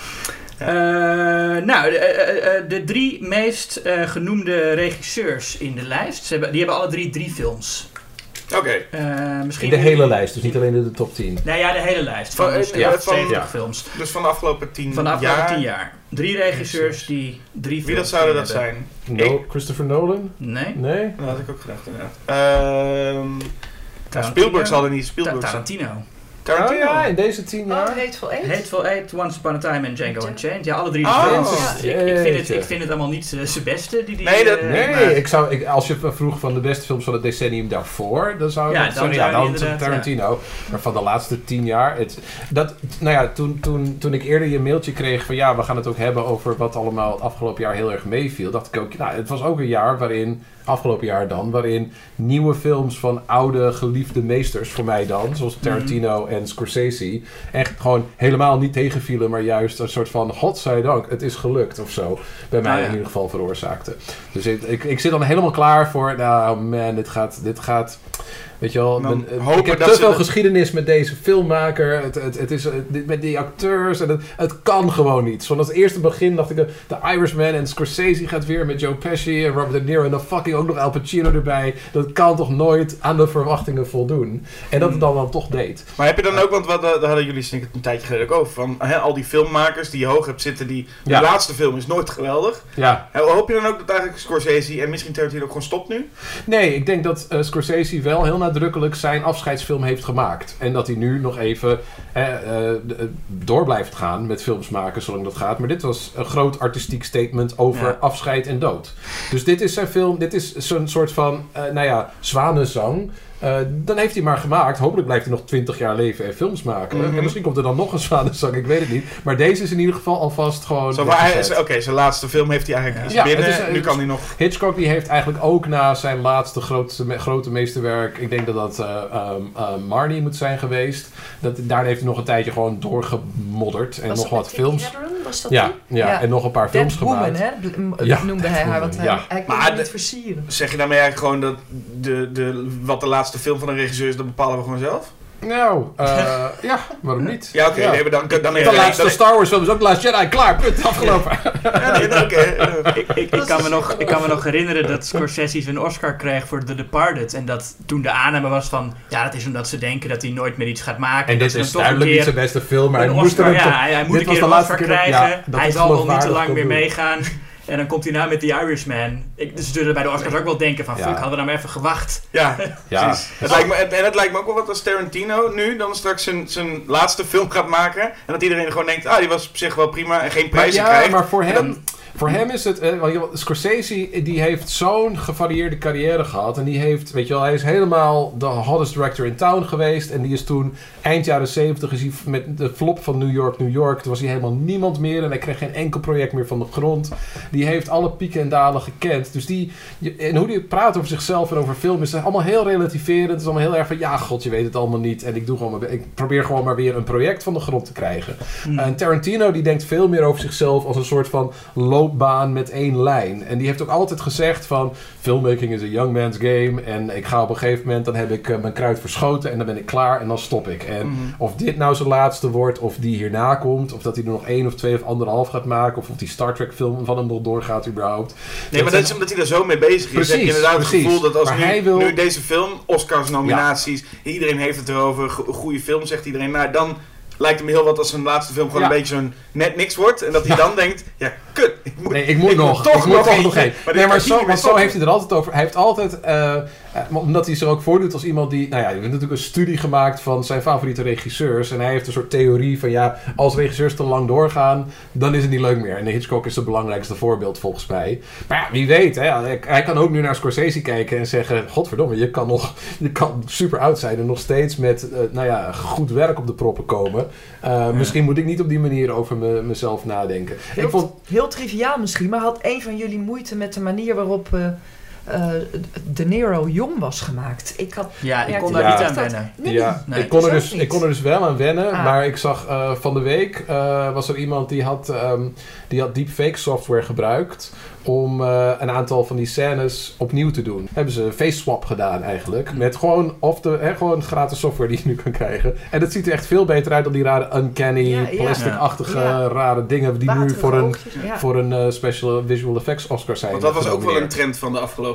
[SPEAKER 1] ja. uh, nou, de, uh, de drie meest uh, genoemde regisseurs in de lijst, ze hebben, die hebben alle drie drie films.
[SPEAKER 2] Oké. Okay.
[SPEAKER 1] Uh, misschien
[SPEAKER 3] de hele lijst, dus niet alleen de, de top tien.
[SPEAKER 1] Nee, ja, de hele lijst. Van,
[SPEAKER 2] van,
[SPEAKER 1] dus
[SPEAKER 2] uh, ja, van
[SPEAKER 1] zeventig ja. films.
[SPEAKER 2] Dus van de afgelopen tien jaar?
[SPEAKER 1] Van de afgelopen jaar. tien jaar. Drie regisseurs die drie films.
[SPEAKER 2] Wie dat zouden dat zijn?
[SPEAKER 3] No, Christopher Nolan?
[SPEAKER 1] Nee.
[SPEAKER 3] Nee?
[SPEAKER 2] Dat had ik ook gedacht, inderdaad. Uh, Spielberg zal er niet. Spielberg
[SPEAKER 1] Ta- Tarantino.
[SPEAKER 2] Tarantino.
[SPEAKER 3] Oh ja, in deze tien jaar.
[SPEAKER 4] Oh, Hateful Eight?
[SPEAKER 1] Hateful Eight, Once Upon a Time en Django Unchained. Ja, alle drie
[SPEAKER 2] Oh,
[SPEAKER 1] films.
[SPEAKER 4] ja.
[SPEAKER 1] Ik, ik, vind het,
[SPEAKER 3] Jeetje.
[SPEAKER 1] ik vind het allemaal niet zijn beste. Die, die,
[SPEAKER 2] Nee, dat-
[SPEAKER 1] eh,
[SPEAKER 3] Nee,
[SPEAKER 2] maar-
[SPEAKER 3] ik zou, ik, als je me vroeg van de beste films van het decennium daarvoor, dan zou ik
[SPEAKER 1] Ja,
[SPEAKER 3] dat
[SPEAKER 1] dan
[SPEAKER 3] zeggen,
[SPEAKER 1] zou
[SPEAKER 3] ja,
[SPEAKER 1] je
[SPEAKER 3] dan
[SPEAKER 1] inderdaad,
[SPEAKER 3] Tarantino. Maar van de laatste tien jaar, het, dat, nou ja, toen, toen, toen ik eerder je mailtje kreeg van ja, we gaan het ook hebben over wat allemaal het afgelopen jaar heel erg meeviel, dacht ik ook, nou, het was ook een jaar waarin, afgelopen jaar dan, waarin nieuwe films van oude geliefde meesters voor mij dan, zoals Tarantino
[SPEAKER 1] Mhm.
[SPEAKER 3] en Scorsese, echt gewoon helemaal niet tegenvielen, maar juist een soort van, godzijdank, het is gelukt of zo, bij mij
[SPEAKER 1] Nou ja.
[SPEAKER 3] in ieder geval veroorzaakte. Dus ik, ik, ik zit dan helemaal klaar voor, nou man, dit gaat, dit gaat, weet je wel,
[SPEAKER 2] Dan
[SPEAKER 3] men- eh,
[SPEAKER 2] hopen
[SPEAKER 3] ik heb
[SPEAKER 2] dat
[SPEAKER 3] te
[SPEAKER 2] ze
[SPEAKER 3] veel
[SPEAKER 2] dat-
[SPEAKER 3] geschiedenis met deze filmmaker, het, het, het is, eh, dit- met die acteurs, en het, het kan gewoon niet. Zoals het eerste begin dacht ik, eh, The Irishman en Scorsese gaat weer met Joe Pesci en Robert De Niro en dan fucking ook nog Al Pacino erbij. Dat kan toch nooit aan de verwachtingen voldoen. En dat het dan, dan toch deed.
[SPEAKER 2] Maar heb je dan ook, want wat, daar hadden jullie denk ik een tijdje geleden ook over, van hè, al die filmmakers die je hoog hebt zitten, die
[SPEAKER 3] Ja.
[SPEAKER 2] de laatste film is nooit geweldig.
[SPEAKER 3] Ja.
[SPEAKER 2] En hoop je dan ook dat eigenlijk Scorsese en misschien Tarantino ook gewoon stopt nu?
[SPEAKER 3] Nee, ik denk dat uh, Scorsese wel heel nadrukkelijk zijn afscheidsfilm heeft gemaakt. En dat hij nu nog even eh, uh, door blijft gaan met films maken zolang dat gaat. Maar dit was een groot artistiek statement over
[SPEAKER 1] Ja.
[SPEAKER 3] afscheid en dood. Dus dit is zijn film, dit is zo'n soort van, uh, nou ja, zwanenzang. Uh, dan heeft hij maar gemaakt. Hopelijk blijft hij nog twintig jaar leven en films maken.
[SPEAKER 2] Mm-hmm.
[SPEAKER 3] En misschien komt er dan nog een zwanenzang, ik weet het niet. Maar deze is in ieder geval alvast gewoon
[SPEAKER 2] Zo, maar hij-
[SPEAKER 3] weggezet.
[SPEAKER 2] Oké, zijn laatste film heeft hij eigenlijk
[SPEAKER 3] Ja.
[SPEAKER 2] iets binnen.
[SPEAKER 3] Ja, het is-
[SPEAKER 2] nu kan hij nog...
[SPEAKER 3] Hitchcock die heeft eigenlijk ook na zijn laatste grote, me- grote meesterwerk, ik denk dat dat uh, um, uh, Marnie moet zijn geweest. Dat, daar heeft hij nog een tijdje gewoon doorgemodderd en
[SPEAKER 4] Was
[SPEAKER 3] nog
[SPEAKER 4] dat
[SPEAKER 3] wat
[SPEAKER 4] met
[SPEAKER 3] films.
[SPEAKER 4] Kiki Hedren? Was dat
[SPEAKER 3] Ja,
[SPEAKER 4] die?
[SPEAKER 3] ja, en nog een paar films
[SPEAKER 4] Dead Woman,
[SPEAKER 3] gemaakt.
[SPEAKER 4] hè? bl- m-
[SPEAKER 3] Ja,
[SPEAKER 4] noemde
[SPEAKER 3] Dead
[SPEAKER 4] hij haar,
[SPEAKER 3] Woman,
[SPEAKER 4] want hij,
[SPEAKER 3] ja.
[SPEAKER 4] hij kon
[SPEAKER 2] Maar
[SPEAKER 4] haar
[SPEAKER 2] de-
[SPEAKER 4] niet versieren.
[SPEAKER 2] Zeg je daarmee eigenlijk gewoon dat de, de, wat de laatste film van een regisseur is, dat bepalen we gewoon zelf?
[SPEAKER 3] Nou, uh, ja, waarom niet?
[SPEAKER 2] Ja, oké, nee, maar dan, dan, dan,
[SPEAKER 3] De
[SPEAKER 2] dan,
[SPEAKER 3] laatste
[SPEAKER 2] dan-
[SPEAKER 3] Star Wars film is ook Last Jedi, klaar, punt, afgelopen.
[SPEAKER 2] Ja, nee, oké. eh,
[SPEAKER 1] Ik, ik, ik, kan me nog, ik kan me nog herinneren dat Scorsese een Oscar kreeg voor The Departed. En dat toen de aanname was van, ja, dat is omdat ze denken dat hij nooit meer iets gaat maken.
[SPEAKER 3] En
[SPEAKER 1] dat
[SPEAKER 3] dit
[SPEAKER 1] ze
[SPEAKER 3] is
[SPEAKER 1] dan toch een
[SPEAKER 3] duidelijk niet
[SPEAKER 1] keer
[SPEAKER 3] zijn beste film, maar hij
[SPEAKER 1] een
[SPEAKER 3] moest er
[SPEAKER 1] Oscar,
[SPEAKER 3] een
[SPEAKER 1] ja, hij, hij moet
[SPEAKER 3] dit
[SPEAKER 1] een
[SPEAKER 3] was
[SPEAKER 1] keer
[SPEAKER 3] de
[SPEAKER 1] een
[SPEAKER 3] laatste
[SPEAKER 1] Oscar
[SPEAKER 3] keer dat-
[SPEAKER 1] krijgen.
[SPEAKER 3] ja, dat
[SPEAKER 1] hij
[SPEAKER 3] het
[SPEAKER 1] zal wel niet te
[SPEAKER 3] geloofwaardig
[SPEAKER 1] lang
[SPEAKER 3] kon
[SPEAKER 1] meer
[SPEAKER 3] doen.
[SPEAKER 1] meegaan. En dan komt hij nou met The Irishman. Ik, dus zullen bij de Oscars ook wel denken van,
[SPEAKER 3] Ja.
[SPEAKER 1] fuck, hadden we nou maar even gewacht.
[SPEAKER 2] Ja,
[SPEAKER 3] Ja.
[SPEAKER 2] precies. Het lijkt me, en en het lijkt me ook wel wat als Tarantino nu dan straks zijn, zijn laatste film gaat maken. En dat iedereen gewoon denkt, ah, die was op zich wel prima en geen
[SPEAKER 3] Maar
[SPEAKER 2] prijzen
[SPEAKER 3] ja,
[SPEAKER 2] krijgt.
[SPEAKER 3] maar voor
[SPEAKER 2] En
[SPEAKER 3] hem,
[SPEAKER 2] dan-
[SPEAKER 3] voor hem is het... eh, want je- Scorsese die heeft zo'n gevarieerde carrière gehad. En die heeft, weet je wel, hij is helemaal de hottest director in town geweest. En die is toen, eind jaren zeventig, is hij met de flop van New York, New York. Toen was hij helemaal niemand meer. En hij kreeg geen enkel project meer van de grond. Die heeft alle pieken en dalen gekend. Dus die... je- En hoe hij praat over zichzelf en over film is allemaal heel relativerend. Het is allemaal heel erg van, ja, god, je weet het allemaal niet. En ik, doe gewoon maar, ik probeer gewoon maar weer een project van de grond te krijgen.
[SPEAKER 1] Hmm.
[SPEAKER 3] En Tarantino die denkt veel meer over zichzelf als een soort van loopbaan met één lijn. En die heeft ook altijd gezegd van, filmmaking is a young man's game. En ik ga op een gegeven moment, dan heb ik uh, mijn kruid verschoten en dan ben ik klaar en dan stop ik. En
[SPEAKER 2] Mhm.
[SPEAKER 3] of dit nou zijn laatste wordt, of die hierna komt, of dat hij er nog één of twee of anderhalf gaat maken, of of die Star Trek film van hem nog doorgaat überhaupt.
[SPEAKER 2] Nee, maar dat is omdat hij er zo mee bezig is.
[SPEAKER 3] Precies,
[SPEAKER 2] heb je inderdaad
[SPEAKER 3] precies.
[SPEAKER 2] het gevoel dat als
[SPEAKER 3] Maar
[SPEAKER 2] nu,
[SPEAKER 3] hij wil-
[SPEAKER 2] nu deze film, Oscars nominaties, iedereen heeft het erover, go- goede film zegt iedereen, nou dan lijkt hem heel wat als zijn laatste film gewoon
[SPEAKER 3] Ja.
[SPEAKER 2] een beetje zo'n net niks wordt. En dat hij
[SPEAKER 3] Ja.
[SPEAKER 2] dan denkt, ja kut, ik moet,
[SPEAKER 3] Nee, ik moet
[SPEAKER 2] ik
[SPEAKER 3] nog.
[SPEAKER 2] toch
[SPEAKER 3] ik moet
[SPEAKER 2] nog
[SPEAKER 3] toch
[SPEAKER 2] eentje.
[SPEAKER 3] nog één.
[SPEAKER 2] Maar
[SPEAKER 3] Nee,
[SPEAKER 2] dit
[SPEAKER 3] maar
[SPEAKER 2] kan
[SPEAKER 3] zo,
[SPEAKER 2] hier
[SPEAKER 3] want
[SPEAKER 2] weer
[SPEAKER 3] zo heeft hij er altijd over. Hij heeft altijd, uh, uh, omdat hij zich ook voordoet als iemand die, nou ja, hij heeft natuurlijk een studie gemaakt van zijn favoriete regisseurs. En hij heeft een soort theorie van, ja, als regisseurs te lang doorgaan, dan is het niet leuk meer. En Hitchcock is het belangrijkste voorbeeld volgens mij. Maar ja, wie weet, hè, hij, hij kan ook nu naar Scorsese kijken en zeggen, godverdomme, je kan nog, je kan super oud zijn en nog steeds met, uh, nou ja, goed werk op de proppen komen. Uh,
[SPEAKER 1] Ja.
[SPEAKER 3] Misschien moet ik niet op die manier over me, mezelf nadenken.
[SPEAKER 4] Heel,
[SPEAKER 3] Ik vond,
[SPEAKER 4] heel triviaal misschien, maar had een van jullie moeite met de manier waarop uh, uh, De Niro jong was gemaakt? Ik had...
[SPEAKER 1] Ja, ik
[SPEAKER 4] Ja,
[SPEAKER 1] kon
[SPEAKER 3] ja.
[SPEAKER 1] daar niet
[SPEAKER 4] ik
[SPEAKER 1] aan
[SPEAKER 4] dat-
[SPEAKER 1] wennen.
[SPEAKER 4] Nee,
[SPEAKER 3] ja,
[SPEAKER 1] nee,
[SPEAKER 3] ik, kon er
[SPEAKER 4] dus
[SPEAKER 3] dus,
[SPEAKER 4] ook niet.
[SPEAKER 3] ik kon er dus wel aan wennen,
[SPEAKER 4] Ah.
[SPEAKER 3] maar ik zag uh, van de week uh, was er iemand die had, um, die had deepfake software gebruikt om uh, een aantal van die scènes opnieuw te doen. Hebben ze face swap gedaan eigenlijk, met gewoon, of de, hè, gewoon gratis software die je nu kan krijgen. En het ziet er echt veel beter uit dan die rare uncanny,
[SPEAKER 4] Ja, ja.
[SPEAKER 3] plastic-achtige
[SPEAKER 4] Ja.
[SPEAKER 3] rare dingen die nu
[SPEAKER 4] Waterige
[SPEAKER 3] voor een,
[SPEAKER 4] oogjes, ja.
[SPEAKER 3] voor een uh, special visual effects Oscar zijn.
[SPEAKER 2] Want dat was ook wel
[SPEAKER 3] genomineerd.
[SPEAKER 2] een trend van de afgelopen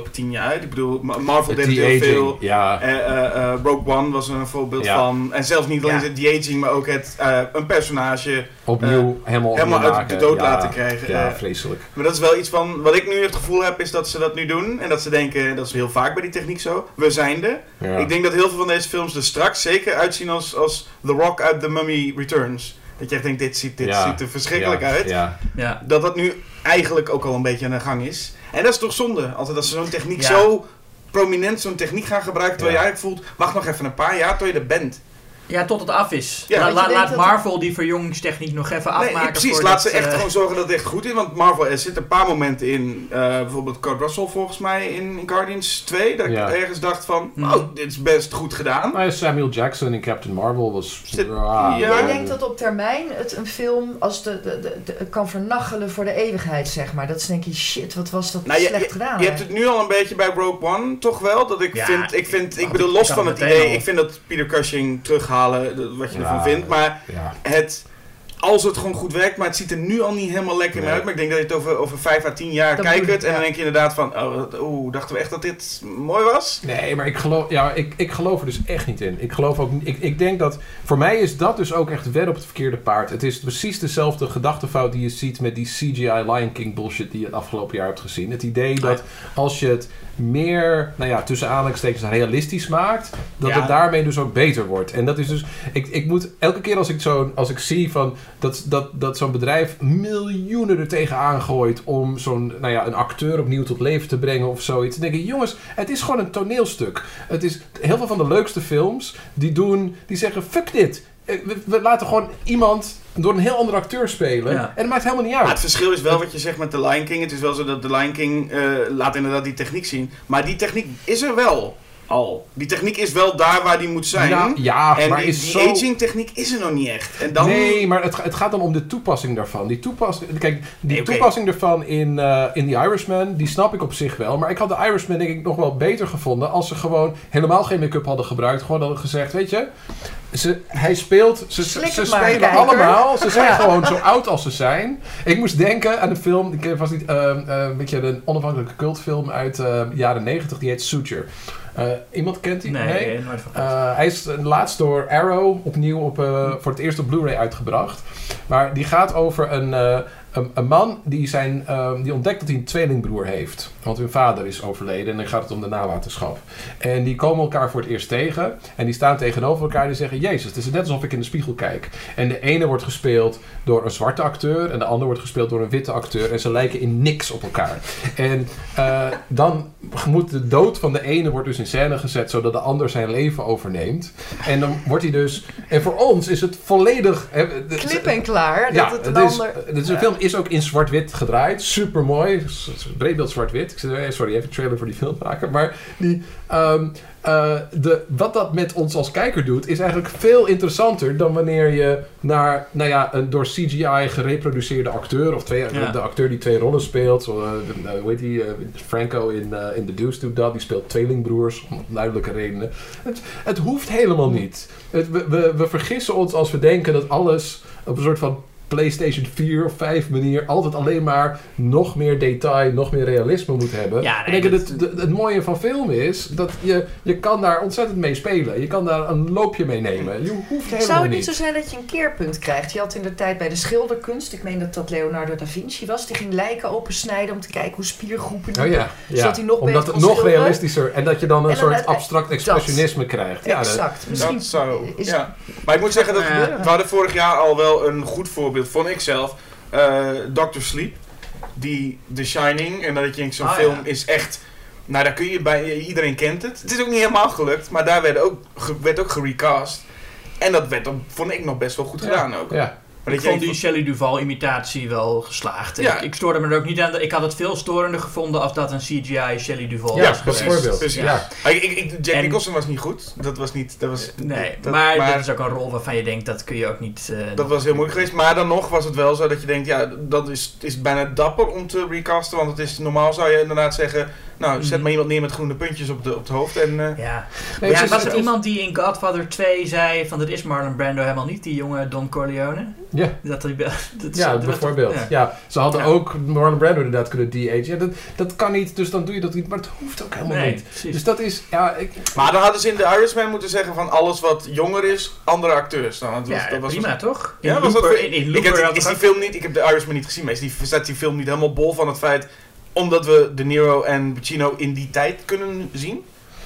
[SPEAKER 2] afgelopen tien jaar uit. Ik bedoel, Marvel deed het heel
[SPEAKER 3] aging,
[SPEAKER 2] veel.
[SPEAKER 3] Ja.
[SPEAKER 2] Uh, uh, uh, Rogue One was er een voorbeeld
[SPEAKER 3] Ja.
[SPEAKER 2] van. En zelfs niet alleen
[SPEAKER 1] Ja.
[SPEAKER 2] het de-aging, maar ook het uh, een personage
[SPEAKER 3] Opnieuw,
[SPEAKER 2] uh,
[SPEAKER 3] helemaal,
[SPEAKER 2] helemaal
[SPEAKER 3] opnieuw
[SPEAKER 2] uit de
[SPEAKER 3] maken.
[SPEAKER 2] dood
[SPEAKER 3] Ja,
[SPEAKER 2] laten krijgen.
[SPEAKER 3] Ja,
[SPEAKER 2] Uh,
[SPEAKER 3] vreselijk.
[SPEAKER 2] Maar dat is wel iets van, wat ik nu het gevoel heb, is dat ze dat nu doen. En dat ze denken, dat is heel vaak bij die techniek zo. We zijn er.
[SPEAKER 3] Ja.
[SPEAKER 2] Ik denk dat heel veel van deze films er straks zeker uitzien als, als The Rock uit The Mummy Returns. Dat je echt denkt, dit ziet, dit
[SPEAKER 3] Ja.
[SPEAKER 2] ziet er verschrikkelijk
[SPEAKER 3] ja.
[SPEAKER 2] uit.
[SPEAKER 3] Ja.
[SPEAKER 1] Ja.
[SPEAKER 2] Dat dat nu eigenlijk ook al een beetje aan de gang is. En dat is toch zonde. Altijd als ze zo'n techniek
[SPEAKER 1] Ja.
[SPEAKER 2] zo prominent, zo'n techniek gaan gebruiken, terwijl
[SPEAKER 3] Ja.
[SPEAKER 2] je eigenlijk voelt, wacht nog even een paar jaar tot je er bent.
[SPEAKER 1] Ja, tot het af is.
[SPEAKER 2] Ja.
[SPEAKER 1] La-
[SPEAKER 4] Want je
[SPEAKER 1] la-
[SPEAKER 4] denkt
[SPEAKER 1] laat
[SPEAKER 4] dat-
[SPEAKER 1] Marvel die verjongingstechniek nog even
[SPEAKER 2] Nee,
[SPEAKER 1] afmaken.
[SPEAKER 2] precies.
[SPEAKER 1] voordat,
[SPEAKER 2] Laat ze echt
[SPEAKER 1] eh,
[SPEAKER 2] gewoon zorgen dat het echt goed is. Want Marvel, er zitten een paar momenten in. Uh, bijvoorbeeld Kurt Russell volgens mij in, in Guardians twee. Dat
[SPEAKER 3] Ja.
[SPEAKER 2] ik ergens dacht van,
[SPEAKER 1] Mhm.
[SPEAKER 2] oh, dit is best goed gedaan.
[SPEAKER 3] Maar Samuel Jackson in Captain Marvel was...
[SPEAKER 2] Zit-
[SPEAKER 3] Ah,
[SPEAKER 2] ja.
[SPEAKER 4] Jij denkt dat op termijn het een film als de, de, de, de- kan vernachelen voor de eeuwigheid, zeg maar. Dat ze denken, shit, wat was dat
[SPEAKER 2] Nou, je,
[SPEAKER 4] slecht
[SPEAKER 2] je,
[SPEAKER 4] gedaan.
[SPEAKER 2] je
[SPEAKER 4] hè?
[SPEAKER 2] hebt het nu al een beetje bij Rogue One, toch wel? Dat ik
[SPEAKER 1] Ja,
[SPEAKER 2] vind, ik vind, ik
[SPEAKER 1] ik-
[SPEAKER 2] bedoel,
[SPEAKER 1] ik
[SPEAKER 2] los
[SPEAKER 1] kan
[SPEAKER 2] van
[SPEAKER 1] het
[SPEAKER 2] het
[SPEAKER 1] meteen
[SPEAKER 2] idee,
[SPEAKER 1] al.
[SPEAKER 2] ik vind dat Peter Cushing terughalen, dat- wat je
[SPEAKER 3] Ja.
[SPEAKER 2] ervan vindt. Maar
[SPEAKER 3] Ja.
[SPEAKER 2] het, als het gewoon goed werkt, maar het ziet er nu al niet helemaal lekker meer
[SPEAKER 3] Nee.
[SPEAKER 2] uit. Maar ik denk dat je het over, over vijf à tien jaar
[SPEAKER 4] Dat
[SPEAKER 2] kijkt
[SPEAKER 4] bedoel ik,
[SPEAKER 2] en dan
[SPEAKER 4] ja.
[SPEAKER 2] denk je inderdaad van, oh, wat- oeh, dachten we echt dat dit mooi was?
[SPEAKER 3] Nee, maar ik geloof, ja, ik, ik geloof er dus echt niet in. Ik geloof ook niet- ik, ik denk dat, voor mij is dat dus ook echt wedden op het verkeerde paard. Het is precies dezelfde gedachtefout die je ziet met die C G I Lion King bullshit die je het afgelopen jaar hebt gezien. Het idee dat als je het meer, nou ja, tussen aanhalingstekens realistisch maakt, dat
[SPEAKER 1] Ja.
[SPEAKER 3] het daarmee dus ook beter wordt. En dat is dus, ik, ik moet elke keer als ik zo, als ik zie van dat, dat, dat zo'n bedrijf miljoenen er tegenaan gooit om zo'n, nou ja, een acteur opnieuw tot leven te brengen of zoiets. Dan denk ik, jongens, het is gewoon een toneelstuk. Het is heel veel van de leukste films die doen, die zeggen, fuck dit. Eh, We, we laten gewoon iemand door een heel andere acteur spelen.
[SPEAKER 1] Ja.
[SPEAKER 3] En dat maakt helemaal niet
[SPEAKER 2] Maar
[SPEAKER 3] uit.
[SPEAKER 2] het verschil is wel wat je zegt met The Lion King. Het is wel zo dat The Lion King uh, laat inderdaad die techniek zien. Maar die techniek is er wel al. Die techniek is wel daar waar die moet zijn.
[SPEAKER 3] Ja, ja
[SPEAKER 2] en
[SPEAKER 3] maar
[SPEAKER 2] die,
[SPEAKER 3] is
[SPEAKER 2] die
[SPEAKER 3] zo...
[SPEAKER 2] aging techniek is er nog niet echt. En dan...
[SPEAKER 3] Nee, maar het, ga- het gaat dan om de toepassing daarvan. Die toepassing, kijk, die
[SPEAKER 2] Nee, oké.
[SPEAKER 3] toepassing daarvan in, uh, in The Irishman, die snap ik op zich wel. Maar ik had The Irishman denk ik nog wel beter gevonden als ze gewoon helemaal geen make-up hadden gebruikt. Gewoon hadden gezegd, weet je, ze, hij speelt, ze,
[SPEAKER 4] Slik
[SPEAKER 3] ze
[SPEAKER 4] het maar,
[SPEAKER 3] spelen
[SPEAKER 4] kijker.
[SPEAKER 3] allemaal. Ze zijn
[SPEAKER 4] Ja.
[SPEAKER 3] gewoon zo oud als ze zijn. Ik moest denken aan een film, ik was niet, uh, uh, een beetje een onafhankelijke cultfilm uit uh, de jaren negentig, die heet Suture. Uh, iemand kent die?
[SPEAKER 1] Nee, nee, nooit van gehoord.
[SPEAKER 3] Uh, hij is laatst door Arrow opnieuw op, uh, voor het eerst op Blu-ray uitgebracht. Maar die gaat over een, uh, een, een man die, zijn, uh, die ontdekt dat hij een tweelingbroer heeft. Want hun vader is overleden en dan gaat het om de nalatenschap. En die komen elkaar voor het eerst tegen. En die staan tegenover elkaar en die zeggen, Jezus, het is net alsof ik in de spiegel kijk. En de ene wordt gespeeld door een zwarte acteur en de ander wordt gespeeld door een witte acteur. En ze lijken in niks op elkaar. En uh, dan moet de dood van de ene wordt dus in scène gezet, zodat de ander zijn leven overneemt. En dan wordt hij dus... En voor ons is het volledig... Hè, de-
[SPEAKER 4] Klip en klaar, dat
[SPEAKER 3] ja,
[SPEAKER 4] het een
[SPEAKER 3] het is,
[SPEAKER 4] ander...
[SPEAKER 3] het is een film is ook in zwart-wit gedraaid. Super mooi. Breedbeeld zwart-wit. Ik zei, eh, sorry, even een trailer voor die film maken. Maar die, um, uh, de, wat dat met ons als kijker doet, is eigenlijk veel interessanter dan wanneer je naar, nou ja, een door C G I gereproduceerde acteur, of twee,
[SPEAKER 1] Ja.
[SPEAKER 3] de acteur die twee rollen speelt, zo, uh, hoe heet die, uh, Franco in, uh, in The Deuce doet dat, die speelt tweelingbroers, om duidelijke redenen. Het, het hoeft helemaal niet. Het, we, we, we vergissen ons als we denken dat alles op een soort van PlayStation vier of vijf manier altijd alleen maar nog meer detail, nog meer realisme moet hebben.
[SPEAKER 1] Ja, nee,
[SPEAKER 3] ik denk dat
[SPEAKER 1] dat-
[SPEAKER 3] het, het, het mooie van film is dat je, je kan daar ontzettend mee spelen. Je kan daar een loopje mee nemen. Je hoeft helemaal
[SPEAKER 4] Zou het
[SPEAKER 3] niet.
[SPEAKER 4] niet zo zijn dat je een keerpunt krijgt? Je had in de tijd bij de schilderkunst, ik meen dat dat Leonardo da Vinci was, die ging lijken opensnijden om te kijken hoe spiergroepen
[SPEAKER 3] Oh ja, ja.
[SPEAKER 4] zodat hij nog
[SPEAKER 3] omdat
[SPEAKER 4] beter
[SPEAKER 3] het
[SPEAKER 4] kon
[SPEAKER 3] nog
[SPEAKER 4] schilderen.
[SPEAKER 3] realistischer en dat je dan een
[SPEAKER 4] En dan
[SPEAKER 3] soort
[SPEAKER 4] het-
[SPEAKER 3] abstract
[SPEAKER 4] dat.
[SPEAKER 3] expressionisme krijgt. Ja, dat-
[SPEAKER 4] Exact. Misschien
[SPEAKER 2] Dat zou,
[SPEAKER 4] is
[SPEAKER 2] ja. Maar ik moet zeggen, dat
[SPEAKER 1] Ja.
[SPEAKER 2] we hadden vorig jaar al wel een goed voorbeeld, vond ik zelf. Uh, doctor Sleep, die The Shining, en dat je in zo'n
[SPEAKER 1] Ah,
[SPEAKER 2] film
[SPEAKER 1] ja.
[SPEAKER 2] is echt... Nou, daar kun je bij... Iedereen kent het. Het is ook niet helemaal gelukt, maar daar werd ook, ge- werd ook gerecast. En dat werd, dan, vond ik nog best wel goed gedaan ook.
[SPEAKER 3] ja.
[SPEAKER 2] Maar
[SPEAKER 1] Ik
[SPEAKER 2] dat je
[SPEAKER 1] vond die
[SPEAKER 2] denkt
[SPEAKER 1] Shelley Duvall imitatie wel geslaagd.
[SPEAKER 2] Ja.
[SPEAKER 1] Ik, ik stoorde me er ook niet aan. Ik had het veel storender gevonden als dat een C G I Shelley Duvall
[SPEAKER 2] Ja,
[SPEAKER 1] was geweest.
[SPEAKER 3] bijvoorbeeld.
[SPEAKER 2] precies.
[SPEAKER 3] Ja.
[SPEAKER 2] Maar ik, ik, Jack
[SPEAKER 1] En-
[SPEAKER 2] Nicholson was niet goed. Dat was niet... Dat was,
[SPEAKER 1] Nee,
[SPEAKER 2] dat,
[SPEAKER 1] maar, dat is ook een rol waarvan je denkt, dat kun je ook niet... eh,
[SPEAKER 2] dat was heel moeilijk geweest. Maar dan nog was het wel zo dat je denkt... Ja, dat is, is bijna dapper om te recasten. Want het is, normaal zou je inderdaad zeggen... Nou, zet
[SPEAKER 1] Mhm.
[SPEAKER 2] maar iemand neer met groene puntjes op, de, op het hoofd en... uh,
[SPEAKER 1] Ja.
[SPEAKER 3] Nee,
[SPEAKER 1] ja,
[SPEAKER 3] het is-
[SPEAKER 1] was er
[SPEAKER 3] het is-
[SPEAKER 1] iemand die in Godfather twee zei van dat is Marlon Brando helemaal niet, die jonge Don Corleone?
[SPEAKER 3] Ja.
[SPEAKER 1] Dat, die, dat,
[SPEAKER 3] Ja,
[SPEAKER 1] dat-
[SPEAKER 3] bijvoorbeeld.
[SPEAKER 1] ja.
[SPEAKER 3] Ja. ze hadden
[SPEAKER 1] Ja.
[SPEAKER 3] ook Marlon Brando inderdaad kunnen de-agen. Ja, dat, dat kan niet, dus dan doe je dat niet. Maar het hoeft ook helemaal
[SPEAKER 1] Nee,
[SPEAKER 3] niet.
[SPEAKER 1] precies.
[SPEAKER 3] Dus dat is, ja, ik,
[SPEAKER 2] Maar dan hadden ze in The Irishman moeten zeggen van alles wat jonger is, andere acteurs. Nou, dat was,
[SPEAKER 1] Ja,
[SPEAKER 2] dat was
[SPEAKER 1] prima toch? In
[SPEAKER 2] Ja, was dat
[SPEAKER 1] Looper,
[SPEAKER 2] voor-
[SPEAKER 1] in, in
[SPEAKER 2] ik
[SPEAKER 1] Looper
[SPEAKER 2] heb,
[SPEAKER 1] had
[SPEAKER 2] is
[SPEAKER 1] toch
[SPEAKER 2] die
[SPEAKER 1] ook-
[SPEAKER 2] film niet, ik heb The Irishman niet gezien, maar is die, staat die film niet helemaal bol van het feit, omdat we De Niro en Pacino in die tijd kunnen zien?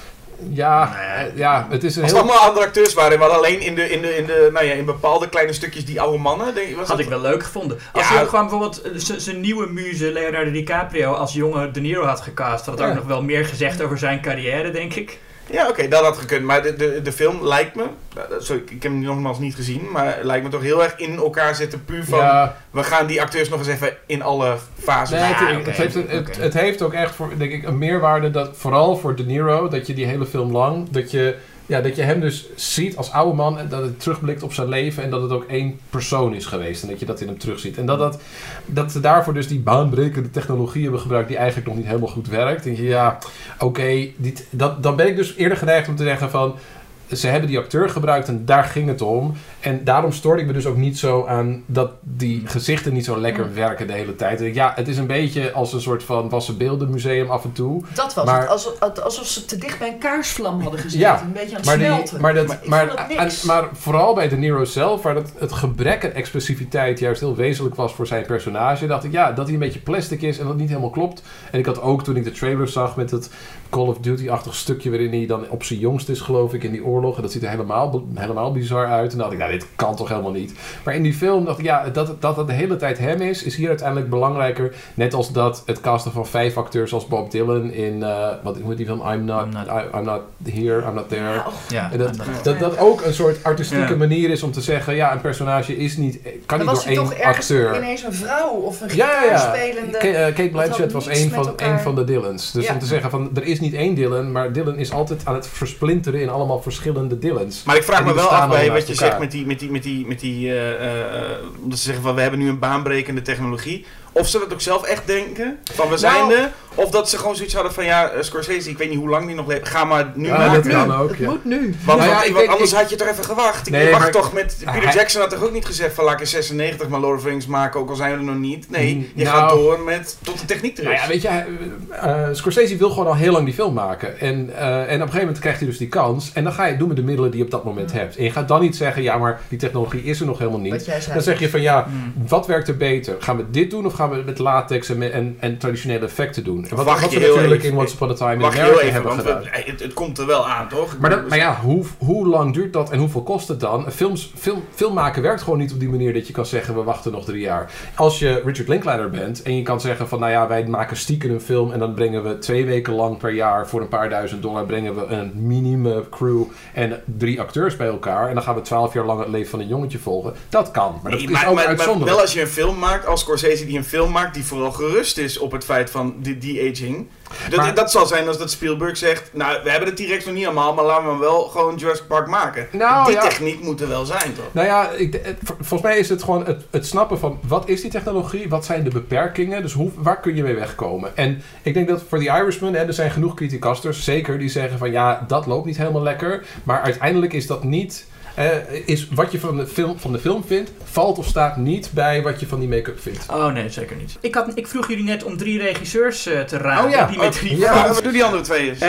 [SPEAKER 3] ja,
[SPEAKER 1] Nee.
[SPEAKER 3] ja, het is een
[SPEAKER 2] Als het
[SPEAKER 3] heel...
[SPEAKER 2] allemaal andere acteurs waren, maar alleen in, de, in, de, in, de, nou ja, in bepaalde kleine stukjes die oude mannen. Denk, was
[SPEAKER 1] Had
[SPEAKER 2] dat-
[SPEAKER 1] ik wel leuk gevonden. Als
[SPEAKER 2] Ja.
[SPEAKER 1] hij ook gewoon bijvoorbeeld eh, z- zijn nieuwe muze Leonardo DiCaprio als jonge De Niro had gecast, had het
[SPEAKER 3] Ja.
[SPEAKER 1] ook nog wel meer gezegd over zijn carrière, denk ik.
[SPEAKER 2] Ja, oké, dat had gekund. Maar de, de, de film lijkt me, nou, dat- sorry, ik heb hem nogmaals niet gezien, maar lijkt me toch heel erg in elkaar zitten. Puur van,
[SPEAKER 3] Ja,
[SPEAKER 2] we gaan die acteurs nog eens even in alle fases.
[SPEAKER 3] nee, het,
[SPEAKER 1] Ja,
[SPEAKER 3] het
[SPEAKER 1] oké,
[SPEAKER 3] heeft, het,
[SPEAKER 1] oké.
[SPEAKER 3] het heeft ook echt voor, denk ik, een meerwaarde, dat, vooral voor De Niro, dat je die hele film lang, dat je, ja, dat je hem dus ziet als oude man en dat het terugblikt op zijn leven en dat het ook één persoon is geweest en dat je dat in hem terugziet. En dat, dat, dat ze daarvoor dus die baanbrekende technologie hebben gebruikt die eigenlijk nog niet helemaal goed werkt. En je, ja, oké, dit dat dan ben ik dus eerder geneigd om te zeggen van, ze hebben die acteur gebruikt en daar ging het om. En daarom stoorde ik me dus ook niet zo aan dat die gezichten niet zo lekker werken de hele tijd. En ik, ja, het is een beetje als een soort van wassen beeldenmuseum af en toe.
[SPEAKER 4] Dat was
[SPEAKER 3] Maar-
[SPEAKER 4] het. Alsof, alsof ze te dicht bij een kaarsvlam hadden gezeten.
[SPEAKER 3] Ja,
[SPEAKER 4] een beetje aan het
[SPEAKER 3] Maar, die,
[SPEAKER 4] smelten.
[SPEAKER 3] maar, dat,
[SPEAKER 4] Maar ik
[SPEAKER 3] maar,
[SPEAKER 4] vond het
[SPEAKER 3] en-
[SPEAKER 4] niks.
[SPEAKER 3] maar vooral bij De Niro zelf, waar dat, het gebrek aan expressiviteit juist heel wezenlijk was voor zijn personage, dacht ik ja, dat hij een beetje plastic is en dat niet helemaal klopt. En ik had ook toen ik de trailer zag met het Call of Duty-achtig stukje waarin hij dan op zijn jongst is, geloof ik, in die oorlog. En dat ziet er helemaal, helemaal bizar uit. En dan dacht ik, nou, dit kan toch helemaal niet. Maar in die film dacht ik, ja, dat het, dat het de hele tijd hem is, is hier uiteindelijk belangrijker. Net als dat het casten van vijf acteurs als Bob Dylan in, uh, wat hoe heet die film? I'm not,
[SPEAKER 1] I'm not-
[SPEAKER 3] I, I'm not here, I'm not there.
[SPEAKER 4] Ja, och,
[SPEAKER 1] Ja,
[SPEAKER 3] En dat,
[SPEAKER 1] en dat-
[SPEAKER 3] dat, dat ook een soort artistieke
[SPEAKER 1] Ja.
[SPEAKER 3] manier is om te zeggen, ja, een personage is niet, kan
[SPEAKER 4] dan
[SPEAKER 3] niet
[SPEAKER 4] was
[SPEAKER 3] door
[SPEAKER 4] hij toch
[SPEAKER 3] één
[SPEAKER 4] ergens
[SPEAKER 3] acteur.
[SPEAKER 4] ineens een vrouw of een
[SPEAKER 3] Ja, ja, ja.
[SPEAKER 4] gitaarspelende...
[SPEAKER 3] Ka- eh, Kate Blanchett
[SPEAKER 4] had
[SPEAKER 3] was
[SPEAKER 4] niets
[SPEAKER 3] een
[SPEAKER 4] met
[SPEAKER 3] van,
[SPEAKER 4] elkaar.
[SPEAKER 3] een van de Dylans. Dus
[SPEAKER 4] Ja.
[SPEAKER 3] om te zeggen van, er is niet één Dylan, maar Dylan is altijd aan het versplinteren in allemaal verschillende Dylans.
[SPEAKER 2] Maar ik vraag
[SPEAKER 3] En
[SPEAKER 2] me
[SPEAKER 3] die
[SPEAKER 2] wel
[SPEAKER 3] bestaan
[SPEAKER 2] af bij
[SPEAKER 3] allemaal
[SPEAKER 2] wat je
[SPEAKER 3] naast
[SPEAKER 2] zegt
[SPEAKER 3] elkaar.
[SPEAKER 2] met die, met die, met die, met die uh, uh, omdat ze zeggen van we hebben nu een baanbrekende technologie. Of ze dat ook zelf echt denken, van we zijn
[SPEAKER 3] Nou-
[SPEAKER 2] er. Of dat ze gewoon zoiets hadden van ja, uh, Scorsese, ik weet niet hoe lang die nog leeft, ga maar nu
[SPEAKER 3] Ja,
[SPEAKER 2] maken.
[SPEAKER 3] dat
[SPEAKER 4] nu.
[SPEAKER 3] kan ook,
[SPEAKER 4] Het
[SPEAKER 3] ja.
[SPEAKER 4] moet nu.
[SPEAKER 2] Want,
[SPEAKER 3] Nou ja,
[SPEAKER 2] want-
[SPEAKER 3] ik
[SPEAKER 2] want
[SPEAKER 3] weet-
[SPEAKER 2] anders
[SPEAKER 3] ik-
[SPEAKER 2] had je toch even gewacht. Ik
[SPEAKER 3] Nee,
[SPEAKER 2] wacht
[SPEAKER 3] maar-
[SPEAKER 2] toch met... Peter
[SPEAKER 3] hij-
[SPEAKER 2] Jackson had toch ook niet gezegd van laat ik in zesennegentig maar Lord of the Rings maken, ook al zijn we er nog niet. Nee, je
[SPEAKER 3] Nou-
[SPEAKER 2] gaat door met tot de techniek er is.
[SPEAKER 3] Nou ja, weet je, uh, uh, Scorsese wil gewoon al heel lang die film maken. En, uh, en op een gegeven moment krijgt hij dus die kans. En dan ga je het doen met de middelen die je op dat moment hebt. En je gaat dan niet zeggen, ja, maar die technologie is er nog helemaal niet.
[SPEAKER 4] Wat jij zei.
[SPEAKER 3] Dan zeg je van, ja,
[SPEAKER 1] Mm.
[SPEAKER 3] wat werkt er beter? Gaan we dit doen of gaan we het met latex en, en, en traditionele effecten doen? En wat,
[SPEAKER 2] Wacht
[SPEAKER 3] wat
[SPEAKER 2] je
[SPEAKER 3] we
[SPEAKER 2] heel
[SPEAKER 3] natuurlijk
[SPEAKER 2] even.
[SPEAKER 3] in Once Upon a Time in
[SPEAKER 2] Wacht heel
[SPEAKER 3] America
[SPEAKER 2] even,
[SPEAKER 3] hebben
[SPEAKER 2] want
[SPEAKER 3] gedaan.
[SPEAKER 2] we- het, het komt er wel aan, toch?
[SPEAKER 3] Maar, dat, maar ja, hoe, hoe lang duurt dat en hoeveel kost het dan? Films, film, film maken werkt gewoon niet op die manier dat je kan zeggen, we wachten nog drie jaar. Als je Richard Linklater bent en je kan zeggen van, nou ja, wij maken stiekem een film en dan brengen we twee weken lang per jaar voor een paar duizend dollar brengen we een minimum crew en drie acteurs bij elkaar en dan gaan we twaalf jaar lang het leven van een jongetje volgen. Dat kan, maar dat
[SPEAKER 2] Nee,
[SPEAKER 3] is
[SPEAKER 2] maar,
[SPEAKER 3] ook
[SPEAKER 2] maar- maar
[SPEAKER 3] uitzonderlijk.
[SPEAKER 2] wel als je een film maakt, als Scorsese die een film maakt die vooral gerust is op het feit van die, die aging. Dat,
[SPEAKER 3] Maar-
[SPEAKER 2] dat zal zijn als dat Spielberg zegt, nou we hebben de T-Rex nog niet allemaal, maar laten we hem wel gewoon Jurassic Park maken.
[SPEAKER 3] Nou,
[SPEAKER 2] die
[SPEAKER 3] ja.
[SPEAKER 2] techniek moet er wel zijn, toch?
[SPEAKER 3] Nou ja, ik, het- vol- volgens mij is het gewoon het, het snappen van wat is die technologie, wat zijn de beperkingen, dus hoe, waar kun je mee wegkomen. En ik denk dat voor The Irishman, hè, er zijn genoeg criticasters, zeker, die zeggen van ja, dat loopt niet helemaal lekker, maar uiteindelijk is dat niet, eh, is wat je van de, film, van de film vindt, valt of staat niet bij wat je van die make-up vindt.
[SPEAKER 1] Oh nee, zeker niet. Ik, had, ik vroeg jullie net om drie regisseurs uh, te raden.
[SPEAKER 3] Oh ja.
[SPEAKER 1] Die met
[SPEAKER 2] Oh,
[SPEAKER 1] drie
[SPEAKER 3] ja.
[SPEAKER 2] Ja, doe die andere twee eens.
[SPEAKER 1] Uh,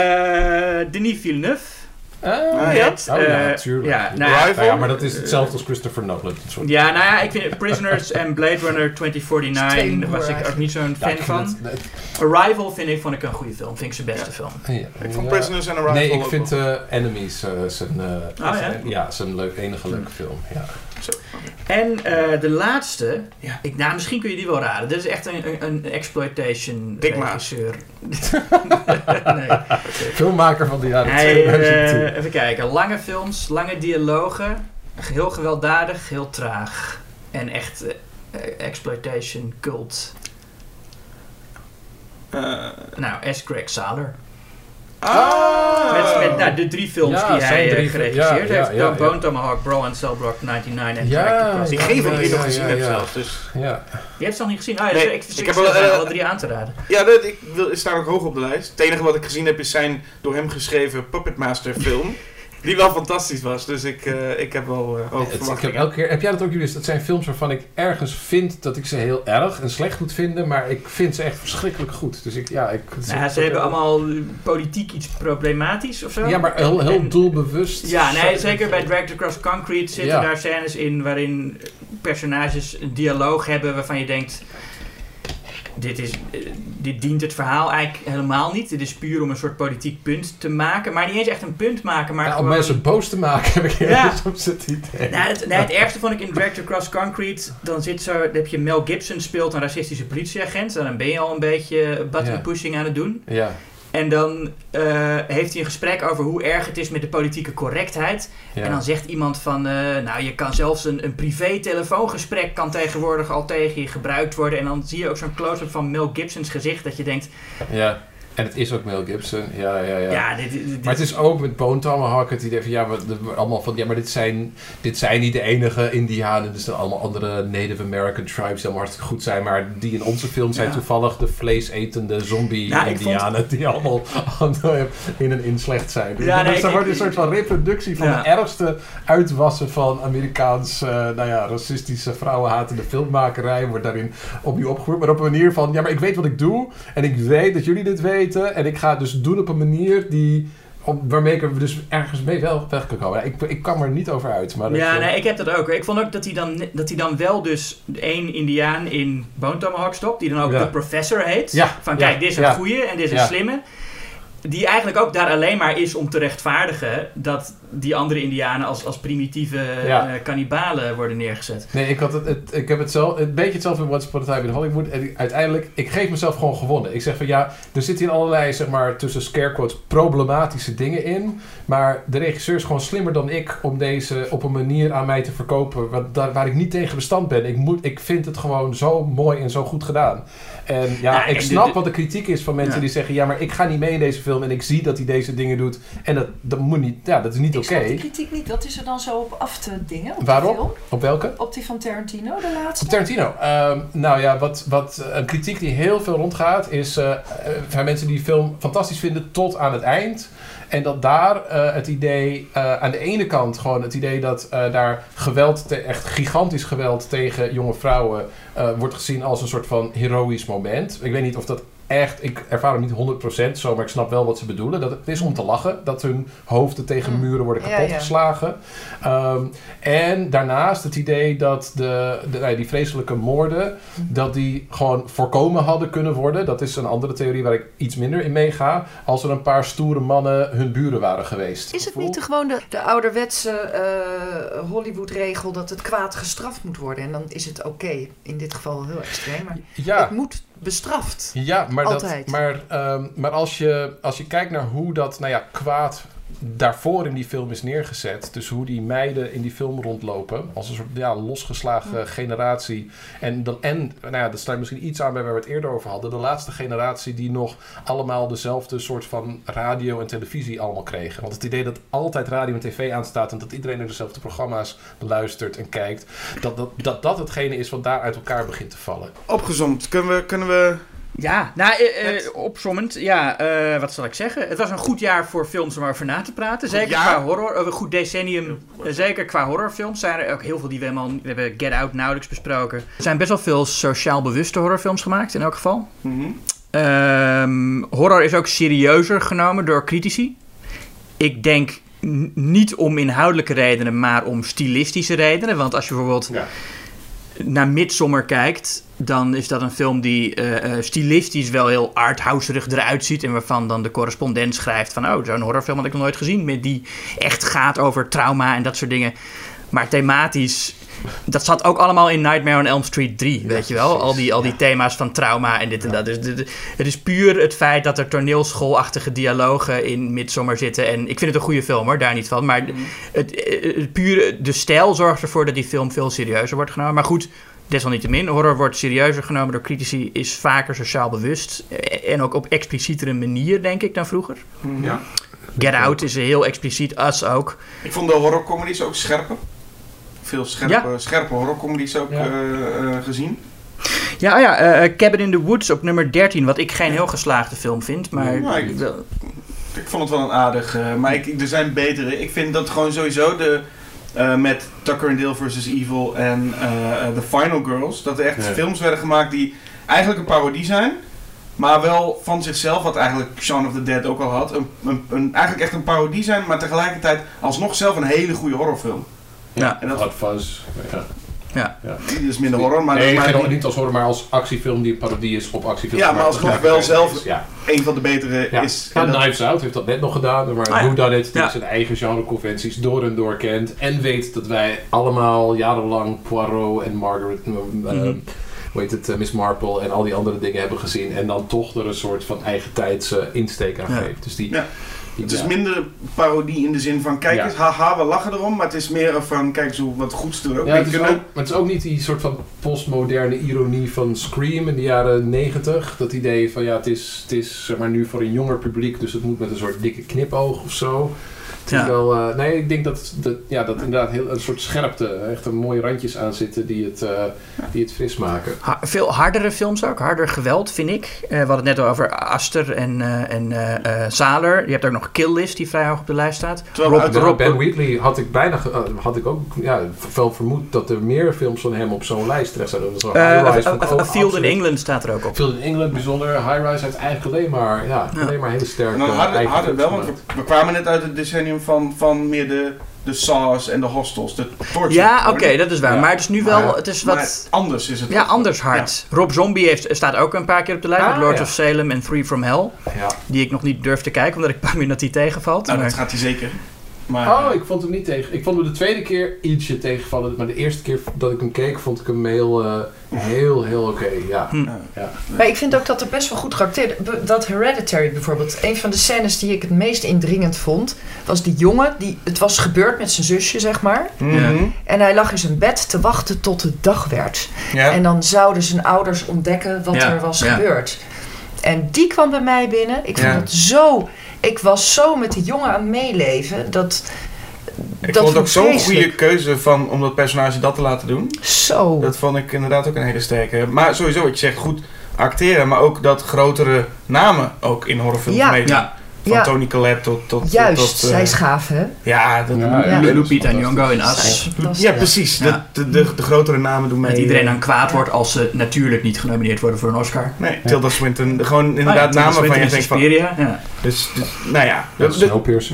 [SPEAKER 1] Denis Villeneuve.
[SPEAKER 3] Ah,
[SPEAKER 2] ja.
[SPEAKER 1] Met,
[SPEAKER 3] Oh ja,
[SPEAKER 1] uh,
[SPEAKER 3] tuurlijk.
[SPEAKER 1] ja, nou ja,
[SPEAKER 2] Rival?
[SPEAKER 3] Nou ja, maar dat is hetzelfde als Christopher Nolan. dat soort-
[SPEAKER 1] ja, nou ja, ik vind Prisoners en Blade Runner twintig forty-nine
[SPEAKER 4] Tweelingbroer
[SPEAKER 1] was ik ook
[SPEAKER 4] eigenlijk.
[SPEAKER 1] niet zo'n
[SPEAKER 3] Ja,
[SPEAKER 1] fan
[SPEAKER 3] ik
[SPEAKER 1] van.
[SPEAKER 3] vind het- het-
[SPEAKER 1] Arrival vind ik, vond ik een goede film. Vind ik zijn beste
[SPEAKER 2] Ja.
[SPEAKER 1] film.
[SPEAKER 3] ja.
[SPEAKER 2] Ik vond
[SPEAKER 3] Ja.
[SPEAKER 2] Prisoners and Arrival
[SPEAKER 3] Nee, ik
[SPEAKER 2] ook
[SPEAKER 3] vind
[SPEAKER 2] wel.
[SPEAKER 3] uh, Enemies uh, zijn, uh,
[SPEAKER 1] ja?
[SPEAKER 3] zijn- ja, zijn leuk, enige leuke film. Ja.
[SPEAKER 1] En uh, de laatste,
[SPEAKER 2] Ja.
[SPEAKER 1] ik, nou misschien kun je die wel raden. Dit is echt een, een, een exploitation
[SPEAKER 2] Dick Maas.
[SPEAKER 1] regisseur. nee.
[SPEAKER 3] Filmmaker van de jaren
[SPEAKER 1] Hij,
[SPEAKER 3] tweeduizend tien.
[SPEAKER 1] uh, even kijken, lange films, lange dialogen, heel gewelddadig, heel traag. En echt uh, uh, exploitation, cult.
[SPEAKER 2] Uh,
[SPEAKER 1] Nou, S. Greg Saler.
[SPEAKER 2] Ah!
[SPEAKER 1] Met, met nou, de drie films
[SPEAKER 3] Ja,
[SPEAKER 1] die
[SPEAKER 3] zijn
[SPEAKER 1] hij
[SPEAKER 3] drie
[SPEAKER 1] uh,
[SPEAKER 3] fil-
[SPEAKER 1] geregisseerd
[SPEAKER 3] ja,
[SPEAKER 1] heeft.
[SPEAKER 3] ja, ja,
[SPEAKER 1] Bone
[SPEAKER 3] ja.
[SPEAKER 1] Tomahawk, Brawl and Cell Block negenennegentig en
[SPEAKER 3] Ja,
[SPEAKER 1] Track Across.
[SPEAKER 2] Ik
[SPEAKER 3] ja,
[SPEAKER 2] geef hem die
[SPEAKER 3] ja,
[SPEAKER 2] nog gezien
[SPEAKER 3] ja,
[SPEAKER 2] heb
[SPEAKER 3] ja.
[SPEAKER 2] zelfs. Dus.
[SPEAKER 3] Ja.
[SPEAKER 1] Je hebt ze nog niet gezien? Ah,
[SPEAKER 2] Nee,
[SPEAKER 1] ik, ik,
[SPEAKER 2] ik
[SPEAKER 1] ik
[SPEAKER 2] heb
[SPEAKER 1] heb
[SPEAKER 2] wel, uh,
[SPEAKER 1] alle drie aan te raden.
[SPEAKER 2] Ja, dat, ik wil, staan ook hoog op de lijst. Het enige wat ik gezien heb is zijn door hem geschreven Puppet Master film. Die wel fantastisch was, dus ik, uh, ik heb wel uh, ook
[SPEAKER 3] Het, ik
[SPEAKER 2] verwacht.
[SPEAKER 3] heb, elke keer, heb jij dat ook, Julius? Dat zijn films waarvan ik ergens vind dat ik ze heel erg en slecht moet vinden, maar ik vind ze echt verschrikkelijk goed. Dus ik, ja, ik,
[SPEAKER 1] Nou, ze hebben allemaal politiek iets problematisch of zo.
[SPEAKER 3] Ja, maar heel, heel
[SPEAKER 1] En-
[SPEAKER 3] doelbewust.
[SPEAKER 1] Ja, nee, zeker bij Dragged Across Concrete zitten
[SPEAKER 3] Ja.
[SPEAKER 1] daar scènes in waarin personages een dialoog hebben waarvan je denkt... Dit, is, eh, dit dient het verhaal eigenlijk helemaal niet. Dit is puur om een soort politiek punt te maken. Maar niet eens echt een punt maken, maar
[SPEAKER 3] Ja, om
[SPEAKER 1] gewoon...
[SPEAKER 3] mensen boos te maken, heb ik
[SPEAKER 1] Ja.
[SPEAKER 3] soms het idee.
[SPEAKER 1] Nou, het, nee, het ergste vond ik in Dragged Across Concrete. Dan zit zo, dan heb je Mel Gibson speelt een racistische politieagent. Dan ben je al een beetje button
[SPEAKER 3] Ja.
[SPEAKER 1] pushing aan het doen.
[SPEAKER 3] Ja,
[SPEAKER 1] En dan uh, heeft hij een gesprek over hoe erg het is met de politieke correctheid.
[SPEAKER 3] ja.
[SPEAKER 1] En dan zegt iemand van, uh, nou je kan zelfs een, een privé telefoongesprek kan tegenwoordig al tegen je gebruikt worden. En dan zie je ook zo'n close-up van Mel Gibsons gezicht dat je denkt,
[SPEAKER 3] ja. En het is ook Mel Gibson, ja, ja, ja.
[SPEAKER 1] ja, dit, dit, dit-
[SPEAKER 3] Maar het is ook met Bone Tomahawk het idee van, ja, maar, de- allemaal van, ja, maar dit zijn, dit zijn niet de enige Indianen. Er zijn allemaal andere Native American tribes die allemaal hartstikke goed zijn. Maar die in onze film zijn
[SPEAKER 1] Ja.
[SPEAKER 3] toevallig de vleesetende zombie-Indianen.
[SPEAKER 1] Nou, ik
[SPEAKER 3] die allemaal in en in slecht zijn. Dus
[SPEAKER 1] Ja,
[SPEAKER 3] dat
[SPEAKER 1] nee,
[SPEAKER 3] is, er
[SPEAKER 1] ik-
[SPEAKER 3] wordt een
[SPEAKER 1] ik-
[SPEAKER 3] soort van reproductie van
[SPEAKER 1] Ja.
[SPEAKER 3] de ergste uitwassen van Amerikaans, uh, nou ja, racistische, vrouwenhatende filmmakerij. Wordt daarin opnieuw opgevoerd. Maar op een manier van, ja, maar ik weet wat ik doe. En ik weet dat jullie dit weten. En ik ga het dus doen op een manier die... Om, waarmee ik er dus ergens mee wel weg kan komen. Ik, ik kwam er niet over uit. Maar
[SPEAKER 1] ja,
[SPEAKER 3] dat,
[SPEAKER 1] nee, ik heb dat ook. hoor. Ik vond ook dat hij dan, dat hij dan wel dus één Indiaan in Bone Tomahawk stopt, die dan ook
[SPEAKER 3] Ja.
[SPEAKER 1] de professor heet.
[SPEAKER 3] Ja,
[SPEAKER 1] Van
[SPEAKER 3] ja,
[SPEAKER 1] kijk, dit is een
[SPEAKER 3] ja.
[SPEAKER 1] goeie en dit is een
[SPEAKER 3] Ja.
[SPEAKER 1] slimme. Die eigenlijk ook daar alleen maar is om te rechtvaardigen dat die andere Indianen als, als primitieve
[SPEAKER 3] Ja.
[SPEAKER 1] eh, kannibalen worden neergezet.
[SPEAKER 3] Nee, ik, had het, het, ik heb het zelf, een beetje hetzelfde met Once Upon a Time in Hollywood. En ik- uiteindelijk, ik geef mezelf gewoon gewonnen. Ik zeg van ja, er zitten hier allerlei, zeg maar, tussen scare quotes, problematische dingen in. Maar de regisseur is gewoon slimmer dan ik om deze op een manier aan mij te verkopen waar, daar, waar ik niet tegen bestand ben. Ik, moet, ik vind het gewoon zo mooi en zo goed gedaan. En ja,
[SPEAKER 1] Ja,
[SPEAKER 3] ik
[SPEAKER 1] en
[SPEAKER 3] snap
[SPEAKER 1] de-
[SPEAKER 3] wat de kritiek is van mensen
[SPEAKER 1] Ja.
[SPEAKER 3] die zeggen, ja, maar ik ga niet mee in deze film en ik zie dat hij deze dingen doet. En dat, dat moet niet, ja, dat is niet
[SPEAKER 4] Ik
[SPEAKER 3] oké.
[SPEAKER 4] snap de kritiek niet. Wat is er dan zo op af te dingen? Op
[SPEAKER 3] Waarom?
[SPEAKER 4] Die film?
[SPEAKER 3] Op welke?
[SPEAKER 4] Op die van Tarantino, de laatste?
[SPEAKER 3] Op Tarantino. Um, nou ja, wat, wat uh, een kritiek die heel veel rondgaat is uh, uh, van mensen die de film fantastisch vinden tot aan het eind. En dat daar uh, het idee, uh, aan de ene kant gewoon het idee dat uh, daar geweld, te, echt gigantisch geweld tegen jonge vrouwen uh, wordt gezien als een soort van heroïsch moment. Ik weet niet of dat echt, ik ervaar hem niet honderd procent zo, maar ik snap wel wat ze bedoelen. Dat het is om te lachen, dat hun hoofden tegen
[SPEAKER 4] Mm.
[SPEAKER 3] muren worden
[SPEAKER 4] Ja,
[SPEAKER 3] kapotgeslagen.
[SPEAKER 4] ja.
[SPEAKER 3] Um, en daarnaast het idee dat de, de, nou ja, die vreselijke moorden, dat die gewoon voorkomen hadden kunnen worden. Dat is een andere theorie waar ik iets minder in meega. Als er een paar stoere mannen hun buren waren geweest.
[SPEAKER 4] Is het niet de, gewoon de, de ouderwetse uh, Hollywood-regel dat het kwaad gestraft moet worden? En dan is het oké. In dit geval heel extreem. Maar
[SPEAKER 3] Ja.
[SPEAKER 4] het moet bestraft.
[SPEAKER 3] Ja, maar, dat,
[SPEAKER 4] Altijd.
[SPEAKER 3] maar, um, maar als, je, als je kijkt naar hoe dat nou ja, kwaad daarvoor in die film is neergezet. Dus hoe die meiden in die film rondlopen. Als een soort ja, losgeslagen
[SPEAKER 4] Ja.
[SPEAKER 3] generatie. En, dan, en nou ja, dat sluit misschien iets aan bij waar we het eerder over hadden. De laatste generatie die nog allemaal dezelfde soort van radio en televisie allemaal kregen. Want het idee dat altijd radio en tv aanstaat en dat iedereen naar dezelfde programma's luistert en kijkt. Dat dat, dat, dat hetgene is wat daar uit elkaar begint te vallen.
[SPEAKER 2] Opgezomd, kunnen we... Kunnen we...
[SPEAKER 1] Ja, nou, eh,
[SPEAKER 2] Het-
[SPEAKER 1] eh, opzommend, ja, eh, wat zal ik zeggen? Het was een goed jaar voor films om over na te praten. Zeker
[SPEAKER 2] jaar?
[SPEAKER 1] qua horror, eh, een goed decennium. eh, zeker qua horrorfilms zijn er ook heel veel die we helemaal... We hebben Get Out nauwelijks besproken. Er zijn best wel veel sociaal bewuste horrorfilms gemaakt, in elk geval.
[SPEAKER 2] Mm-hmm.
[SPEAKER 1] Ehm, horror is ook serieuzer genomen door critici. Ik denk n- niet om inhoudelijke redenen, maar om stilistische redenen. Want als je bijvoorbeeld
[SPEAKER 2] Ja.
[SPEAKER 1] naar Midsommar kijkt, dan is dat een film die uh, uh, stilistisch wel heel arthouserig eruit ziet. En waarvan dan de correspondent schrijft van, oh, zo'n horrorfilm had ik nog nooit gezien. Met die echt gaat over trauma en dat soort dingen. Maar thematisch, dat zat ook allemaal in Nightmare on Elm Street drie,
[SPEAKER 3] Ja,
[SPEAKER 1] weet je wel?
[SPEAKER 3] precies,
[SPEAKER 1] Al die, al die
[SPEAKER 3] ja.
[SPEAKER 1] thema's van trauma en dit en dat. Dus de, de- het is puur het feit dat er toneelschoolachtige dialogen in Midsommar zitten. En ik vind het een goede film hoor, daar niet van. Maar het, het, het pure, de stijl zorgt ervoor dat die film veel serieuzer wordt genomen. Maar goed, desalniettemin, horror wordt serieuzer genomen door critici, is vaker sociaal bewust. En ook op explicietere manier, denk ik, dan vroeger.
[SPEAKER 2] Ja.
[SPEAKER 1] Get Out is heel expliciet, Us ook.
[SPEAKER 2] Ik vond de horrorcomedies ook scherper. Veel scherpe,
[SPEAKER 1] Ja.
[SPEAKER 2] scherpe horrorcomedies ook
[SPEAKER 3] Ja.
[SPEAKER 2] uh, uh, gezien.
[SPEAKER 1] Ja, oh ja, uh, Cabin in the Woods op nummer dertien, wat ik geen heel geslaagde film vind, maar...
[SPEAKER 2] Ja, ik-
[SPEAKER 1] wel-
[SPEAKER 2] Ik vond het wel een aardig, uh, maar ik, er zijn betere. Ik vind dat gewoon sowieso de, uh, met Tucker and Dale versus Evil en uh, uh, The Final Girls, dat er echt
[SPEAKER 3] Ja.
[SPEAKER 2] films werden gemaakt die eigenlijk een parodie zijn, maar wel van zichzelf, wat eigenlijk Shaun of the Dead ook al had, een, een, een, eigenlijk echt een parodie zijn, maar tegelijkertijd alsnog zelf een hele goede horrorfilm.
[SPEAKER 1] Ja.
[SPEAKER 2] En dat
[SPEAKER 3] Hot Fuzz. Ja.
[SPEAKER 1] Ja.
[SPEAKER 3] Ja.
[SPEAKER 2] die is minder horror, maar
[SPEAKER 3] nee,
[SPEAKER 2] dat is
[SPEAKER 3] geen-
[SPEAKER 2] maar
[SPEAKER 3] niet als horror, maar als actiefilm die een parodie is op actiefilm.
[SPEAKER 2] Ja, maar alsnog wel zelf
[SPEAKER 3] Ja.
[SPEAKER 2] een van de betere
[SPEAKER 3] Ja.
[SPEAKER 2] is.
[SPEAKER 3] Ja,
[SPEAKER 2] en dat-
[SPEAKER 3] Knives Out heeft dat net nog gedaan, maar
[SPEAKER 1] Ah, ja.
[SPEAKER 3] Whodunit, die
[SPEAKER 1] Ja.
[SPEAKER 3] zijn eigen genreconventies door en door kent en weet dat wij allemaal jarenlang Poirot en Margaret, uh,
[SPEAKER 1] Mhm.
[SPEAKER 3] hoe heet het, uh, Miss Marple en al die andere dingen hebben gezien en dan toch er een soort van eigen tijdse insteek aan
[SPEAKER 1] Ja.
[SPEAKER 3] geeft. Dus die,
[SPEAKER 2] Ja.
[SPEAKER 3] die-
[SPEAKER 2] Het is
[SPEAKER 3] ja.
[SPEAKER 2] minder parodie in de zin van kijk
[SPEAKER 3] Ja.
[SPEAKER 2] eens, haha, we lachen erom, maar het is meer van kijk eens hoe wat goeds er ook
[SPEAKER 3] Ja,
[SPEAKER 2] mee
[SPEAKER 3] het is
[SPEAKER 2] kunnen.
[SPEAKER 3] ook, maar het is ook niet die soort van postmoderne ironie van Scream in de jaren negentig. Dat idee van ja, het is, het is zeg maar nu voor een jonger publiek, dus het moet met een soort dikke knipoog of zo. Het is
[SPEAKER 1] Ja.
[SPEAKER 3] wel, uh, nee, ik denk dat, dat, ja, dat inderdaad heel, een soort scherpte, echt een mooie randjes aan zitten die het, uh, die het fris maken.
[SPEAKER 1] Ha- veel hardere films ook, harder geweld vind ik. Uh, we hadden het net al over Aster en, uh, en uh, uh, Saler. Je hebt ook nog Kill List die vrij hoog op de lijst staat.
[SPEAKER 2] Terwijl
[SPEAKER 1] Rob-
[SPEAKER 2] uit-
[SPEAKER 3] Rob,
[SPEAKER 1] Rob-
[SPEAKER 3] Ben Wheatley had ik bijna, ge- uh, had ik ook ja, wel vermoed dat er meer films van hem op zo'n lijst terecht zouden. Dat is wel
[SPEAKER 1] Uh,
[SPEAKER 3] High
[SPEAKER 1] A,
[SPEAKER 3] Rise
[SPEAKER 1] A-
[SPEAKER 3] vond ik
[SPEAKER 1] A-
[SPEAKER 3] ook
[SPEAKER 1] A Field in
[SPEAKER 3] absoluut.
[SPEAKER 1] England staat er ook op.
[SPEAKER 3] Field in England bijzonder, High Rise heeft eigenlijk alleen maar, ja,
[SPEAKER 1] Ja.
[SPEAKER 3] alleen maar hele sterke
[SPEAKER 2] En dan harder,
[SPEAKER 3] eigen
[SPEAKER 2] harder
[SPEAKER 3] films
[SPEAKER 2] wel, want
[SPEAKER 3] gemaakt.
[SPEAKER 2] we, we kwamen net uit het decennium van, van meer de, de Saws en de Hostels, de torture
[SPEAKER 1] Ja,
[SPEAKER 2] porn.
[SPEAKER 1] oké, dat is waar.
[SPEAKER 3] Ja.
[SPEAKER 1] Maar het is nu wel,
[SPEAKER 2] Maar-
[SPEAKER 1] het is
[SPEAKER 2] Maar
[SPEAKER 1] wat...
[SPEAKER 2] anders is het.
[SPEAKER 1] Ja,
[SPEAKER 2] toch?
[SPEAKER 1] anders hard. Rob Zombie heeft, staat ook een paar keer op de lijst.
[SPEAKER 3] Ah,
[SPEAKER 1] met Lords
[SPEAKER 3] ja.
[SPEAKER 1] of Salem en Three from Hell.
[SPEAKER 3] Ja.
[SPEAKER 1] Die ik nog niet durf te kijken, omdat ik bang ben dat die tegenvalt.
[SPEAKER 2] Nou,
[SPEAKER 1] maar-
[SPEAKER 2] dat gaat hij zeker. Maar,
[SPEAKER 3] Oh, ik vond hem niet tegen. Ik vond hem de tweede keer ietsje tegenvallen, maar de eerste keer dat ik hem keek, vond ik hem heel, uh, heel, heel oké. Ja.
[SPEAKER 1] Hm.
[SPEAKER 2] ja.
[SPEAKER 3] Ja.
[SPEAKER 4] Maar ik vind ook dat er best wel goed geacteerd. Be- Dat Hereditary bijvoorbeeld. Een van de scènes die ik het meest indringend vond, was die jongen. Die, het was gebeurd met zijn zusje, zeg maar.
[SPEAKER 2] Mhm.
[SPEAKER 4] En hij lag in zijn bed te wachten tot het dag werd.
[SPEAKER 2] Ja.
[SPEAKER 4] En dan zouden zijn ouders ontdekken wat
[SPEAKER 1] Ja,
[SPEAKER 4] er was
[SPEAKER 1] ja.
[SPEAKER 4] gebeurd. En die kwam bij mij binnen. Ik vond
[SPEAKER 2] Ja.
[SPEAKER 4] het zo... Ik was zo met die jongen aan het meeleven. Dat,
[SPEAKER 2] Ik
[SPEAKER 4] dat
[SPEAKER 2] vond het ook zo'n
[SPEAKER 4] vreselijk.
[SPEAKER 2] goede keuze van, om dat personage dat te laten doen.
[SPEAKER 4] Zo.
[SPEAKER 2] Dat vond ik inderdaad ook een hele sterke. Maar sowieso, wat je zegt, goed acteren, maar ook dat grotere namen ook in horrorfilms
[SPEAKER 4] Ja.
[SPEAKER 2] meedoen.
[SPEAKER 1] Ja,
[SPEAKER 2] Van
[SPEAKER 4] Ja.
[SPEAKER 2] Toni Collette tot... tot
[SPEAKER 4] Juist,
[SPEAKER 2] tot, eh,
[SPEAKER 4] zij is gaaf, hè?
[SPEAKER 2] Ja, dat,
[SPEAKER 3] Ja,
[SPEAKER 4] ja.
[SPEAKER 1] Lu- Lupita Nyong'o in
[SPEAKER 4] Zij is
[SPEAKER 1] Us.
[SPEAKER 4] fantastisch.
[SPEAKER 2] ja, precies.
[SPEAKER 1] Ja.
[SPEAKER 2] De, de, de, de grotere namen doen mee.
[SPEAKER 1] Dat iedereen
[SPEAKER 2] eh,
[SPEAKER 1] dan kwaad
[SPEAKER 4] Ja.
[SPEAKER 1] wordt als ze natuurlijk niet genomineerd worden voor een Oscar.
[SPEAKER 2] Nee, Tilda Swinton. Gewoon
[SPEAKER 1] Ah ja,
[SPEAKER 2] inderdaad
[SPEAKER 1] Tilda
[SPEAKER 2] namen van
[SPEAKER 1] Swinton
[SPEAKER 2] je
[SPEAKER 1] en
[SPEAKER 2] denkt van...
[SPEAKER 1] Suspiria, ja.
[SPEAKER 2] Dus, dus, nou ja.
[SPEAKER 3] Ja,
[SPEAKER 2] Dus,
[SPEAKER 3] Snowpiercer.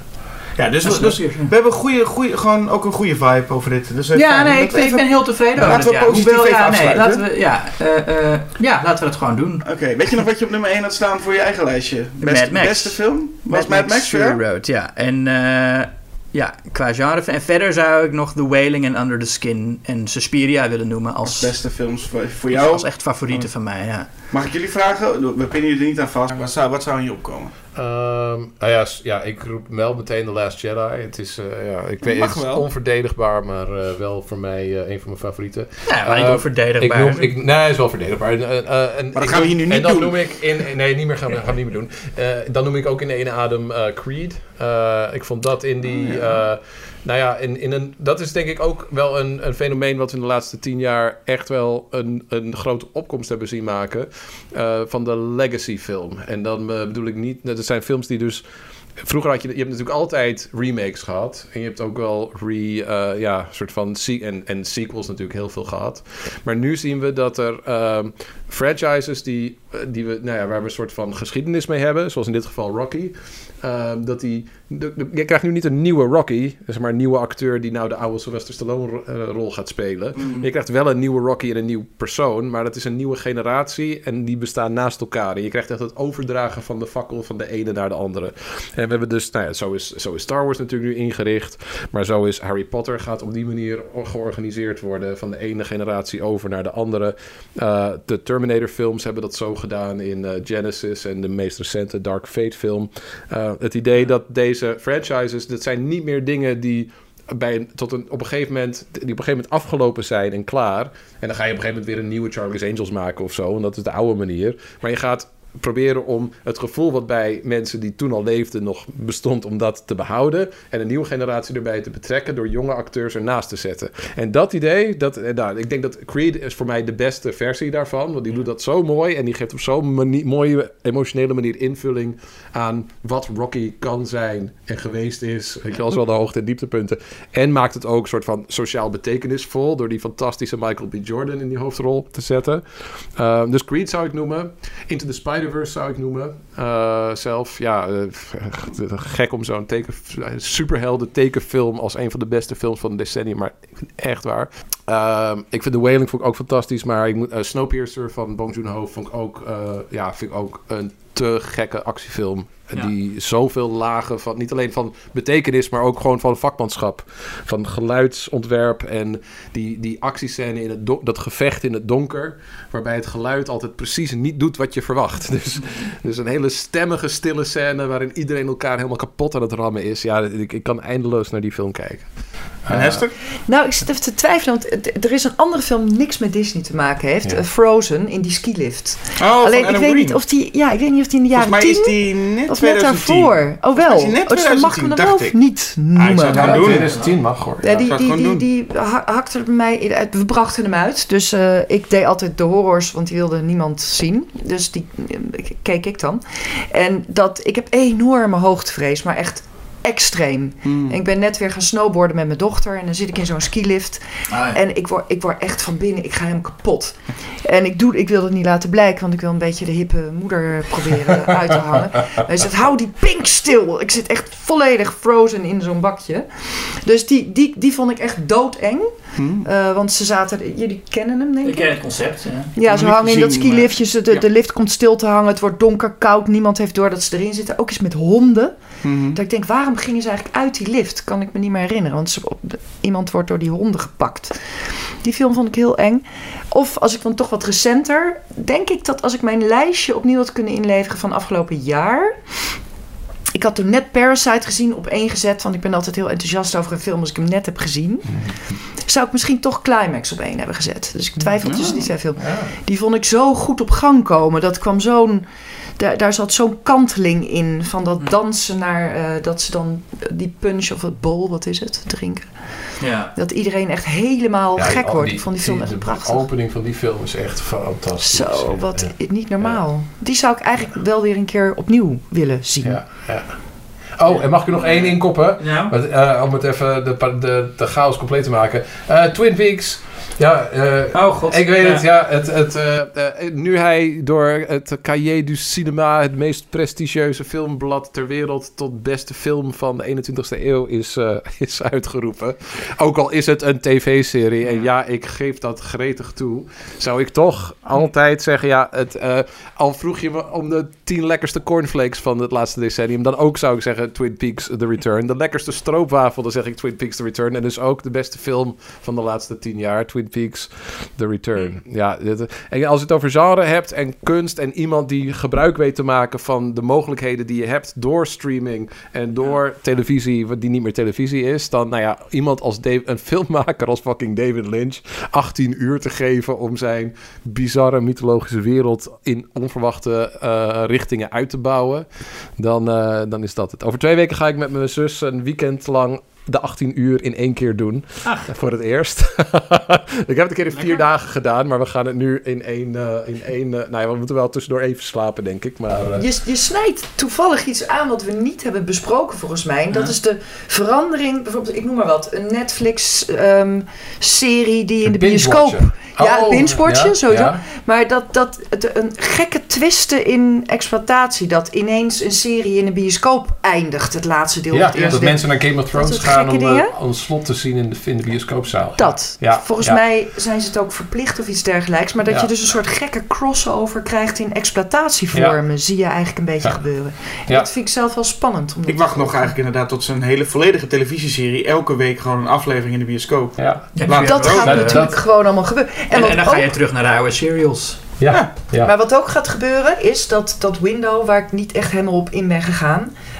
[SPEAKER 2] ja, dus,
[SPEAKER 1] Ja,
[SPEAKER 2] dus, dus
[SPEAKER 1] Snowpiercer.
[SPEAKER 2] we hebben goeie, goeie, gewoon ook een goede vibe over dit. Dus eh,
[SPEAKER 1] Ja,
[SPEAKER 2] fijn.
[SPEAKER 1] nee,
[SPEAKER 2] Dat
[SPEAKER 1] ik,
[SPEAKER 2] we
[SPEAKER 1] ik
[SPEAKER 2] even-
[SPEAKER 1] ben heel tevreden over
[SPEAKER 2] Laten
[SPEAKER 1] het
[SPEAKER 2] we
[SPEAKER 1] jaar.
[SPEAKER 2] positief
[SPEAKER 1] Hoewel,
[SPEAKER 2] even
[SPEAKER 1] ja, nee,
[SPEAKER 2] afsluiten.
[SPEAKER 1] laten we, ja, eh, eh, ja, laten we dat gewoon doen.
[SPEAKER 2] Oké, weet je nog wat je op nummer één had staan voor je eigen lijstje? Best,
[SPEAKER 1] Mad Max.
[SPEAKER 2] Beste film? Was Mad Max voor
[SPEAKER 1] Fury
[SPEAKER 2] jou?
[SPEAKER 1] Road, ja. En eh, ja, qua genre. En verder zou ik nog The Wailing en Under the Skin en Suspiria willen noemen
[SPEAKER 2] Als
[SPEAKER 1] als,
[SPEAKER 2] beste films voor, voor jou.
[SPEAKER 1] als echt favorieten van mij, ja.
[SPEAKER 2] Mag ik jullie vragen? We pinnen jullie er niet aan vast. Wat zou, wat zou hier opkomen?
[SPEAKER 3] Um, nou ja, s- ja, ik roep wel meteen The Last Jedi. Het is, uh, ja, ik weet,
[SPEAKER 2] Mag
[SPEAKER 3] het is
[SPEAKER 2] wel.
[SPEAKER 3] onverdedigbaar, maar uh, wel voor mij uh, een van mijn favorieten.
[SPEAKER 1] Ja, maar niet
[SPEAKER 3] Eh,
[SPEAKER 1] onverdedigbaar.
[SPEAKER 3] Ik noem, ik, nee, hij is wel verdedigbaar. En, uh, uh, en
[SPEAKER 2] dat
[SPEAKER 3] ik
[SPEAKER 2] gaan we
[SPEAKER 3] noem-
[SPEAKER 2] hier nu
[SPEAKER 3] En
[SPEAKER 2] niet
[SPEAKER 3] dan
[SPEAKER 2] doen.
[SPEAKER 3] noem ik in, nee, niet meer gaan, we- gaan we niet meer doen. Uh, dan noem ik ook in één adem uh, Creed. Uh, ik vond dat in die...
[SPEAKER 2] Oh, ja.
[SPEAKER 3] uh, nou ja, in, in een, dat is denk ik ook wel een, een fenomeen wat we in de laatste tien jaar echt wel een, een grote opkomst hebben zien maken. Uh, van de legacy film. En dan uh, bedoel ik niet... Dat zijn films die dus... Vroeger had je... Je hebt natuurlijk altijd remakes gehad. En je hebt ook wel re... Uh, ja, soort van... Se- en, en sequels natuurlijk heel veel gehad. Maar nu zien we dat er... Uh, franchises die, die we, nou ja, waar we een soort van geschiedenis mee hebben. Zoals in dit geval Rocky. Uh, dat die... De, de, je krijgt nu niet een nieuwe Rocky. Dus maar een nieuwe acteur die nou de oude Sylvester Stallone uh, rol gaat spelen.
[SPEAKER 2] Mm.
[SPEAKER 3] Je krijgt wel een nieuwe Rocky en een nieuw persoon. Maar dat is een nieuwe generatie. En die bestaan naast elkaar. En je krijgt echt het overdragen van de fakkel van de ene naar de andere. En we hebben dus... Nou ja, zo is, zo is Star Wars natuurlijk nu ingericht. Maar zo is Harry Potter gaat op die manier georganiseerd worden. Van de ene generatie over naar de andere. Uh, de Terminator films hebben dat zo gedaan in uh, Genesis. En de meest recente Dark Fate film. Uh, het idee dat deze franchises... Dat zijn niet meer dingen die... bij een, tot een, op een gegeven moment, die op een gegeven moment afgelopen zijn en klaar. En dan ga je op een gegeven moment weer een nieuwe Charlie's Angels maken of zo. En dat is de oude manier. Maar je gaat proberen om het gevoel wat bij mensen die toen al leefden nog bestond, om dat te behouden en een nieuwe generatie erbij te betrekken door jonge acteurs ernaast te zetten. En dat idee, dat, nou, ik denk dat Creed is voor mij de beste versie daarvan, want die doet dat zo mooi en die geeft op zo'n manie- mooie emotionele manier invulling aan wat Rocky kan zijn en geweest is. Weet je wel, wel de hoogte- en dieptepunten. En maakt het ook een soort van sociaal betekenisvol door die fantastische Michael B. Jordan in die hoofdrol te zetten. Uh, dus Creed zou ik noemen. Into the Spider-Verse zou ik noemen. Uh, zelf, ja, uh, gek om zo'n teken, superhelden tekenfilm als een van de beste films van het decennium, maar ik vind het echt waar. Uh, ik vind The Wailing vond ik ook fantastisch, maar ik moet, uh, Snowpiercer van Bong Joon-ho vond ik ook, uh, ja, vind ik ook een te gekke actiefilm. Ja. Die zoveel lagen van, niet alleen van betekenis, maar ook gewoon van vakmanschap. Van geluidsontwerp en die, die actiescène in het do- dat gevecht in het donker, waarbij het geluid altijd precies niet doet wat je verwacht. Dus, dus een hele stemmige, stille scène waarin iedereen elkaar helemaal kapot aan het rammen is. Ja, ik, ik kan eindeloos naar die film kijken.
[SPEAKER 2] En Hester?
[SPEAKER 4] Uh, nou, ik zit even te twijfelen, want er is een andere film die niks met Disney te maken heeft.
[SPEAKER 3] Ja.
[SPEAKER 4] Uh, Frozen, in die skilift.
[SPEAKER 2] Oh,
[SPEAKER 4] Alleen, ik weet
[SPEAKER 2] Green.
[SPEAKER 4] niet of die, ja, ik weet niet of die in de jaren
[SPEAKER 2] Volgens mij
[SPEAKER 4] tien...
[SPEAKER 2] is die net
[SPEAKER 4] of net
[SPEAKER 2] twintig tien.
[SPEAKER 4] daarvoor. Oh wel.
[SPEAKER 2] Is net
[SPEAKER 4] Oh, dus dan mag ik hem dan wel
[SPEAKER 2] dacht
[SPEAKER 4] of
[SPEAKER 2] ik.
[SPEAKER 4] niet
[SPEAKER 2] Ah, ik
[SPEAKER 4] noemen.
[SPEAKER 2] zou het
[SPEAKER 3] Ja,
[SPEAKER 2] gaan doen.
[SPEAKER 3] twintig tien mag hoor.
[SPEAKER 4] Ja, die,
[SPEAKER 2] zou
[SPEAKER 4] die,
[SPEAKER 2] het
[SPEAKER 4] die,
[SPEAKER 2] gewoon
[SPEAKER 4] die, die ha- hakte er bij mij in. We brachten hem uit. Dus uh, ik deed altijd de horrors, want die wilde niemand zien. Dus die uh, keek ik dan. En dat, ik heb enorme hoogtevrees, maar echt extreem.
[SPEAKER 2] Hmm.
[SPEAKER 4] En ik ben net weer gaan snowboarden met mijn dochter. En dan zit ik in zo'n skilift.
[SPEAKER 1] Ah, ja.
[SPEAKER 4] En ik word, ik word echt van binnen, ik ga hem kapot. En ik, doe, ik wil het niet laten blijken, want ik wil een beetje de hippe moeder proberen uit te hangen. Hij zegt, hou die pink stil. Ik zit echt volledig frozen in zo'n bakje. Dus die, die, die vond ik echt doodeng.
[SPEAKER 2] Hmm.
[SPEAKER 4] Uh, want ze zaten, jullie kennen hem denk
[SPEAKER 1] Ik
[SPEAKER 4] ik?
[SPEAKER 1] ken het concept. Ja.
[SPEAKER 4] Ja, ze
[SPEAKER 2] Niet
[SPEAKER 4] hangen in dat
[SPEAKER 2] gezien,
[SPEAKER 4] skiliftje. De,
[SPEAKER 2] ja.
[SPEAKER 4] de lift komt stil te hangen. Het wordt donker, koud. Niemand heeft door dat ze erin zitten. Ook eens met honden.
[SPEAKER 2] Hmm.
[SPEAKER 4] Dat ik denk, waarom gingen ze eigenlijk uit die lift? Kan ik me niet meer herinneren. Want ze, op de, iemand wordt door die honden gepakt. Die film vond ik heel eng. Of als ik dan toch wat recenter... denk ik dat als ik mijn lijstje opnieuw had kunnen inleveren van afgelopen jaar... Ik had toen net Parasite gezien, op één gezet. Want ik ben altijd heel enthousiast over een film als ik hem net heb gezien. Zou ik misschien toch Climax op één hebben gezet. Dus ik twijfel
[SPEAKER 1] Ja.
[SPEAKER 4] tussen die twee films.
[SPEAKER 3] Ja.
[SPEAKER 4] Die vond ik zo goed op gang komen. Dat kwam zo'n... Daar, daar zat zo'n kanteling in. Van dat dansen naar... Uh, dat ze dan die punch of het bol, wat is het? Drinken.
[SPEAKER 1] Ja.
[SPEAKER 4] Dat iedereen echt helemaal
[SPEAKER 3] Ja,
[SPEAKER 4] gek
[SPEAKER 3] die-
[SPEAKER 4] wordt. Ik vond die film
[SPEAKER 3] die-
[SPEAKER 4] echt
[SPEAKER 3] de
[SPEAKER 4] prachtig.
[SPEAKER 3] opening van die film is echt fantastisch.
[SPEAKER 4] Zo, wat
[SPEAKER 3] Ja.
[SPEAKER 4] niet normaal. Die zou ik eigenlijk wel weer een keer opnieuw willen zien.
[SPEAKER 3] Ja, ja. Oh, en mag ik er nog één inkoppen?
[SPEAKER 1] Ja.
[SPEAKER 3] Want, uh, om het even de, de, de chaos compleet te maken. Uh, Twin Peaks. Ja, uh,
[SPEAKER 1] Oh god.
[SPEAKER 3] ik weet
[SPEAKER 1] Ja.
[SPEAKER 3] het. Ja, het, het, uh, uh, nu hij door het Cahiers du Cinema, het meest prestigieuze filmblad ter wereld, tot beste film van de eenentwintigste eeuw is, uh, is uitgeroepen. Ook al is het een tv-serie. En ja, ik geef dat gretig toe. Zou ik toch altijd zeggen, ja, het, uh, al vroeg je me om de tien lekkerste cornflakes van het laatste decennium, dan ook zou ik zeggen Twin Peaks The Return. De lekkerste stroopwafel, dan zeg ik Twin Peaks The Return. En dus ook de beste film van de laatste tien jaar, Twin Peaks The Return. Ja, dit, en als je het over genre hebt en kunst en iemand die gebruik weet te maken van de mogelijkheden die je hebt door streaming en door televisie, wat die niet meer televisie is, dan, nou ja, iemand als Dave, een filmmaker als fucking David Lynch, achttien uur te geven om zijn bizarre mythologische wereld in onverwachte uh, richtingen uit te bouwen, dan, uh, dan is dat het. Over twee weken ga ik met mijn zus een weekend lang de achttien uur in één keer doen.
[SPEAKER 1] Ach.
[SPEAKER 3] Voor het eerst. Ik heb het een keer in vier
[SPEAKER 1] Lekker.
[SPEAKER 3] dagen gedaan, maar we gaan het nu in één... Uh, in één uh, nou ja, we moeten wel tussendoor even slapen, denk ik. Maar, uh,
[SPEAKER 4] Je, je snijdt toevallig iets aan wat we niet hebben besproken volgens mij. En dat
[SPEAKER 1] Ja.
[SPEAKER 4] is de verandering, bijvoorbeeld, ik noem maar wat, een Netflix-serie die in de
[SPEAKER 3] binge-watchen.
[SPEAKER 4] bioscoop... Ja,
[SPEAKER 3] Oh,
[SPEAKER 4] binge-watchen,
[SPEAKER 3] ja,
[SPEAKER 4] sowieso.
[SPEAKER 3] ja.
[SPEAKER 4] Maar dat, dat het, een gekke twisten in exploitatie. Dat ineens een serie in een bioscoop eindigt, het laatste deel.
[SPEAKER 3] Ja,
[SPEAKER 4] of het
[SPEAKER 3] ja,
[SPEAKER 4] eerste
[SPEAKER 3] dat
[SPEAKER 4] deel.
[SPEAKER 3] mensen naar Game of Thrones
[SPEAKER 4] soort
[SPEAKER 3] gaan om
[SPEAKER 4] gekke
[SPEAKER 3] uh,
[SPEAKER 4] dingen.
[SPEAKER 3] een slot te zien in de, in de bioscoopzaal.
[SPEAKER 4] Dat.
[SPEAKER 3] Ja,
[SPEAKER 4] Volgens
[SPEAKER 3] ja.
[SPEAKER 4] mij zijn ze het ook verplicht of iets dergelijks. Maar dat
[SPEAKER 3] Ja.
[SPEAKER 4] je dus een soort gekke crossover krijgt in exploitatievormen. Zie je eigenlijk een beetje
[SPEAKER 3] Ja.
[SPEAKER 4] gebeuren.
[SPEAKER 3] Ja.
[SPEAKER 4] Dat vind ik zelf wel spannend. Om dat
[SPEAKER 2] Ik
[SPEAKER 4] te
[SPEAKER 2] wacht nog
[SPEAKER 4] volgen.
[SPEAKER 2] eigenlijk inderdaad tot zo'n hele volledige televisieserie. Elke week gewoon een aflevering in de bioscoop.
[SPEAKER 3] Ja,
[SPEAKER 1] Ja,
[SPEAKER 2] Laat
[SPEAKER 4] Dat
[SPEAKER 2] het
[SPEAKER 4] gaat
[SPEAKER 2] ook.
[SPEAKER 3] dat-
[SPEAKER 4] natuurlijk
[SPEAKER 3] dat-
[SPEAKER 4] gewoon allemaal gebeuren. En,
[SPEAKER 1] En,
[SPEAKER 4] wat
[SPEAKER 1] en dan ga
[SPEAKER 4] ook-
[SPEAKER 1] je terug naar de oude serials.
[SPEAKER 3] ja, ja.
[SPEAKER 4] Maar wat ook gaat gebeuren is dat dat window waar ik niet echt helemaal op in ben gegaan.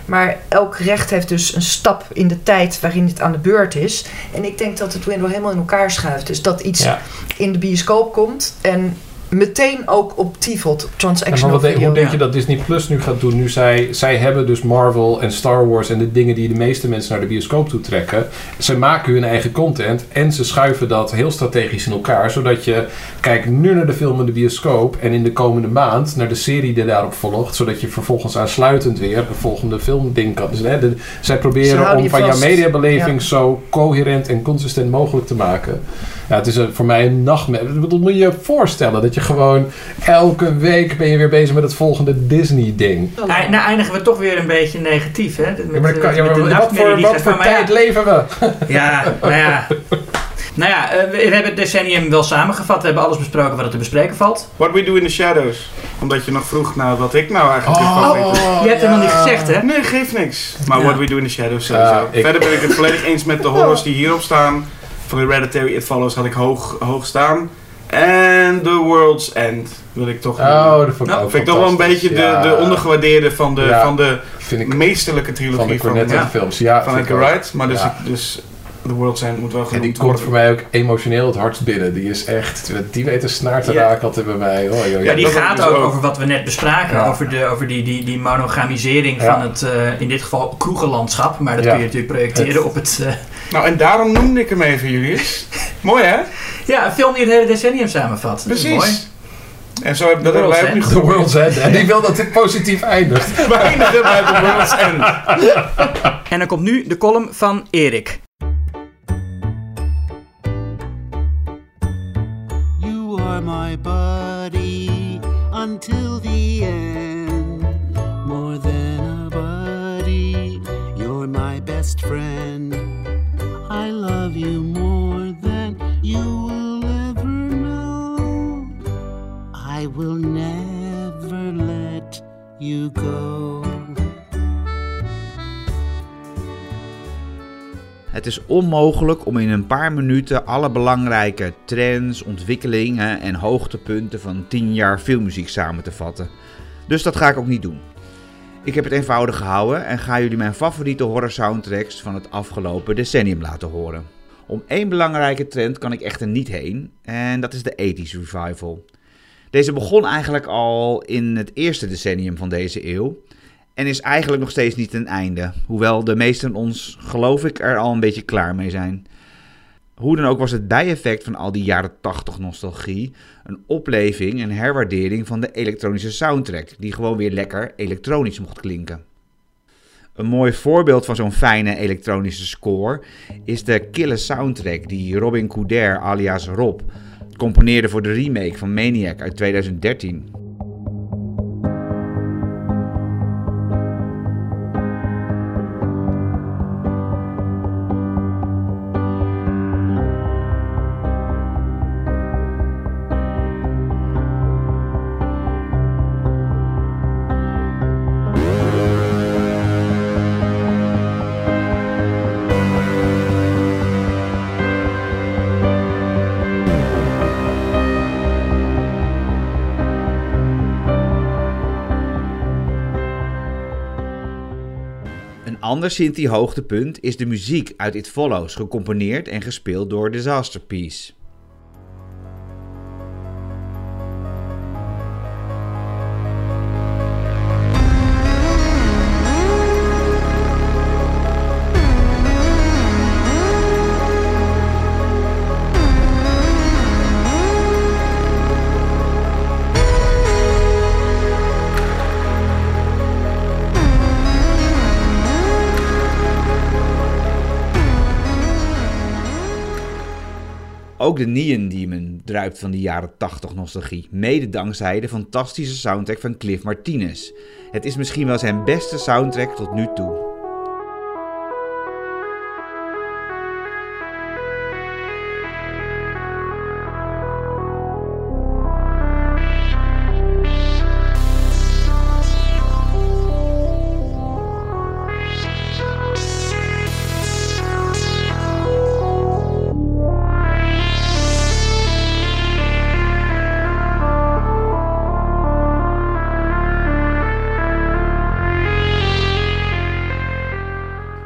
[SPEAKER 4] Maar elk gerecht heeft dus een stap in de tijd waarin het aan de beurt is. En ik denk dat het window helemaal in elkaar schuift. Dus dat iets ja. in de bioscoop komt en meteen ook op T V O D, transactional
[SPEAKER 3] ja,
[SPEAKER 4] video.
[SPEAKER 3] Hoe denk je dat Disney Plus nu gaat doen? Nu zij, zij hebben dus Marvel en Star Wars en de dingen die de meeste mensen naar de bioscoop toe trekken. Ze maken hun eigen content en ze schuiven dat heel strategisch in elkaar. Zodat je, kijk nu naar de film in de bioscoop en in de komende maand naar de serie die daarop volgt. Zodat je vervolgens aansluitend weer een volgende filmding kan. Dus, hè, de, zij proberen om van vast. jouw mediabeleving ja. zo coherent en consistent mogelijk te maken. Ja, het is een, voor mij een nachtmerrie. Dat moet je je voorstellen. Dat je gewoon elke week ben je weer bezig met het volgende Disney-ding.
[SPEAKER 1] Nou, nou eindigen we toch weer een beetje negatief, hè? Met,
[SPEAKER 3] ja, maar kan, ja, maar met wat voor, wat voor tijd ja. leven we?
[SPEAKER 1] Ja, nou ja. Nou ja, uh, we, we hebben het decennium wel samengevat. We hebben alles besproken wat er te bespreken valt.
[SPEAKER 2] What We Do in the Shadows. Omdat je nog vroeg naar wat ik nou eigenlijk
[SPEAKER 1] oh, oh, oh, Je hebt ja. het nog niet gezegd, hè?
[SPEAKER 2] Nee, geeft niks. Maar ja. What We Do in the Shadows sowieso. Uh, ik... Verder ben ik het volledig eens met de horrors die hierop staan. Van Hereditary, It Follows had ik hoog, hoog staan. En The World's End wil ik toch...
[SPEAKER 3] Oh, dat vond ik,
[SPEAKER 2] nou, vind ik toch wel een beetje de, ja. de ondergewaardeerde van de, ja. van de meesterlijke trilogie
[SPEAKER 3] van de Cornetto-films. Ja,
[SPEAKER 2] van Edgar Wright. Maar dus, ja. dus The World's End moet wel genoemd worden.
[SPEAKER 3] En die komt voor mij ook emotioneel het hardst binnen. Die is echt... Die weet een snaar te raken ja. altijd bij mij. Oh, joh,
[SPEAKER 1] ja, die gaat ook, ook over wat we net bespraken. Ja. Over, de, over die, die, die monogamisering ja. van het, uh, in dit geval, kroegenlandschap. Maar dat ja. kun je natuurlijk projecteren het. op het... Uh,
[SPEAKER 2] Nou, en daarom noemde ik hem even, Julius. Mooi, hè?
[SPEAKER 1] Ja, een film die het hele decennium samenvat.
[SPEAKER 2] Precies.
[SPEAKER 1] Mooi.
[SPEAKER 2] En zo hebben wij ook nu
[SPEAKER 3] The World's End. En ik wil dat dit positief eindigt.
[SPEAKER 2] We eindigen bij The World's End.
[SPEAKER 1] En dan komt nu de column van Erik.
[SPEAKER 5] You are my buddy until the end. More than a buddy, you're my best friend. I love you more than you will ever know. I will never let you go.
[SPEAKER 6] Het is onmogelijk om in een paar minuten alle belangrijke trends, ontwikkelingen en hoogtepunten van tien jaar filmmuziek samen te vatten. Dus dat ga ik ook niet doen. Ik heb het eenvoudig gehouden en ga jullie mijn favoriete horror soundtracks van het afgelopen decennium laten horen. Om één belangrijke trend kan ik echter niet heen en dat is de eighties revival. Deze begon eigenlijk al in het eerste decennium van deze eeuw en is eigenlijk nog steeds niet een einde. Hoewel de meesten ons, geloof ik, er al een beetje klaar mee zijn. Hoe dan ook was het bijeffect van al die jaren tachtig nostalgie een opleving en herwaardering van de elektronische soundtrack, die gewoon weer lekker elektronisch mocht klinken. Een mooi voorbeeld van zo'n fijne elektronische score is de kille soundtrack die Robin Couder alias Rob componeerde voor de remake van Maniac uit tweeduizend dertien. Een ander Sinti-hoogtepunt is de muziek uit It Follows, gecomponeerd en gespeeld door Disasterpeace. Ook de Neon Demon druipt van de jaren tachtig nostalgie, mede dankzij de fantastische soundtrack van Cliff Martinez. Het is misschien wel zijn beste soundtrack tot nu toe.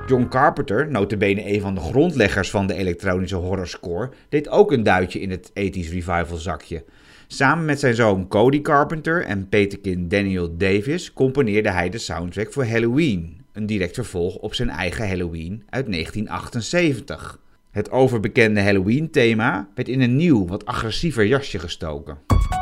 [SPEAKER 6] John Carpenter, nota bene een van de grondleggers van de elektronische horrorscore, deed ook een duitje in het eighties revival zakje. Samen met zijn zoon Cody Carpenter en peterkind Daniel Davis componeerde hij de soundtrack voor Halloween, een direct vervolg op zijn eigen Halloween uit negentien achtenzeventig. Het overbekende Halloween-thema werd in een nieuw, wat agressiever jasje gestoken.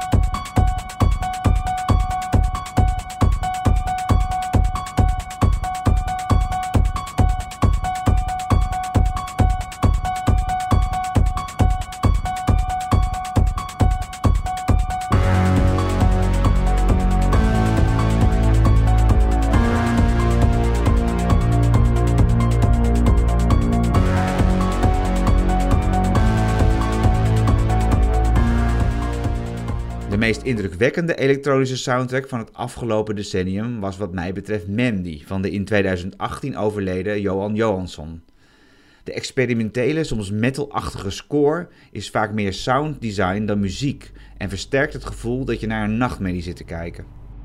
[SPEAKER 6] De meest indrukwekkende elektronische soundtrack van het afgelopen decennium was wat mij betreft Mandy van de in tweeduizend achttien overleden Johan Johansson. De experimentele, soms metalachtige score is vaak meer sounddesign dan muziek en versterkt het gevoel dat je naar een nachtmerrie zit te kijken.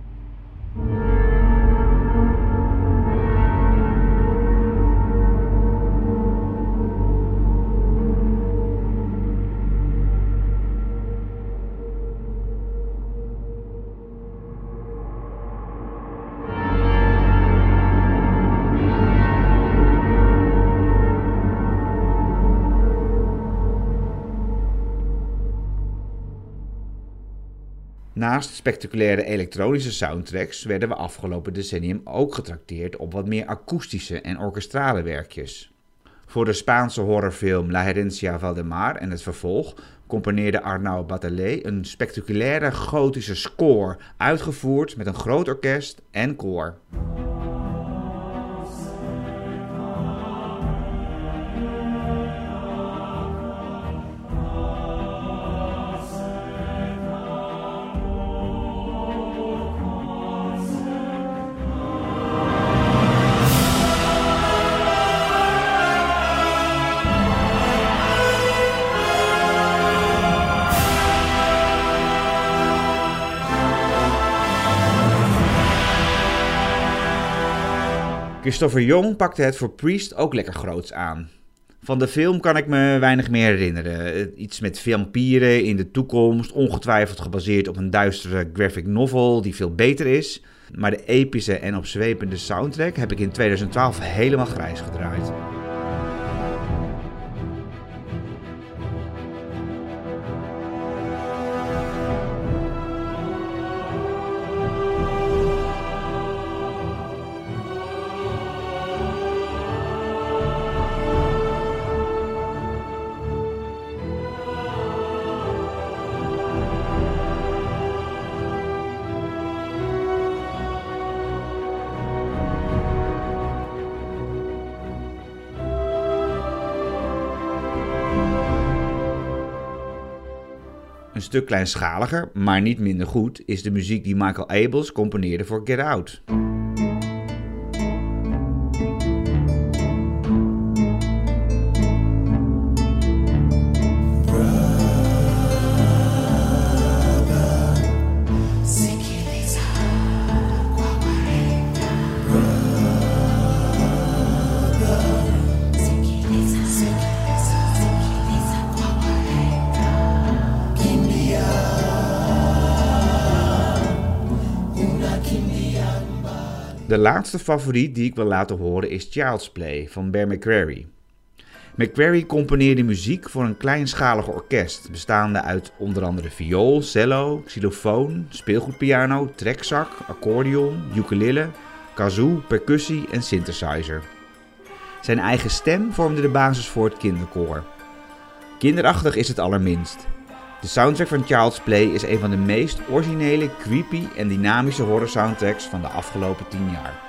[SPEAKER 6] Naast spectaculaire elektronische soundtracks werden we afgelopen decennium ook getrakteerd op wat meer akoestische en orkestrale werkjes. Voor de Spaanse horrorfilm La Herencia Valdemar en het vervolg componeerde Arnau Batalet een spectaculaire gotische score, uitgevoerd met een groot orkest en koor. Christopher Young pakte het voor Priest ook lekker groots aan. Van de film kan ik me weinig meer herinneren. Iets met vampieren in de toekomst, ongetwijfeld gebaseerd op een duistere graphic novel die veel beter is. Maar de epische en opzwepende soundtrack heb ik in tweeduizend twaalf helemaal grijs gedraaid. Een stuk kleinschaliger, maar niet minder goed, is de muziek die Michael Abels componeerde voor Get Out. De laatste favoriet die ik wil laten horen is Child's Play van Bear McCreary. McCreary componeerde muziek voor een kleinschalig orkest, bestaande uit onder andere viool, cello, xylofoon, speelgoedpiano, trekzak, accordeon, ukulele, kazoo, percussie en synthesizer. Zijn eigen stem vormde de basis voor het kinderkoor. Kinderachtig is het allerminst. De soundtrack van Child's Play is een van de meest originele, creepy en dynamische horror soundtracks van de afgelopen tien jaar.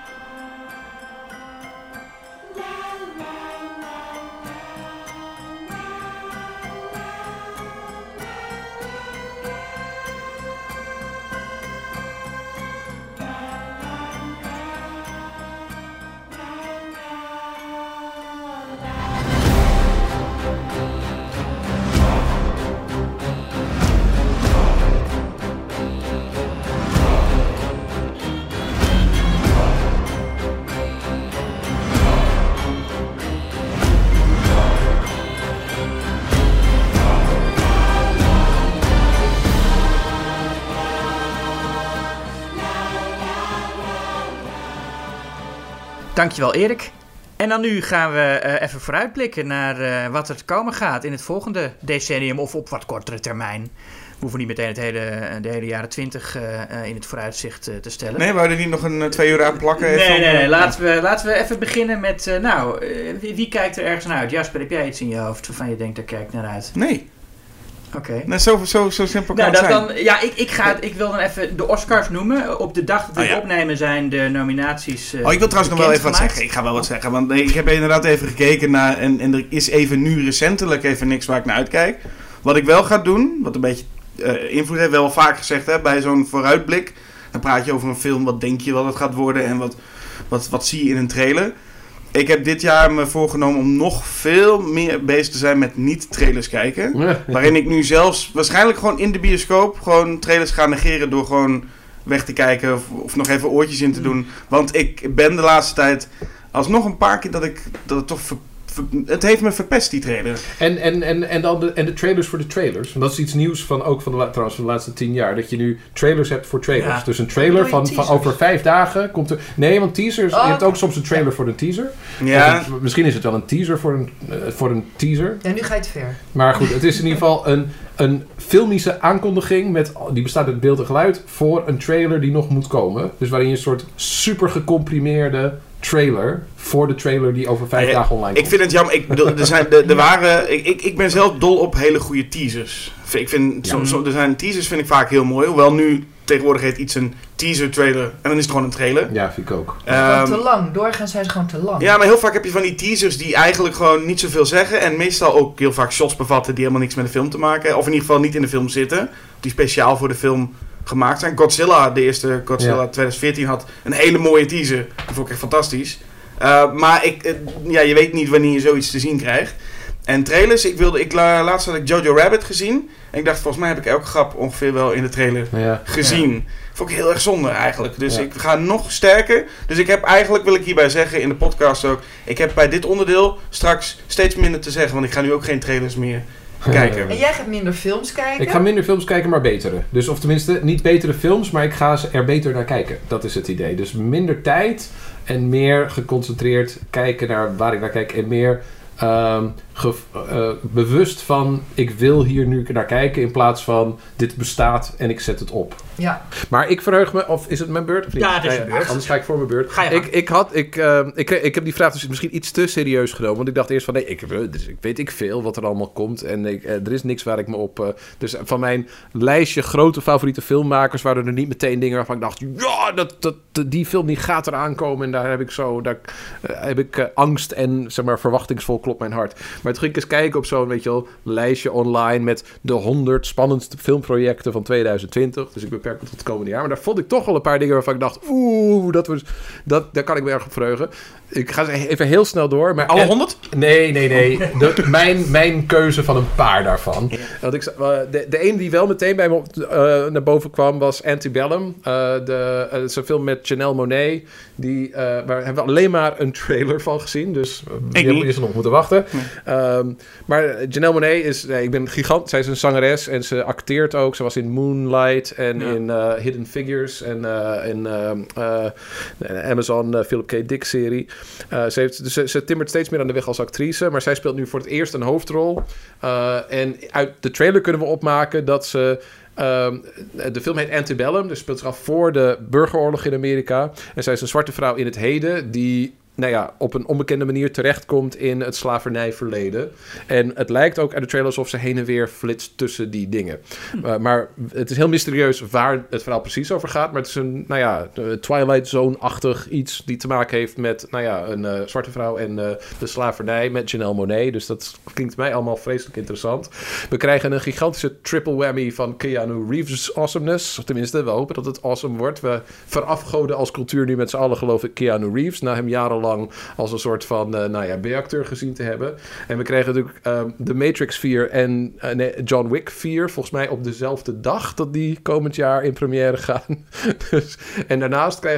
[SPEAKER 1] Dankjewel Erik. En dan nu gaan we uh, even vooruitblikken naar uh, wat er te komen gaat in het volgende decennium of op wat kortere termijn. We hoeven niet meteen het hele, de hele jaren twintig uh, uh, in het vooruitzicht uh, te stellen.
[SPEAKER 2] Nee, we houden niet nog een uh, twee uur aan plakken.
[SPEAKER 1] Nee,
[SPEAKER 2] even
[SPEAKER 1] nee, nee.
[SPEAKER 2] Om,
[SPEAKER 1] Laten, we, laten we even beginnen met, uh, nou, uh, wie, wie kijkt er ergens naar uit? Jasper, heb jij iets in je hoofd waarvan je denkt, daar kijk ik naar uit?
[SPEAKER 2] Nee.
[SPEAKER 1] Oké. Okay.
[SPEAKER 2] Nee, zo, zo, zo simpel kan
[SPEAKER 1] nou,
[SPEAKER 2] het
[SPEAKER 1] dat
[SPEAKER 2] zijn.
[SPEAKER 1] Dan, ja, ik, ik, ga, ik wil dan even de Oscars noemen. Op de dag dat we
[SPEAKER 2] oh, ja.
[SPEAKER 1] het opnemen zijn de nominaties uh,
[SPEAKER 2] Oh, ik wil trouwens nog wel even wat
[SPEAKER 1] gemaakt.
[SPEAKER 2] zeggen. Ik ga wel wat zeggen. Want nee, ik heb inderdaad even gekeken naar... En, en er is even nu recentelijk even niks waar ik naar uitkijk. Wat ik wel ga doen, wat een beetje uh, invloed heeft, wel vaak gezegd hè, bij zo'n vooruitblik. Dan praat je over een film, wat denk je wat het gaat worden en wat, wat, wat zie je in een trailer. Ik heb dit jaar me voorgenomen om nog veel meer bezig te zijn met niet-trailers kijken. Waarin ik nu zelfs waarschijnlijk gewoon in de bioscoop gewoon trailers ga negeren door gewoon weg te kijken of, of nog even oortjes in te doen. Want ik ben de laatste tijd alsnog een paar keer dat ik dat het toch ver, ver, het heeft me verpest, die trailer.
[SPEAKER 3] En, en, en, en dan de, en de trailers voor de trailers. Want dat is iets nieuws van ook van de, trouwens van de laatste tien jaar. Dat je nu trailers hebt voor trailers.
[SPEAKER 1] Ja.
[SPEAKER 3] Dus een trailer van, van over vijf dagen komt er... Nee, want teasers...
[SPEAKER 4] Oh,
[SPEAKER 3] je hebt ook
[SPEAKER 4] okay.
[SPEAKER 3] soms een trailer voor een teaser.
[SPEAKER 2] Ja.
[SPEAKER 3] Of een, misschien is het wel een teaser voor een, uh, voor een teaser.
[SPEAKER 4] Ja, nu ga je het ver.
[SPEAKER 3] Maar goed, het is in ieder geval een, een filmische aankondiging. Met, die bestaat uit beeld en geluid. Voor een trailer die nog moet komen. Dus waarin je een soort super gecomprimeerde trailer voor de trailer die over vijf
[SPEAKER 2] Ja,
[SPEAKER 3] dagen online komt.
[SPEAKER 2] Ik vind het jammer. Ik bedoel, er zijn de, de waren, ik, ik, ik ben zelf dol op hele goede teasers. Ik vind,
[SPEAKER 3] Ja.
[SPEAKER 2] zo, zo, er zijn teasers vind ik vaak heel mooi. Hoewel nu tegenwoordig heet iets een teaser trailer. En dan is het gewoon een trailer.
[SPEAKER 3] Ja, vind ik ook.
[SPEAKER 4] Gewoon
[SPEAKER 2] Um,
[SPEAKER 4] te lang. Doorgaans zijn ze gewoon te lang.
[SPEAKER 2] ja, maar heel vaak heb je van die teasers die eigenlijk gewoon niet zoveel zeggen. En meestal ook heel vaak shots bevatten die helemaal niks met de film te maken hebben. Of in ieder geval niet in de film zitten. Die speciaal voor de film gemaakt zijn. Godzilla, de eerste Godzilla
[SPEAKER 3] Ja.
[SPEAKER 2] twintig veertien, had een hele mooie teaser. Dat vond ik echt fantastisch. Uh, maar ik, uh, ja, je weet niet wanneer je zoiets te zien krijgt. En trailers, ik wilde, ik, la, laatst had ik Jojo Rabbit gezien. En ik dacht, volgens mij heb ik elke grap ongeveer wel in de trailer
[SPEAKER 3] Ja.
[SPEAKER 2] gezien. Ja. Vond ik heel erg zonde eigenlijk. Dus
[SPEAKER 3] Ja.
[SPEAKER 2] ik ga nog sterker. Dus ik heb eigenlijk, wil ik hierbij zeggen, in de podcast ook. Ik heb bij dit onderdeel straks steeds minder te zeggen. Want ik ga nu ook geen trailers meer kijken.
[SPEAKER 4] En jij gaat minder films kijken?
[SPEAKER 3] Ik ga minder films kijken, maar betere. Dus of tenminste, niet betere films, maar ik ga er beter naar kijken. Dat is het idee. Dus minder tijd en meer geconcentreerd kijken naar waar ik naar kijk. En meer um, ge, uh, bewust van, ik wil hier nu naar kijken in plaats van, dit bestaat en ik zet het op.
[SPEAKER 4] Ja.
[SPEAKER 3] Maar ik verheug me, of is het mijn beurt? Of niet?
[SPEAKER 1] Ja, het is je beurt.
[SPEAKER 3] Anders ga ik voor mijn beurt.
[SPEAKER 1] Ga je
[SPEAKER 3] ik,
[SPEAKER 1] gang.
[SPEAKER 3] ik, had, ik, uh, ik, ik heb die vraag dus misschien iets te serieus genomen. Want ik dacht eerst van, nee, ik, dus ik weet ik veel wat er allemaal komt. En ik, uh, er is niks waar ik me op... Uh, dus van mijn lijstje grote favoriete filmmakers waren er niet meteen dingen waarvan ik dacht, ja, dat, dat, die film die gaat eraan komen. En daar heb ik zo, daar uh, heb ik uh, angst en zeg maar verwachtingsvol klopt mijn hart. Maar toen ging ik eens kijken op zo'n, weet je wel, lijstje online met de honderd spannendste filmprojecten van tweeduizend twintig. Dus ik beperk het tot het komende jaar. Maar daar vond ik toch al een paar dingen waarvan ik dacht, oeh, dat was, dat, daar kan ik me erg op verheugen. Ik ga even heel snel door. Maar
[SPEAKER 2] Alle honderd?
[SPEAKER 3] Nee, nee, nee. De, mijn, mijn keuze van een paar daarvan. Ja. Want ik, de, de ene die wel meteen bij me op, uh, naar boven kwam was Antebellum. Uh, de, uh, het is een film met Janelle Monáe. Die, uh, waar hebben we alleen maar een trailer van gezien. Dus uh, die hebben we nog moeten wachten. Nee. Um, maar Janelle Monáe is... Nee, ik ben gigant. Zij is een zangeres en ze acteert ook. Ze was in Moonlight en ja. in uh, Hidden Figures. En uh, in uh, uh, de Amazon uh, Philip K. Dick serie. Uh, ze, heeft, dus ze, ze timmert steeds meer aan de weg als actrice. Maar zij speelt nu voor het eerst een hoofdrol. Uh, en uit de trailer kunnen we opmaken dat ze... Um, de film heet Antebellum. Dus speelt zich af voor de burgeroorlog in Amerika. En zij is een zwarte vrouw in het heden die... nou ja, op een onbekende manier terechtkomt in het slavernijverleden. En het lijkt ook uit de trailer alsof ze heen en weer flitst tussen die dingen. Hm. Uh, maar het is heel mysterieus waar het verhaal precies over gaat. Maar het is een, nou ja, Twilight Zone-achtig iets die te maken heeft met, nou ja, een uh, zwarte vrouw en uh, de slavernij met Janelle Monáe. Dus dat klinkt mij allemaal vreselijk interessant. We krijgen een gigantische triple whammy van Keanu Reeves awesomeness. Tenminste, we hopen dat het awesome wordt. We verafgoden als cultuur nu met z'n allen, geloof ik, Keanu Reeves. Na hem jarenlang lang als een soort van uh, nou ja, B-acteur gezien te hebben. En we kregen natuurlijk um, The Matrix vier en uh, nee, John Wick vier, volgens mij op dezelfde dag dat die komend jaar in première gaan. dus, en daarnaast krijgen we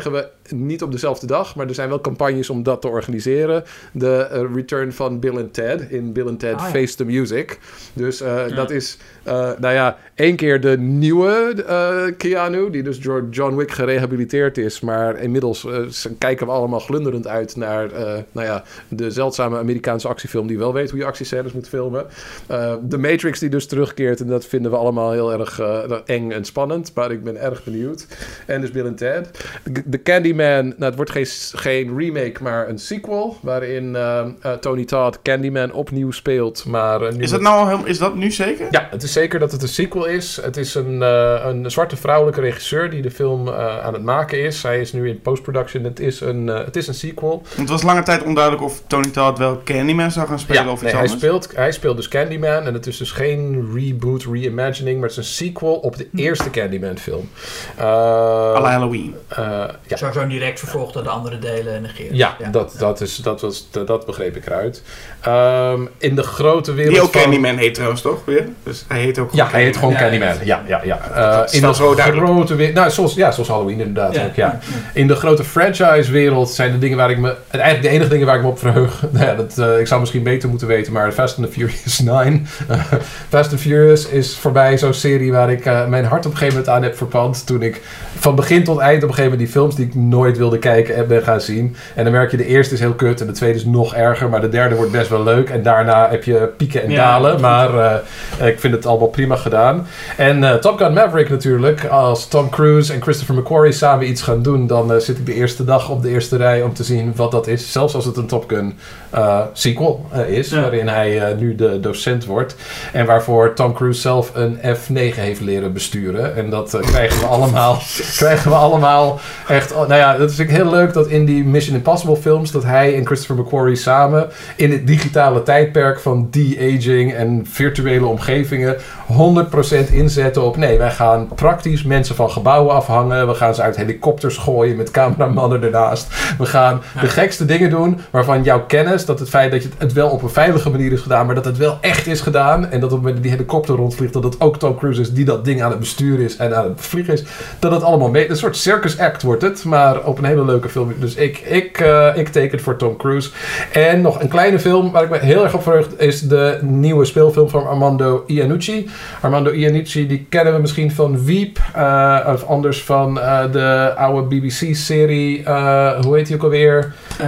[SPEAKER 3] niet op dezelfde dag, maar er zijn wel campagnes om dat te organiseren. De uh, return van Bill and Ted in Bill and Ted
[SPEAKER 1] Ah, ja.
[SPEAKER 3] Face the Music. Dus uh,
[SPEAKER 1] Ja.
[SPEAKER 3] dat is, uh, nou ja, één keer de nieuwe uh, Keanu, die dus door John Wick gerehabiliteerd is, maar inmiddels uh, kijken we allemaal glunderend uit naar uh, nou ja, de zeldzame Amerikaanse actiefilm die wel weet hoe je actiescènes moet filmen. Uh, de Matrix die dus terugkeert en dat vinden we allemaal heel erg uh, eng en spannend, maar ik ben erg benieuwd. En dus Bill and Ted. De Candyman, nou het wordt geen, geen remake, maar een sequel, waarin uh, uh, Tony Todd Candyman opnieuw speelt. Maar, uh, nu
[SPEAKER 2] Is dat
[SPEAKER 3] met-
[SPEAKER 2] nou al helemaal, is dat nu zeker?
[SPEAKER 3] Ja, het is zeker dat het een sequel is. Het is een, uh, een zwarte vrouwelijke regisseur die de film uh, aan het maken is. Hij is nu in post-production. Het is een, uh, het is een sequel.
[SPEAKER 2] Want het was lange tijd onduidelijk of Tony Todd wel Candyman zou gaan spelen of iets
[SPEAKER 3] nee, hij,
[SPEAKER 2] anders.
[SPEAKER 3] speelt, hij speelt dus Candyman. En het is dus geen reboot, reimagining, maar het is een sequel op de eerste Candyman film. Uh,
[SPEAKER 2] à la Halloween.
[SPEAKER 3] uh, ja.
[SPEAKER 1] Zo zo'n direct vervolg door de andere delen negeren.
[SPEAKER 3] Ja, Dat, dat, is, dat, was, dat, dat begreep ik eruit. Um, in de grote wereld
[SPEAKER 2] Die ook
[SPEAKER 3] van...
[SPEAKER 2] Candyman heet trouwens toch weer? Dus hij heet ook
[SPEAKER 3] Ja, hij heet gewoon
[SPEAKER 1] Ja,
[SPEAKER 3] Candyman. Ja, ja, ja. Uh,
[SPEAKER 2] Dat is
[SPEAKER 3] in
[SPEAKER 2] wel
[SPEAKER 3] de
[SPEAKER 2] zo duidelijk.
[SPEAKER 3] grote wereld... Nou, zoals, ja, zoals Halloween inderdaad
[SPEAKER 1] Ja.
[SPEAKER 3] ook, ja. In de grote franchise-wereld zijn de dingen waar ik me... Eigenlijk de enige dingen waar ik me op verheug... Nou ja, dat, uh, ik zou misschien beter moeten weten, maar Fast and the Furious nine. Uh, Fast and Furious is voorbij zo'n serie waar ik uh, mijn hart op een gegeven moment aan heb verpand. Toen ik van begin tot eind op een gegeven moment die films die ik nooit wilde kijken en ben gaan zien. En dan merk je, de eerste is heel kut en de tweede is nog erger, maar de derde wordt best wel leuk. En daarna heb je pieken en
[SPEAKER 1] Ja,
[SPEAKER 3] dalen,
[SPEAKER 1] goed.
[SPEAKER 3] maar uh, ik vind het allemaal prima gedaan. En uh, Top Gun Maverick natuurlijk. Als Tom Cruise en Christopher McQuarrie samen iets gaan doen, dan uh, zit ik de eerste dag op de eerste rij om te zien wat dat is. Zelfs als het een Top Gun uh, sequel uh, is,
[SPEAKER 1] Ja.
[SPEAKER 3] waarin hij uh, nu de docent wordt. En waarvoor Tom Cruise zelf een F negen heeft leren besturen. En dat uh, krijgen we allemaal, krijgen we allemaal echt... oh, nou ja, dat vind ik heel leuk dat in die Mission Impossible films, dat hij en Christopher McQuarrie samen in het digitale tijdperk van de-aging en virtuele omgevingen honderd procent inzetten op nee, wij gaan praktisch mensen van gebouwen afhangen. We gaan ze uit helikopters gooien met cameramannen ernaast. We gaan de gekste dingen doen waarvan jouw kennis, dat het feit dat je het wel op een veilige manier is gedaan, maar dat het wel echt is gedaan en dat op het moment dat die helikopter rondvliegt, dat het ook Tom Cruise is die dat ding aan het besturen is en aan het vliegen is, dat het allemaal mee... Een soort circus act wordt het, maar op een hele leuke film. Dus ik, ik, uh, ik teken voor Tom Cruise. En nog een kleine film waar ik me heel erg op verheug is de nieuwe speelfilm van Armando Iannucci. Armando Iannucci, die kennen we misschien van Veep, uh, of anders van uh, de oude B B C-serie, uh, hoe heet die ook alweer?
[SPEAKER 1] Uh,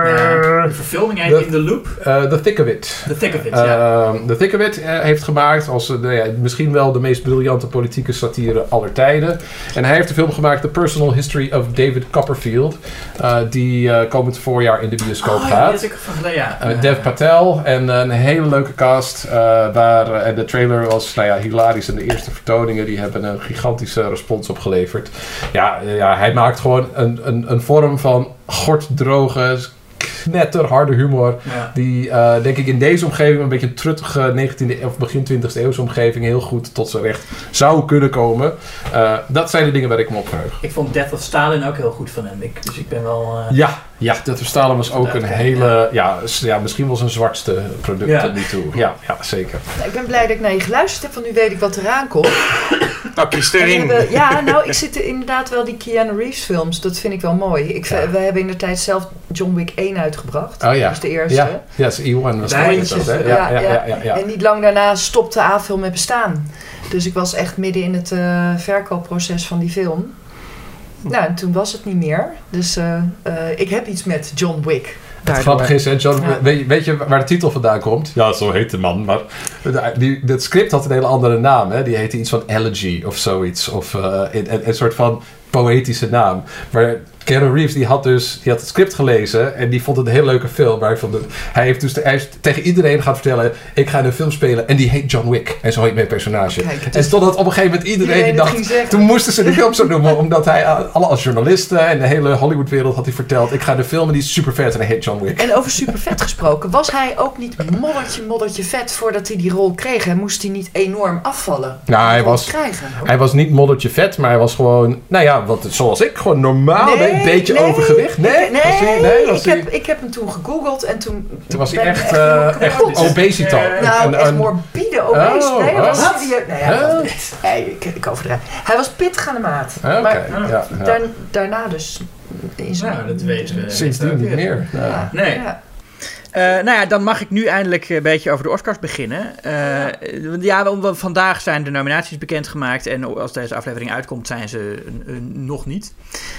[SPEAKER 1] ja, de verfilming heet
[SPEAKER 3] de-
[SPEAKER 1] In the Loop.
[SPEAKER 3] Uh, The Thick of It.
[SPEAKER 1] The Thick of It, ja.
[SPEAKER 3] Uh, The Thick of It uh, heeft gemaakt als uh, de, ja, misschien wel de meest briljante politieke satire aller tijden. En hij heeft de film gemaakt The Personal History of David Copperfield, uh, die uh, komend voorjaar in de bioscoop
[SPEAKER 1] Oh, ja, die
[SPEAKER 3] gaat.
[SPEAKER 1] had ik van, ja.
[SPEAKER 3] Uh, Dev Patel en een hele leuke cast. Uh, waar, uh, en de trailer was nou ja, hilarisch. En de eerste vertoningen die hebben een gigantische respons opgeleverd. Ja, uh, ja hij maakt gewoon een, een, een vorm van gorddroge, knetterharde humor.
[SPEAKER 1] Ja.
[SPEAKER 3] Die uh, denk ik in deze omgeving, een beetje een truttige negentiende of begin twintigste eeuwse omgeving, heel goed tot zijn recht zou kunnen komen. Uh, dat zijn de dingen waar ik me op verheug.
[SPEAKER 1] Ik vond Death of Stalin ook heel goed van hem. Ik, dus ik ben wel... uh,
[SPEAKER 3] Ja, ja, dat Stalin was ook een
[SPEAKER 1] Inderdaad,
[SPEAKER 3] hele, ja, s- ja, misschien wel zijn zwartste product
[SPEAKER 1] Ja.
[SPEAKER 3] tot nu toe. Ja, ja, zeker.
[SPEAKER 4] Nou, ik ben blij dat ik naar je geluisterd heb, want nu weet ik wat eraan komt.
[SPEAKER 2] Nou, kies
[SPEAKER 4] En we
[SPEAKER 2] erin.
[SPEAKER 4] hebben- ja, nou, ik zit inderdaad wel die Keanu Reeves films. Dat vind ik wel mooi. Ik,
[SPEAKER 3] Ja.
[SPEAKER 4] We hebben in de tijd zelf John Wick één uitgebracht.
[SPEAKER 3] Oh ja.
[SPEAKER 4] Dat was de eerste.
[SPEAKER 3] Ja, ja, E één was
[SPEAKER 1] Bij-
[SPEAKER 3] dat, hè?
[SPEAKER 4] Ja,
[SPEAKER 3] Ja, ja,
[SPEAKER 4] ja.
[SPEAKER 3] ja, ja, ja.
[SPEAKER 4] En niet lang daarna stopte A-film met bestaan. Dus ik was echt midden in het uh, verkoopproces van die film. Nou, en toen was het niet meer. Dus uh, uh, ik heb iets met John Wick.
[SPEAKER 3] Het
[SPEAKER 4] daardoor.
[SPEAKER 3] grappige is, hè, John,
[SPEAKER 4] Ja.
[SPEAKER 3] weet, je- weet je waar de titel vandaan komt? Ja, zo heet de man, maar de- die, dat script had een hele andere naam. Hè? Die heette iets van Elegy of zoiets. Of uh, een, een, een soort van poëtische naam. Maar Keanu Reeves die had dus die had het script gelezen en die vond het een hele leuke film. Maar hij, vond het, hij heeft dus hij heeft tegen iedereen gaan vertellen, ik ga in een film spelen en die heet John Wick. En zo heet mijn personage.
[SPEAKER 4] Kijk, het
[SPEAKER 3] en
[SPEAKER 4] is-
[SPEAKER 3] totdat op een gegeven moment iedereen,
[SPEAKER 4] Iedereen
[SPEAKER 3] die
[SPEAKER 4] het
[SPEAKER 3] dacht,
[SPEAKER 4] ging zeggen.
[SPEAKER 3] toen moesten ze de film zo noemen, omdat hij uh, alle als journalisten en de hele Hollywoodwereld had hij verteld, ik ga in een film en die is super vet en hij heet John Wick.
[SPEAKER 4] En over super vet gesproken, was hij ook niet moddertje, moddertje vet voordat hij die rol kreeg? En moest hij niet enorm afvallen?
[SPEAKER 3] Nou,
[SPEAKER 4] om
[SPEAKER 3] hij
[SPEAKER 4] die rol
[SPEAKER 3] was-
[SPEAKER 4] te krijgen?
[SPEAKER 3] Hij was niet moddertje vet, maar hij was gewoon, nou ja, wat, zoals ik, gewoon normaal,
[SPEAKER 4] Nee,
[SPEAKER 3] een beetje
[SPEAKER 4] nee,
[SPEAKER 3] overgewicht. Nee,
[SPEAKER 4] ik- nee,
[SPEAKER 3] was hij, nee was
[SPEAKER 4] ik,
[SPEAKER 3] hij,
[SPEAKER 4] heb, ik heb hem toen gegoogeld en toen...
[SPEAKER 3] toen was hij
[SPEAKER 4] ben
[SPEAKER 3] echt,
[SPEAKER 4] ik
[SPEAKER 3] uh,
[SPEAKER 4] helemaal
[SPEAKER 3] echt
[SPEAKER 4] kapot.
[SPEAKER 3] obesitas.
[SPEAKER 1] Eh,
[SPEAKER 4] Nou,
[SPEAKER 3] En-
[SPEAKER 4] echt
[SPEAKER 3] en-
[SPEAKER 4] morbide obese.
[SPEAKER 3] Oh,
[SPEAKER 4] nee, hij was
[SPEAKER 3] wat?
[SPEAKER 4] serieus. Nee, hij
[SPEAKER 3] Huh?
[SPEAKER 4] was niet. Nee, ik, ik overdrijf. Hij was pittig aan de maat.
[SPEAKER 3] Ah, Oké,
[SPEAKER 4] Maar
[SPEAKER 3] ja, ja.
[SPEAKER 4] daar- daarna dus in zo'n...
[SPEAKER 1] Nou, dat weten we.
[SPEAKER 3] Sindsdien niet meer. Ja.
[SPEAKER 4] Ja.
[SPEAKER 1] Nee.
[SPEAKER 4] Ja.
[SPEAKER 1] Uh, nou ja, dan mag ik nu eindelijk een beetje over de Oscars beginnen. Uh, ja, ja want vandaag zijn de nominaties bekendgemaakt en als deze aflevering uitkomt zijn ze uh, uh, nog niet.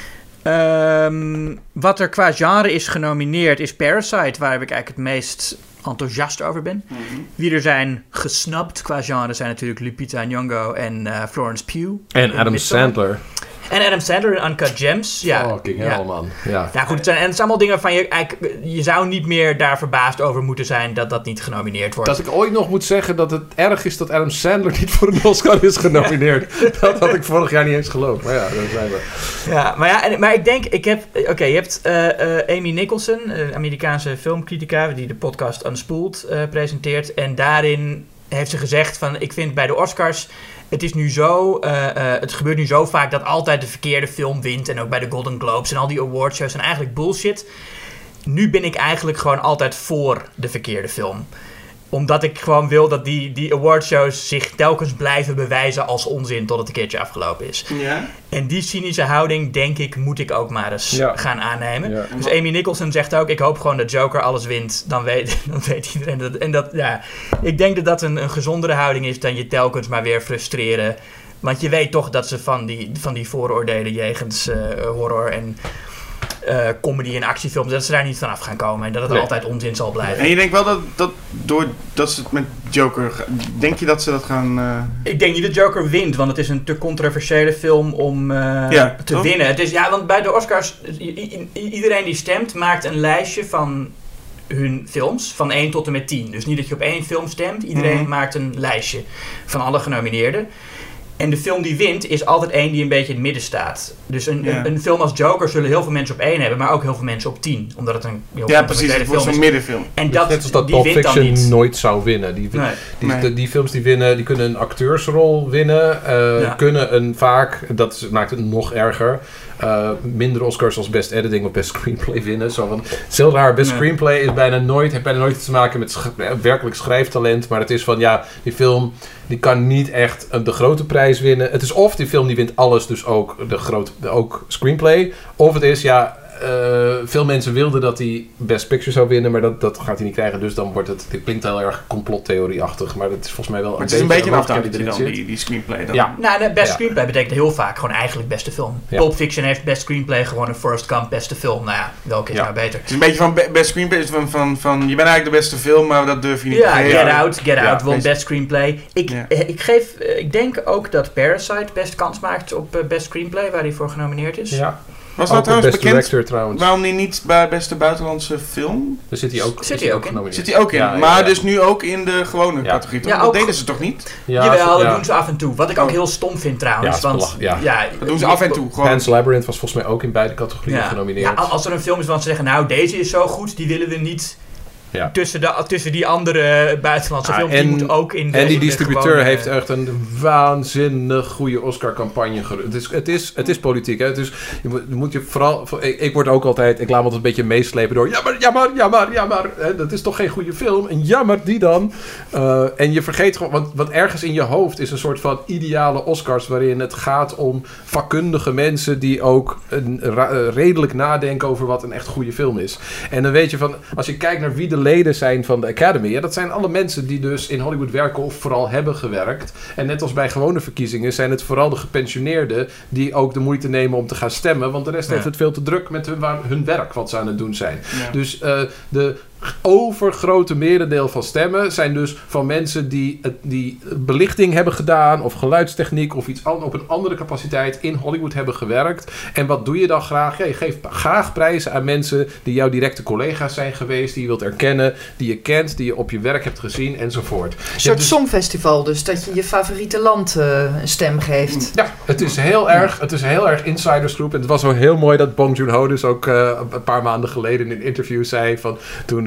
[SPEAKER 1] Um, wat er qua genre is genomineerd is Parasite, waar ik eigenlijk het meest enthousiast over ben. Mm-hmm. Wie er zijn gesnapt qua genre zijn natuurlijk Lupita Nyong'o en uh, Florence Pugh.
[SPEAKER 3] En Adam Sandler.
[SPEAKER 1] En Adam Sandler in Uncut Gems. Ja.
[SPEAKER 3] Fucking
[SPEAKER 1] ja.
[SPEAKER 3] hell, man. Ja.
[SPEAKER 1] Nou goed, het zijn, en het zijn allemaal dingen waarvan je eigenlijk... Je zou niet meer daar verbaasd over moeten zijn dat dat niet genomineerd wordt.
[SPEAKER 3] Dat ik ooit nog moet zeggen dat het erg is dat Adam Sandler niet voor een Oscar is genomineerd. Dat had ik vorig jaar niet eens geloofd. Maar ja, daar zijn we.
[SPEAKER 1] Ja, maar, ja, en, maar ik denk... ik heb. Oké, okay, je hebt uh, uh, Amy Nicholson, uh, Amerikaanse filmcritica, die de podcast Unspooled uh, presenteert. En daarin heeft ze gezegd van... Ik vind bij de Oscars... Het is nu zo, uh, uh, het gebeurt nu zo vaak dat altijd de verkeerde film wint. En ook bij de Golden Globes en al die awardshows zijn eigenlijk bullshit. Nu ben ik eigenlijk gewoon altijd voor de verkeerde film. Omdat ik gewoon wil dat die, die awardshows zich telkens blijven bewijzen als onzin tot het een keertje afgelopen is.
[SPEAKER 2] Ja.
[SPEAKER 1] En die cynische houding, denk ik, moet ik ook maar eens ja. gaan aannemen.
[SPEAKER 3] Ja.
[SPEAKER 1] Dus Amy Nicholson zegt ook, ik hoop gewoon dat Joker alles wint. Dan weet, dan weet iedereen dat. En dat, ja, ik denk dat dat een, een gezondere houding is dan je telkens maar weer frustreren. Want je weet toch dat ze van die, van die vooroordelen jegens uh, horror en... Uh, comedy en actiefilms, dat ze daar niet vanaf gaan komen en dat het nee. altijd onzin zal blijven.
[SPEAKER 2] En je denkt wel dat, dat doordat ze het met Joker... Denk je dat ze dat gaan... Uh...
[SPEAKER 1] Ik denk niet dat Joker wint, want het is een te controversiële film om uh, ja, te toch? winnen. Het is, ja, want bij de Oscars, i- i- iedereen die stemt maakt een lijstje van hun films, van één tot en met tien. Dus niet dat je op één film stemt, iedereen mm-hmm. maakt een lijstje van alle genomineerden. En de film die wint is altijd één die een beetje in het midden staat. Dus een, ja. een, een film als Joker zullen heel veel mensen op één hebben, maar ook heel veel mensen op tien. Omdat het een heel
[SPEAKER 2] ja, precies, het wordt zo'n middenfilm.
[SPEAKER 3] En dat, net als dat Pulp Fiction nooit zou winnen. Die,
[SPEAKER 1] nee.
[SPEAKER 3] die,
[SPEAKER 1] nee.
[SPEAKER 3] die, die films die winnen, die kunnen een acteursrol winnen. Uh, ja. Kunnen een vaak, dat maakt het nog erger... Uh, minder Oscars als Best Editing of Best Screenplay winnen. Zo van, hetzelfde haar Best nee. Screenplay is bijna nooit, heeft bijna nooit iets te maken met sch- werkelijk schrijftalent. Maar het is van, ja, die film die kan niet echt uh, de grote prijs winnen. Het is of die film die wint alles, dus ook de grote, ook Screenplay. Of het is, ja... Uh, veel mensen wilden dat hij Best Picture zou winnen, maar dat, dat gaat hij niet krijgen. Dus dan wordt het, het klinkt heel erg complottheorie-achtig, maar dat is volgens mij wel
[SPEAKER 2] maar een beetje... Het is een beetje een afdaling dan, die, die screenplay dan.
[SPEAKER 1] Ja. Nou, de Best ja. Screenplay betekent heel vaak gewoon eigenlijk beste film. Ja. Pulp Fiction heeft Best Screenplay gewoon een Forrest Gump beste film. Nou ja, welke is ja. nou beter?
[SPEAKER 2] Het is een beetje van be- Best Screenplay, van, van, van je bent eigenlijk de beste film, maar dat durf je niet
[SPEAKER 1] ja,
[SPEAKER 2] te geven.
[SPEAKER 1] Get Out, Get
[SPEAKER 2] ja,
[SPEAKER 1] Out won Best Screenplay. Ik,
[SPEAKER 2] ja.
[SPEAKER 1] eh, ik, geef, eh, ik denk ook dat Parasite best kans maakt op uh, Best Screenplay, waar hij voor genomineerd is.
[SPEAKER 3] Ja.
[SPEAKER 2] Was dat trouwens bekend
[SPEAKER 3] director, trouwens.
[SPEAKER 2] Waarom die niet bij beste buitenlandse film?
[SPEAKER 3] Daar zit hij ook,
[SPEAKER 1] zit hij ook in.
[SPEAKER 2] Zit hij ook in, ja, maar ja, ja. dus nu ook in de gewone ja. categorie. Toch? Ja, dat deden ze toch niet?
[SPEAKER 1] Ja, Jawel, dat ja. doen ze af en toe. Wat ik ook oh. heel stom vind trouwens.
[SPEAKER 3] Ja,
[SPEAKER 1] want,
[SPEAKER 3] ja.
[SPEAKER 1] Ja,
[SPEAKER 2] dat doen ze af en toe. Gewoon.
[SPEAKER 3] Pan's Labyrinth was volgens mij ook in beide categorieën ja. genomineerd.
[SPEAKER 1] Ja, als er een film is waarvan ze zeggen, nou deze is zo goed, die willen we niet... Ja. Tussen, de, tussen die andere buitenlandse films,
[SPEAKER 3] ja, en,
[SPEAKER 1] die moet ook in de...
[SPEAKER 3] En die distributeur gewone, heeft echt een waanzinnig goede Oscar-campagne gerund. Het is, het is, het is politiek, hè. Het is, je moet, je moet je vooral... Ik, ik word ook altijd... Ik laat me altijd een beetje meeslepen door... Ja, maar, ja, maar, ja, maar, ja, maar... Hè, dat is toch geen goede film? En ja, maar die dan? Uh, en je vergeet gewoon... Want, want ergens in je hoofd is een soort van ideale Oscars... waarin het gaat om vakkundige mensen... die ook een, ra, uh, redelijk nadenken over wat een echt goede film is. En dan weet je van... Als je kijkt naar wie de leden zijn van de Academy. Ja, dat zijn alle mensen die dus in Hollywood werken of vooral hebben gewerkt. En net als bij gewone verkiezingen zijn het vooral de gepensioneerden die ook de moeite nemen om te gaan stemmen. Want de rest ja. heeft het veel te druk met hun, hun werk wat ze aan het doen zijn. Ja. Dus uh, de overgrote merendeel van stemmen zijn dus van mensen die, die belichting hebben gedaan of geluidstechniek of iets an- op een andere capaciteit in Hollywood hebben gewerkt. En wat doe je dan graag? Ja, je geeft graag prijzen aan mensen die jouw directe collega's zijn geweest, die je wilt erkennen, die je kent, die je op je werk hebt gezien enzovoort.
[SPEAKER 4] Een soort dus songfestival dus, dat je je favoriete land uh, een stem geeft.
[SPEAKER 3] Ja, het is heel erg, het is heel erg insidersgroep. En het was ook heel mooi dat Bong Joon-ho dus ook uh, een paar maanden geleden in een interview zei van toen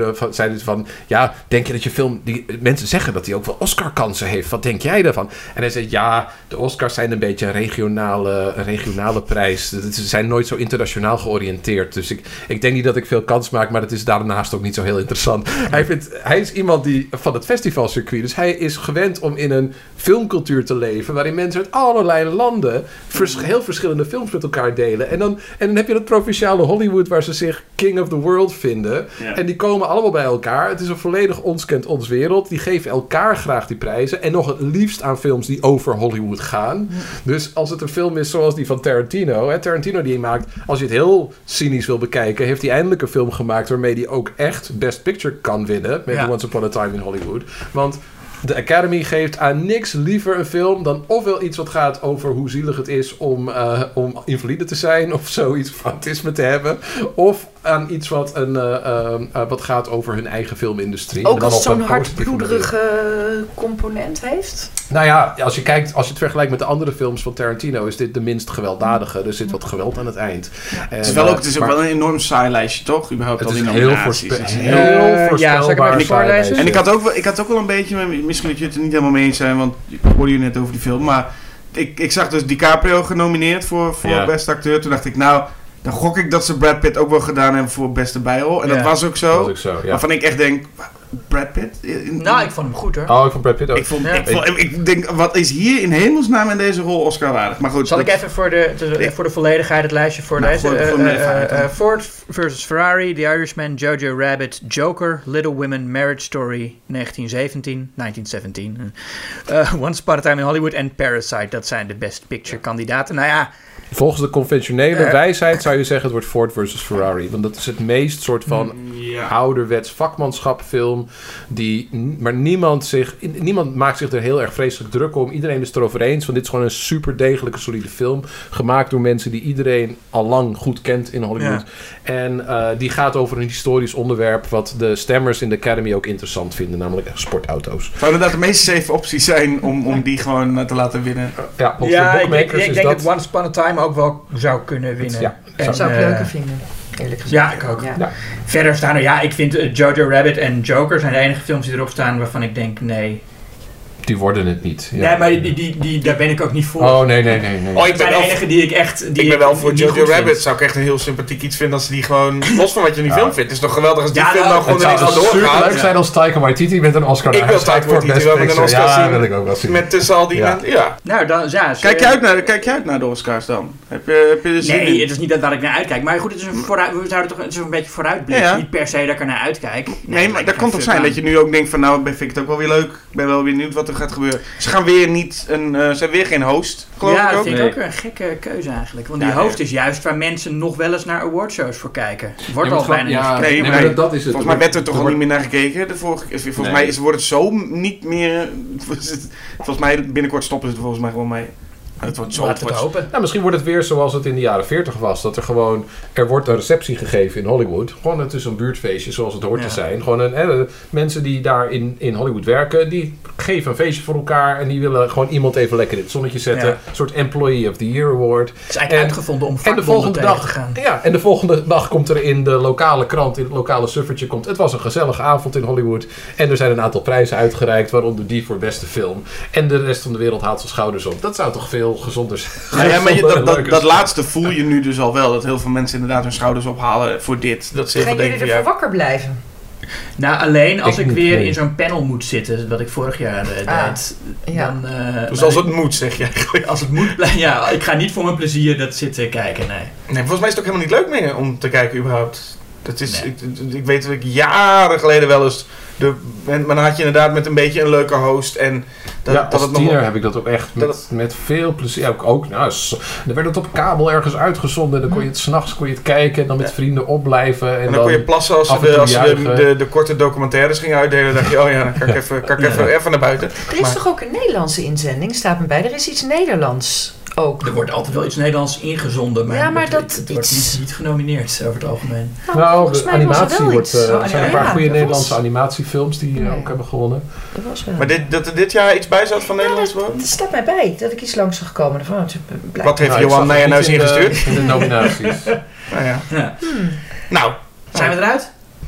[SPEAKER 3] toen uh, zeiden ze van... Ja, denk je dat je film... Die, mensen zeggen dat hij ook wel Oscar-kansen heeft. Wat denk jij daarvan? En hij zei, ja, de Oscars zijn een beetje een regionale, een regionale prijs. Ze zijn nooit zo internationaal georiënteerd. Dus ik, ik denk niet dat ik veel kans maak, maar het is daarnaast ook niet zo heel interessant. Hij, vindt, hij is iemand die van het festivalcircuit... Dus hij is gewend om in een filmcultuur te leven... waarin mensen uit allerlei landen... Vers, heel verschillende films met elkaar delen. En dan, en dan heb je dat provinciale Hollywood... waar ze zich king of the world vinden. Ja. En die komen allemaal bij elkaar. Het is een volledig ons kent ons wereld. Die geven elkaar graag die prijzen. En nog het liefst aan films die over Hollywood gaan. Ja. Dus als het een film is zoals die van Tarantino... Hè, Tarantino die maakt... Als je het heel cynisch wil bekijken... heeft hij eindelijk een film gemaakt... waarmee hij ook echt Best Picture kan winnen. Met ja. Once Upon a Time in Hollywood. Want... De Academy geeft aan niks liever een film dan ofwel iets wat gaat over hoe zielig het is om, uh, om invalide te zijn of zoiets of autisme te hebben. Of aan iets wat, een, uh, uh, uh, wat gaat over hun eigen filmindustrie.
[SPEAKER 4] Ook als het zo'n hardbloederige component heeft?
[SPEAKER 3] Nou ja, als je kijkt, als je het vergelijkt met de andere films van Tarantino, is dit de minst gewelddadige. Er zit wat geweld aan het eind.
[SPEAKER 2] Ja. En, het is, wel ook, het is ook wel een enorm saai lijstje, toch? Überhaupt
[SPEAKER 3] het
[SPEAKER 2] al
[SPEAKER 3] is
[SPEAKER 2] die
[SPEAKER 3] heel, voorspe- uh, heel voorspelbaar. Ja, zal ik maar
[SPEAKER 2] voorlezen? En ik had, ook wel, ik had ook wel een beetje, misschien dat je het er niet helemaal mee eens zijn, want ik hoorde je net over die film, maar ik, ik zag dus DiCaprio genomineerd voor, voor ja. beste acteur. Toen dacht ik, nou, dan gok ik dat ze Brad Pitt ook wel gedaan hebben voor beste bijrol. En ja. dat was ook zo.
[SPEAKER 3] Dat was ook zo ja.
[SPEAKER 2] Waarvan ik echt denk, Brad Pitt?
[SPEAKER 1] Nou, ik vond hem goed hoor.
[SPEAKER 3] Oh, ik vond Brad Pitt ook.
[SPEAKER 2] Ik, vond, ja. ik, vond, ik denk, wat is hier in hemelsnaam in deze rol Oscar waardig? Maar goed.
[SPEAKER 1] Zal
[SPEAKER 2] dat...
[SPEAKER 1] ik even voor de, de, ik... voor de volledigheid het lijstje voorlezen? Nou, uh, uh, uh, Ford versus Ferrari, The Irishman, Jojo Rabbit, Joker, Little Women, Marriage Story, negentien zeventien, negentien zeventien. Uh, Once Upon a Time in Hollywood en Parasite. Dat zijn de Best Picture kandidaten. Nou ja...
[SPEAKER 3] Volgens de conventionele uh, wijsheid zou je zeggen het wordt Ford versus Ferrari. Want dat is het meest soort van ja. ouderwets vakmanschapfilm. Die, maar niemand, zich, niemand maakt zich er heel erg vreselijk druk om. Iedereen is het erover eens. Want dit is gewoon een super degelijke, solide film. Gemaakt door mensen die iedereen al lang goed kent in Hollywood. Ja. En uh, die gaat over een historisch onderwerp. Wat de stemmers in de Academy ook interessant vinden. Namelijk sportauto's.
[SPEAKER 2] Zou inderdaad de meest safe optie zijn om, om die gewoon uh, te laten winnen?
[SPEAKER 3] Ja,
[SPEAKER 1] ja ik, ik, ik denk dat Once Upon a Time ook wel zou kunnen winnen.
[SPEAKER 4] Ja, dat en, zou ik uh, leuker vinden. Eerlijk gezegd.
[SPEAKER 1] Ja, ik ook. Ja. Ja. Verder staan er, ja, ik vind uh, Jojo Rabbit en Joker zijn de enige films die erop staan waarvan ik denk, nee.
[SPEAKER 3] Die worden het niet.
[SPEAKER 1] Ja. Nee, maar die, die, die, daar ben ik ook niet voor.
[SPEAKER 3] Oh, nee, nee, nee. nee.
[SPEAKER 2] Oh, ik ben
[SPEAKER 1] de enige die ik echt... Die
[SPEAKER 2] ik ben wel voor Jojo Rabbit.
[SPEAKER 1] Vind.
[SPEAKER 2] Zou ik echt een heel sympathiek iets vinden als ze die gewoon... Los van wat je in die ja. film vindt. Het is toch geweldig als die ja, film nou, nou gewoon ineens al doorgaat. Het zou
[SPEAKER 3] leuk zijn als Taika Waititi met een Oscar.
[SPEAKER 2] Ik wil Taika Waititi wel met een Oscar
[SPEAKER 3] ja,
[SPEAKER 2] zien.
[SPEAKER 3] wil ik ook wel zien.
[SPEAKER 2] Met tussen al die...
[SPEAKER 3] Ja.
[SPEAKER 2] Mensen, ja.
[SPEAKER 1] Nou, dan, ja,
[SPEAKER 2] kijk, je uit naar, kijk je uit naar de Oscars dan? Heb je, heb je de zin
[SPEAKER 1] nee,
[SPEAKER 2] in?
[SPEAKER 1] het is niet dat waar ik naar uitkijk. Maar goed, het is een, vooruit, we zouden toch, het is een beetje vooruitblik. Ja, ja. Niet per se dat ik er naar uitkijk. Nee,
[SPEAKER 2] nee maar dat kan toch zijn aan. Dat je nu ook denkt van... Nou, vind ik het ook wel weer leuk. Ik ben wel weer benieuwd wat er gaat gebeuren. Ze gaan weer niet een... Uh, ze hebben weer geen host, geloof
[SPEAKER 1] ja,
[SPEAKER 2] ik ook.
[SPEAKER 1] Ja, dat vind ik
[SPEAKER 2] nee.
[SPEAKER 1] ook een gekke keuze eigenlijk. Want die ja, host ja. is juist waar mensen nog wel eens naar awardshows voor kijken. Wordt ja, al bijna
[SPEAKER 3] ja,
[SPEAKER 1] niet gekeken.
[SPEAKER 2] Nee,
[SPEAKER 3] nee,
[SPEAKER 2] maar
[SPEAKER 3] dat, dat is het.
[SPEAKER 2] Volgens mij werd er toch al niet meer naar gekeken. De vorige, volgens nee. mij is, wordt het zo niet meer... Volgens mij binnenkort stoppen ze er volgens mij gewoon mee. Het wordt zo
[SPEAKER 1] Laat het hopen.
[SPEAKER 3] Nou, misschien wordt het weer zoals het in de jaren veertig was. Dat er gewoon... Er wordt een receptie gegeven in Hollywood. Gewoon het is een buurtfeestje zoals het hoort ja. te zijn. Gewoon een, eh, mensen die daar in, in Hollywood werken... die geven een feestje voor elkaar... en die willen gewoon iemand even lekker in het zonnetje zetten. Ja. Een soort Employee of the Year Award.
[SPEAKER 1] Het is eigenlijk en, uitgevonden om
[SPEAKER 3] en de volgende
[SPEAKER 1] tegen
[SPEAKER 3] dag
[SPEAKER 1] te gaan.
[SPEAKER 3] Ja, en de volgende dag komt er in de lokale krant... in het lokale suffertje komt... Het was een gezellige avond in Hollywood. En er zijn een aantal prijzen uitgereikt... waaronder die voor beste film. En de rest van de wereld haalt zijn schouders op. Dat zou toch veel gezonder zijn.
[SPEAKER 2] Ja, ja, maar je, dat, dat, dat laatste voel je nu dus al wel. Dat heel veel mensen inderdaad hun schouders ophalen voor dit. Dat ze
[SPEAKER 4] gaan jullie ervoor ja. wakker blijven?
[SPEAKER 1] Nou, alleen als ik,
[SPEAKER 3] ik
[SPEAKER 1] weer
[SPEAKER 3] nee.
[SPEAKER 1] in zo'n panel moet zitten, wat ik vorig jaar uh,
[SPEAKER 4] ah,
[SPEAKER 1] deed.
[SPEAKER 4] ja.
[SPEAKER 1] Dan, uh,
[SPEAKER 2] dus als het ik, moet, zeg je eigenlijk.
[SPEAKER 1] Als het moet, ja, ik ga niet voor mijn plezier dat zitten kijken, nee.
[SPEAKER 2] Nee, volgens mij is het ook helemaal niet leuk meer om te kijken überhaupt. Dat is, nee. ik, ik weet dat ik jaren geleden wel eens... De, en, maar dan had je inderdaad met een beetje een leuke host. En dat,
[SPEAKER 3] ja,
[SPEAKER 2] dat
[SPEAKER 3] als
[SPEAKER 2] het
[SPEAKER 3] tiener
[SPEAKER 2] nog,
[SPEAKER 3] heb ik dat ook echt met,
[SPEAKER 2] het,
[SPEAKER 3] met veel plezier. Ook, ook nou, dan werd het op kabel ergens uitgezonden. Dan kon je het 's nachts kon je het kijken en dan met ja. vrienden opblijven. En,
[SPEAKER 2] en dan,
[SPEAKER 3] dan
[SPEAKER 2] kon je plassen als ze de, als de, de, de, de korte documentaires gingen uitdelen. Dan dacht je, oh ja, dan kan ik even, kan ik even, ja. even naar buiten.
[SPEAKER 4] Er is maar, toch ook een Nederlandse inzending? Staat me bij. Er is iets Nederlands. Ook.
[SPEAKER 1] Er wordt altijd wel iets Nederlands ingezonden, maar,
[SPEAKER 4] ja, maar
[SPEAKER 1] het,
[SPEAKER 4] dat
[SPEAKER 1] het, het
[SPEAKER 4] iets...
[SPEAKER 1] wordt niet, niet genomineerd over het algemeen.
[SPEAKER 3] Nou, nou de animatie wordt... Er uh, zijn een paar
[SPEAKER 4] ja,
[SPEAKER 3] goede Nederlandse
[SPEAKER 4] was...
[SPEAKER 3] animatiefilms die uh,
[SPEAKER 4] nee.
[SPEAKER 3] ook hebben gewonnen.
[SPEAKER 4] Dat was wel.
[SPEAKER 2] Maar dit, dat er dit jaar iets bij zat van ja, Nederlands woord?
[SPEAKER 4] Dat staat mij bij, dat ik iets langs zag komen. Ervan.
[SPEAKER 2] Wat heeft nou, Johan Nijenhuis ingestuurd?
[SPEAKER 3] In de nominaties.
[SPEAKER 2] nou ja.
[SPEAKER 1] ja.
[SPEAKER 4] Hmm.
[SPEAKER 2] Nou.
[SPEAKER 1] Zijn we eruit?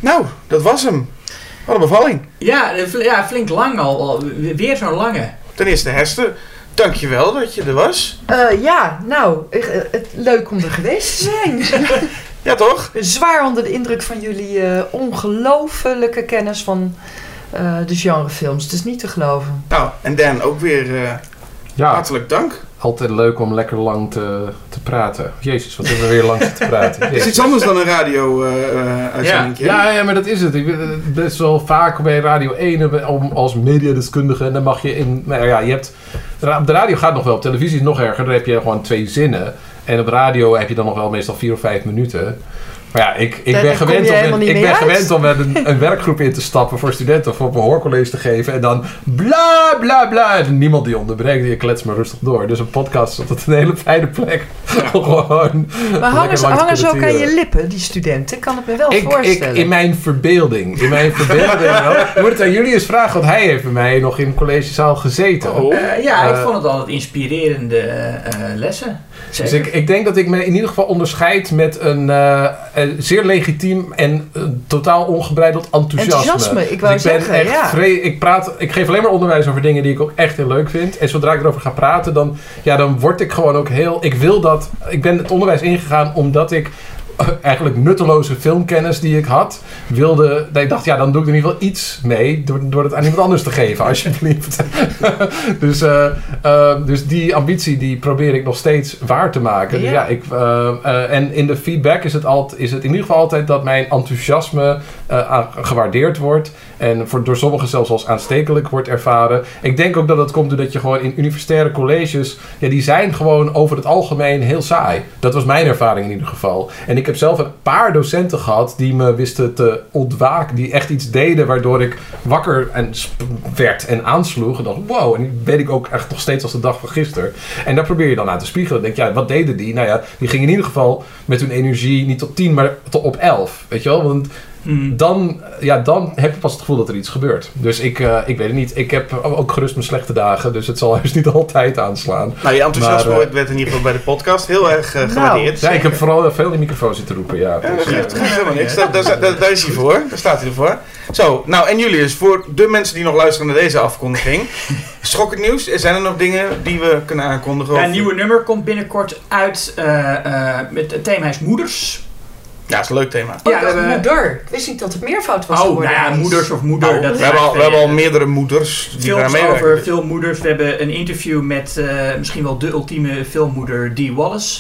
[SPEAKER 2] Nou, dat was hem. Wat een bevalling.
[SPEAKER 1] Ja, eh, fl- ja flink lang al. al. Weer zo'n lange.
[SPEAKER 2] Ten eerste Hester, dankjewel dat je er was.
[SPEAKER 4] Eh, ja, nou, eh, het leuk om er geweest te zijn.
[SPEAKER 2] Ja, toch?
[SPEAKER 4] Zwaar onder de indruk van jullie uh, ongelofelijke kennis van uh, de genrefilms. Het is niet te geloven.
[SPEAKER 2] Nou, en Dan ook weer uh,
[SPEAKER 3] Ja,
[SPEAKER 2] hartelijk dank.
[SPEAKER 3] altijd leuk om lekker lang te, te praten. Jezus, wat hebben we weer lang te praten.
[SPEAKER 2] Het is
[SPEAKER 3] Jezus.
[SPEAKER 2] iets anders dan een radio-uitzending.
[SPEAKER 3] Ja, ja, maar dat is het. Ik ben best wel vaak bij Radio één om, als mediadeskundige. En dan mag je in... Nou ja, je hebt... Op de radio gaat nog wel. Op televisie is het nog erger. Dan heb je gewoon twee zinnen. En op radio heb je dan nog wel meestal vier of vijf minuten. Maar ja, ik, ik
[SPEAKER 4] Daar
[SPEAKER 3] ben,
[SPEAKER 4] kom
[SPEAKER 3] gewend
[SPEAKER 4] je
[SPEAKER 3] om,
[SPEAKER 4] helemaal
[SPEAKER 3] met,
[SPEAKER 4] niet
[SPEAKER 3] ik
[SPEAKER 4] mee
[SPEAKER 3] ben
[SPEAKER 4] uit.
[SPEAKER 3] gewend om met een, een werkgroep in te stappen voor studenten of op een hoorcollege te geven. En dan bla bla bla. En niemand die onderbreekt, je klets maar rustig door. Dus een podcast is altijd een hele fijne plek. Om gewoon
[SPEAKER 4] Maar hangen ze,
[SPEAKER 3] lekker lang te
[SPEAKER 4] hangen ze ook aan
[SPEAKER 3] kunnen
[SPEAKER 4] je lippen, die studenten? Ik kan het me wel
[SPEAKER 3] ik, ik,
[SPEAKER 4] voorstellen.
[SPEAKER 3] in mijn verbeelding. In mijn verbeelding wel. Ik moet het aan jullie eens vragen, want hij heeft bij mij nog in de collegezaal gezeten.
[SPEAKER 2] Oh.
[SPEAKER 1] Eh, ja, ik
[SPEAKER 3] Eh,
[SPEAKER 1] vond het altijd inspirerende eh, lessen.
[SPEAKER 3] Dus
[SPEAKER 1] Zeker.
[SPEAKER 3] ik, ik denk dat ik me in ieder geval onderscheid met een uh, een zeer legitiem en uh, totaal ongebreideld enthousiasme.
[SPEAKER 4] Enthousiasme, ik wou
[SPEAKER 3] dus ik ben
[SPEAKER 4] zeggen,
[SPEAKER 3] echt
[SPEAKER 4] ja.
[SPEAKER 3] vre- ik, praat, ik geef alleen maar onderwijs over dingen die ik ook echt heel leuk vind. En zodra ik erover ga praten, dan, ja, dan word ik gewoon ook heel... Ik wil dat... Ik ben het onderwijs ingegaan omdat ik uh, eigenlijk nutteloze filmkennis die ik had, wilde... Dat ik dacht, ja, dan doe ik er in ieder geval iets mee door, door het aan iemand anders te geven, alsjeblieft. dus, uh, uh, dus die ambitie, die probeer ik nog steeds waar te maken. Dus
[SPEAKER 4] Ja.
[SPEAKER 3] ja, ik, uh, uh, en in de feedback is het, alt, is het in ieder geval altijd dat mijn enthousiasme uh, aan- gewaardeerd wordt. En voor, door sommigen zelfs als aanstekelijk wordt ervaren. Ik denk ook dat dat komt doordat je gewoon in universitaire colleges... Ja, die zijn gewoon over het algemeen heel saai. Dat was mijn ervaring in ieder geval. En ik heb zelf een paar docenten gehad die me wisten te ontwaken. Die echt iets deden waardoor ik wakker en sp- werd en aansloeg. En dacht, wow. En die weet ik ook echt nog steeds als de dag van gisteren. En daar probeer je dan aan te spiegelen. Dan denk je, ja, wat deden die? Nou ja, die gingen in ieder geval met hun energie niet tot tien, maar tot op elf. Weet je wel? Want
[SPEAKER 1] Hmm.
[SPEAKER 3] dan, ja, dan heb je pas het gevoel dat er iets gebeurt. Dus ik, uh, ik weet het niet. Ik heb ook gerust mijn slechte dagen. Dus het zal juist niet altijd aanslaan.
[SPEAKER 2] Nou, je enthousiasme
[SPEAKER 3] Maar, uh,
[SPEAKER 2] werd in ieder geval bij de podcast heel erg uh, gewaardeerd.
[SPEAKER 3] Ja, ik heb vooral veel in de microfoon zitten roepen. Ja,
[SPEAKER 2] Ja,
[SPEAKER 3] dus,
[SPEAKER 2] dat
[SPEAKER 3] uh,
[SPEAKER 2] geeft, geeft helemaal niks. Daar, daar, daar, daar is hij voor. Daar staat hij ervoor. Zo, nou en Julius, voor de mensen die nog luisteren naar deze afkondiging. Schokkend nieuws. Zijn er nog dingen die we kunnen aankondigen?
[SPEAKER 1] Ja,
[SPEAKER 2] Of-
[SPEAKER 1] een nieuwe nummer komt binnenkort uit uh, uh, met het thema is moeders.
[SPEAKER 2] Ja, dat is een leuk thema.
[SPEAKER 4] Oh,
[SPEAKER 1] Ja,
[SPEAKER 4] ik dacht
[SPEAKER 1] we hebben-
[SPEAKER 4] moeder. Ik wist niet dat het meervoud was
[SPEAKER 1] Oh,
[SPEAKER 4] geworden.
[SPEAKER 1] nou ja, moeders of moeder.
[SPEAKER 2] Nou,
[SPEAKER 1] dat
[SPEAKER 2] we, hebben al, we hebben al meerdere moeders die daar
[SPEAKER 1] films
[SPEAKER 2] meewerken.
[SPEAKER 1] over veel moeders. We hebben een interview met uh, misschien wel de ultieme filmmoeder Dee Wallace.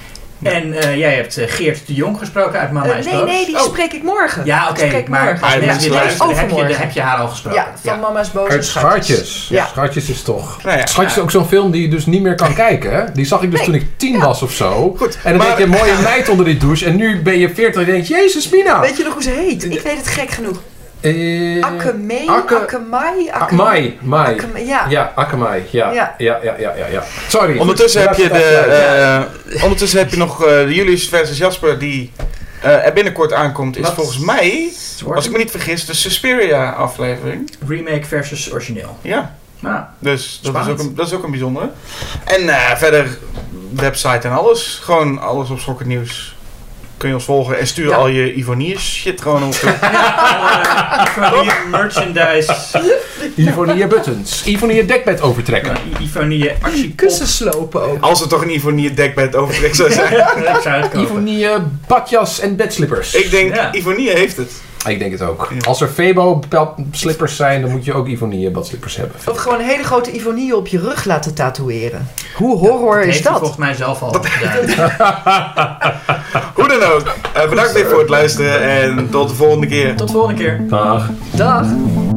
[SPEAKER 1] En uh, jij hebt uh, Geert de Jong gesproken uit Mama
[SPEAKER 4] Uh,
[SPEAKER 1] is
[SPEAKER 4] nee,
[SPEAKER 1] Boos.
[SPEAKER 4] nee, die
[SPEAKER 2] Oh.
[SPEAKER 4] spreek ik morgen.
[SPEAKER 1] Ja, oké,
[SPEAKER 4] Spreek
[SPEAKER 1] maar
[SPEAKER 4] morgen.
[SPEAKER 1] als
[SPEAKER 2] Ah,
[SPEAKER 1] mensen
[SPEAKER 2] mensen
[SPEAKER 1] dit luisteren, heb je,
[SPEAKER 4] overmorgen.
[SPEAKER 1] heb je haar al gesproken.
[SPEAKER 4] Ja, van Mama's Boze
[SPEAKER 3] uit
[SPEAKER 4] Schatjes.
[SPEAKER 3] Schatjes.
[SPEAKER 4] Ja.
[SPEAKER 3] Schatjes is toch...
[SPEAKER 2] Nou ja,
[SPEAKER 3] Schatjes is ook zo'n film die je dus niet meer kan kijken. Hè? Die zag ik dus
[SPEAKER 4] Nee.
[SPEAKER 3] toen ik tien was of zo.
[SPEAKER 2] Goed,
[SPEAKER 3] En dan
[SPEAKER 2] maar-
[SPEAKER 3] denk je, mooie meid onder die douche. En nu ben je veertig en denk je, jezus Mina.
[SPEAKER 4] Weet je nog hoe ze heet? Ik weet het gek genoeg.
[SPEAKER 3] Eh,
[SPEAKER 4] Akemee?
[SPEAKER 3] Akke-
[SPEAKER 4] Akemai?
[SPEAKER 3] Ah, Mai. Mai.
[SPEAKER 4] Akemai, ja.
[SPEAKER 3] Ja, Akamai. Ja. Ja.
[SPEAKER 4] Ja.
[SPEAKER 3] Ja, ja, ja, ja, Sorry.
[SPEAKER 2] Ondertussen heb je,
[SPEAKER 3] Ja,
[SPEAKER 2] de,
[SPEAKER 3] ja.
[SPEAKER 2] uh, ondertussen heb je nog uh, de Julius versus Jasper die uh, er binnenkort aankomt. Is
[SPEAKER 1] Wat?
[SPEAKER 2] volgens mij,
[SPEAKER 1] Wordt
[SPEAKER 2] als ik me niet vergis, de Suspiria aflevering.
[SPEAKER 1] remake versus origineel.
[SPEAKER 2] Ja,
[SPEAKER 1] Nou,
[SPEAKER 2] dus dat is,
[SPEAKER 1] Spannend.
[SPEAKER 2] ook een, dat is ook een bijzondere. En uh, verder website en alles. Gewoon alles op Schokkend Nieuws. Kun je ons volgen en stuur
[SPEAKER 4] Ja.
[SPEAKER 2] al je Ivoniers shit gewoon op.
[SPEAKER 1] Ivonie merchandise,
[SPEAKER 3] Ivonie buttons. Ivonie dekbed overtrekken.
[SPEAKER 1] Ivonie actie
[SPEAKER 4] Kussen slopen ook.
[SPEAKER 2] Als er toch een Ivonier dekbed overtrek zou zijn.
[SPEAKER 1] Ik zou het kopen.
[SPEAKER 3] Ivonie badjas en bedslippers.
[SPEAKER 2] Ik denk,
[SPEAKER 1] Ja.
[SPEAKER 2] Ivonier heeft het.
[SPEAKER 3] Ik denk het ook.
[SPEAKER 2] Ja.
[SPEAKER 3] Als er Febo slippers zijn, dan moet je ook Ivonie badslippers hebben.
[SPEAKER 4] Of gewoon een hele grote Ivonie op je rug laten tatoeëren. Hoe horror
[SPEAKER 1] Dat
[SPEAKER 4] is
[SPEAKER 1] heeft hij
[SPEAKER 4] dat?
[SPEAKER 1] volgens mij zelf al gedaan.
[SPEAKER 2] Hoe dan ook. Uh, bedankt weer voor het luisteren en tot de volgende keer.
[SPEAKER 1] Tot de volgende keer.
[SPEAKER 3] Dag.
[SPEAKER 4] Dag.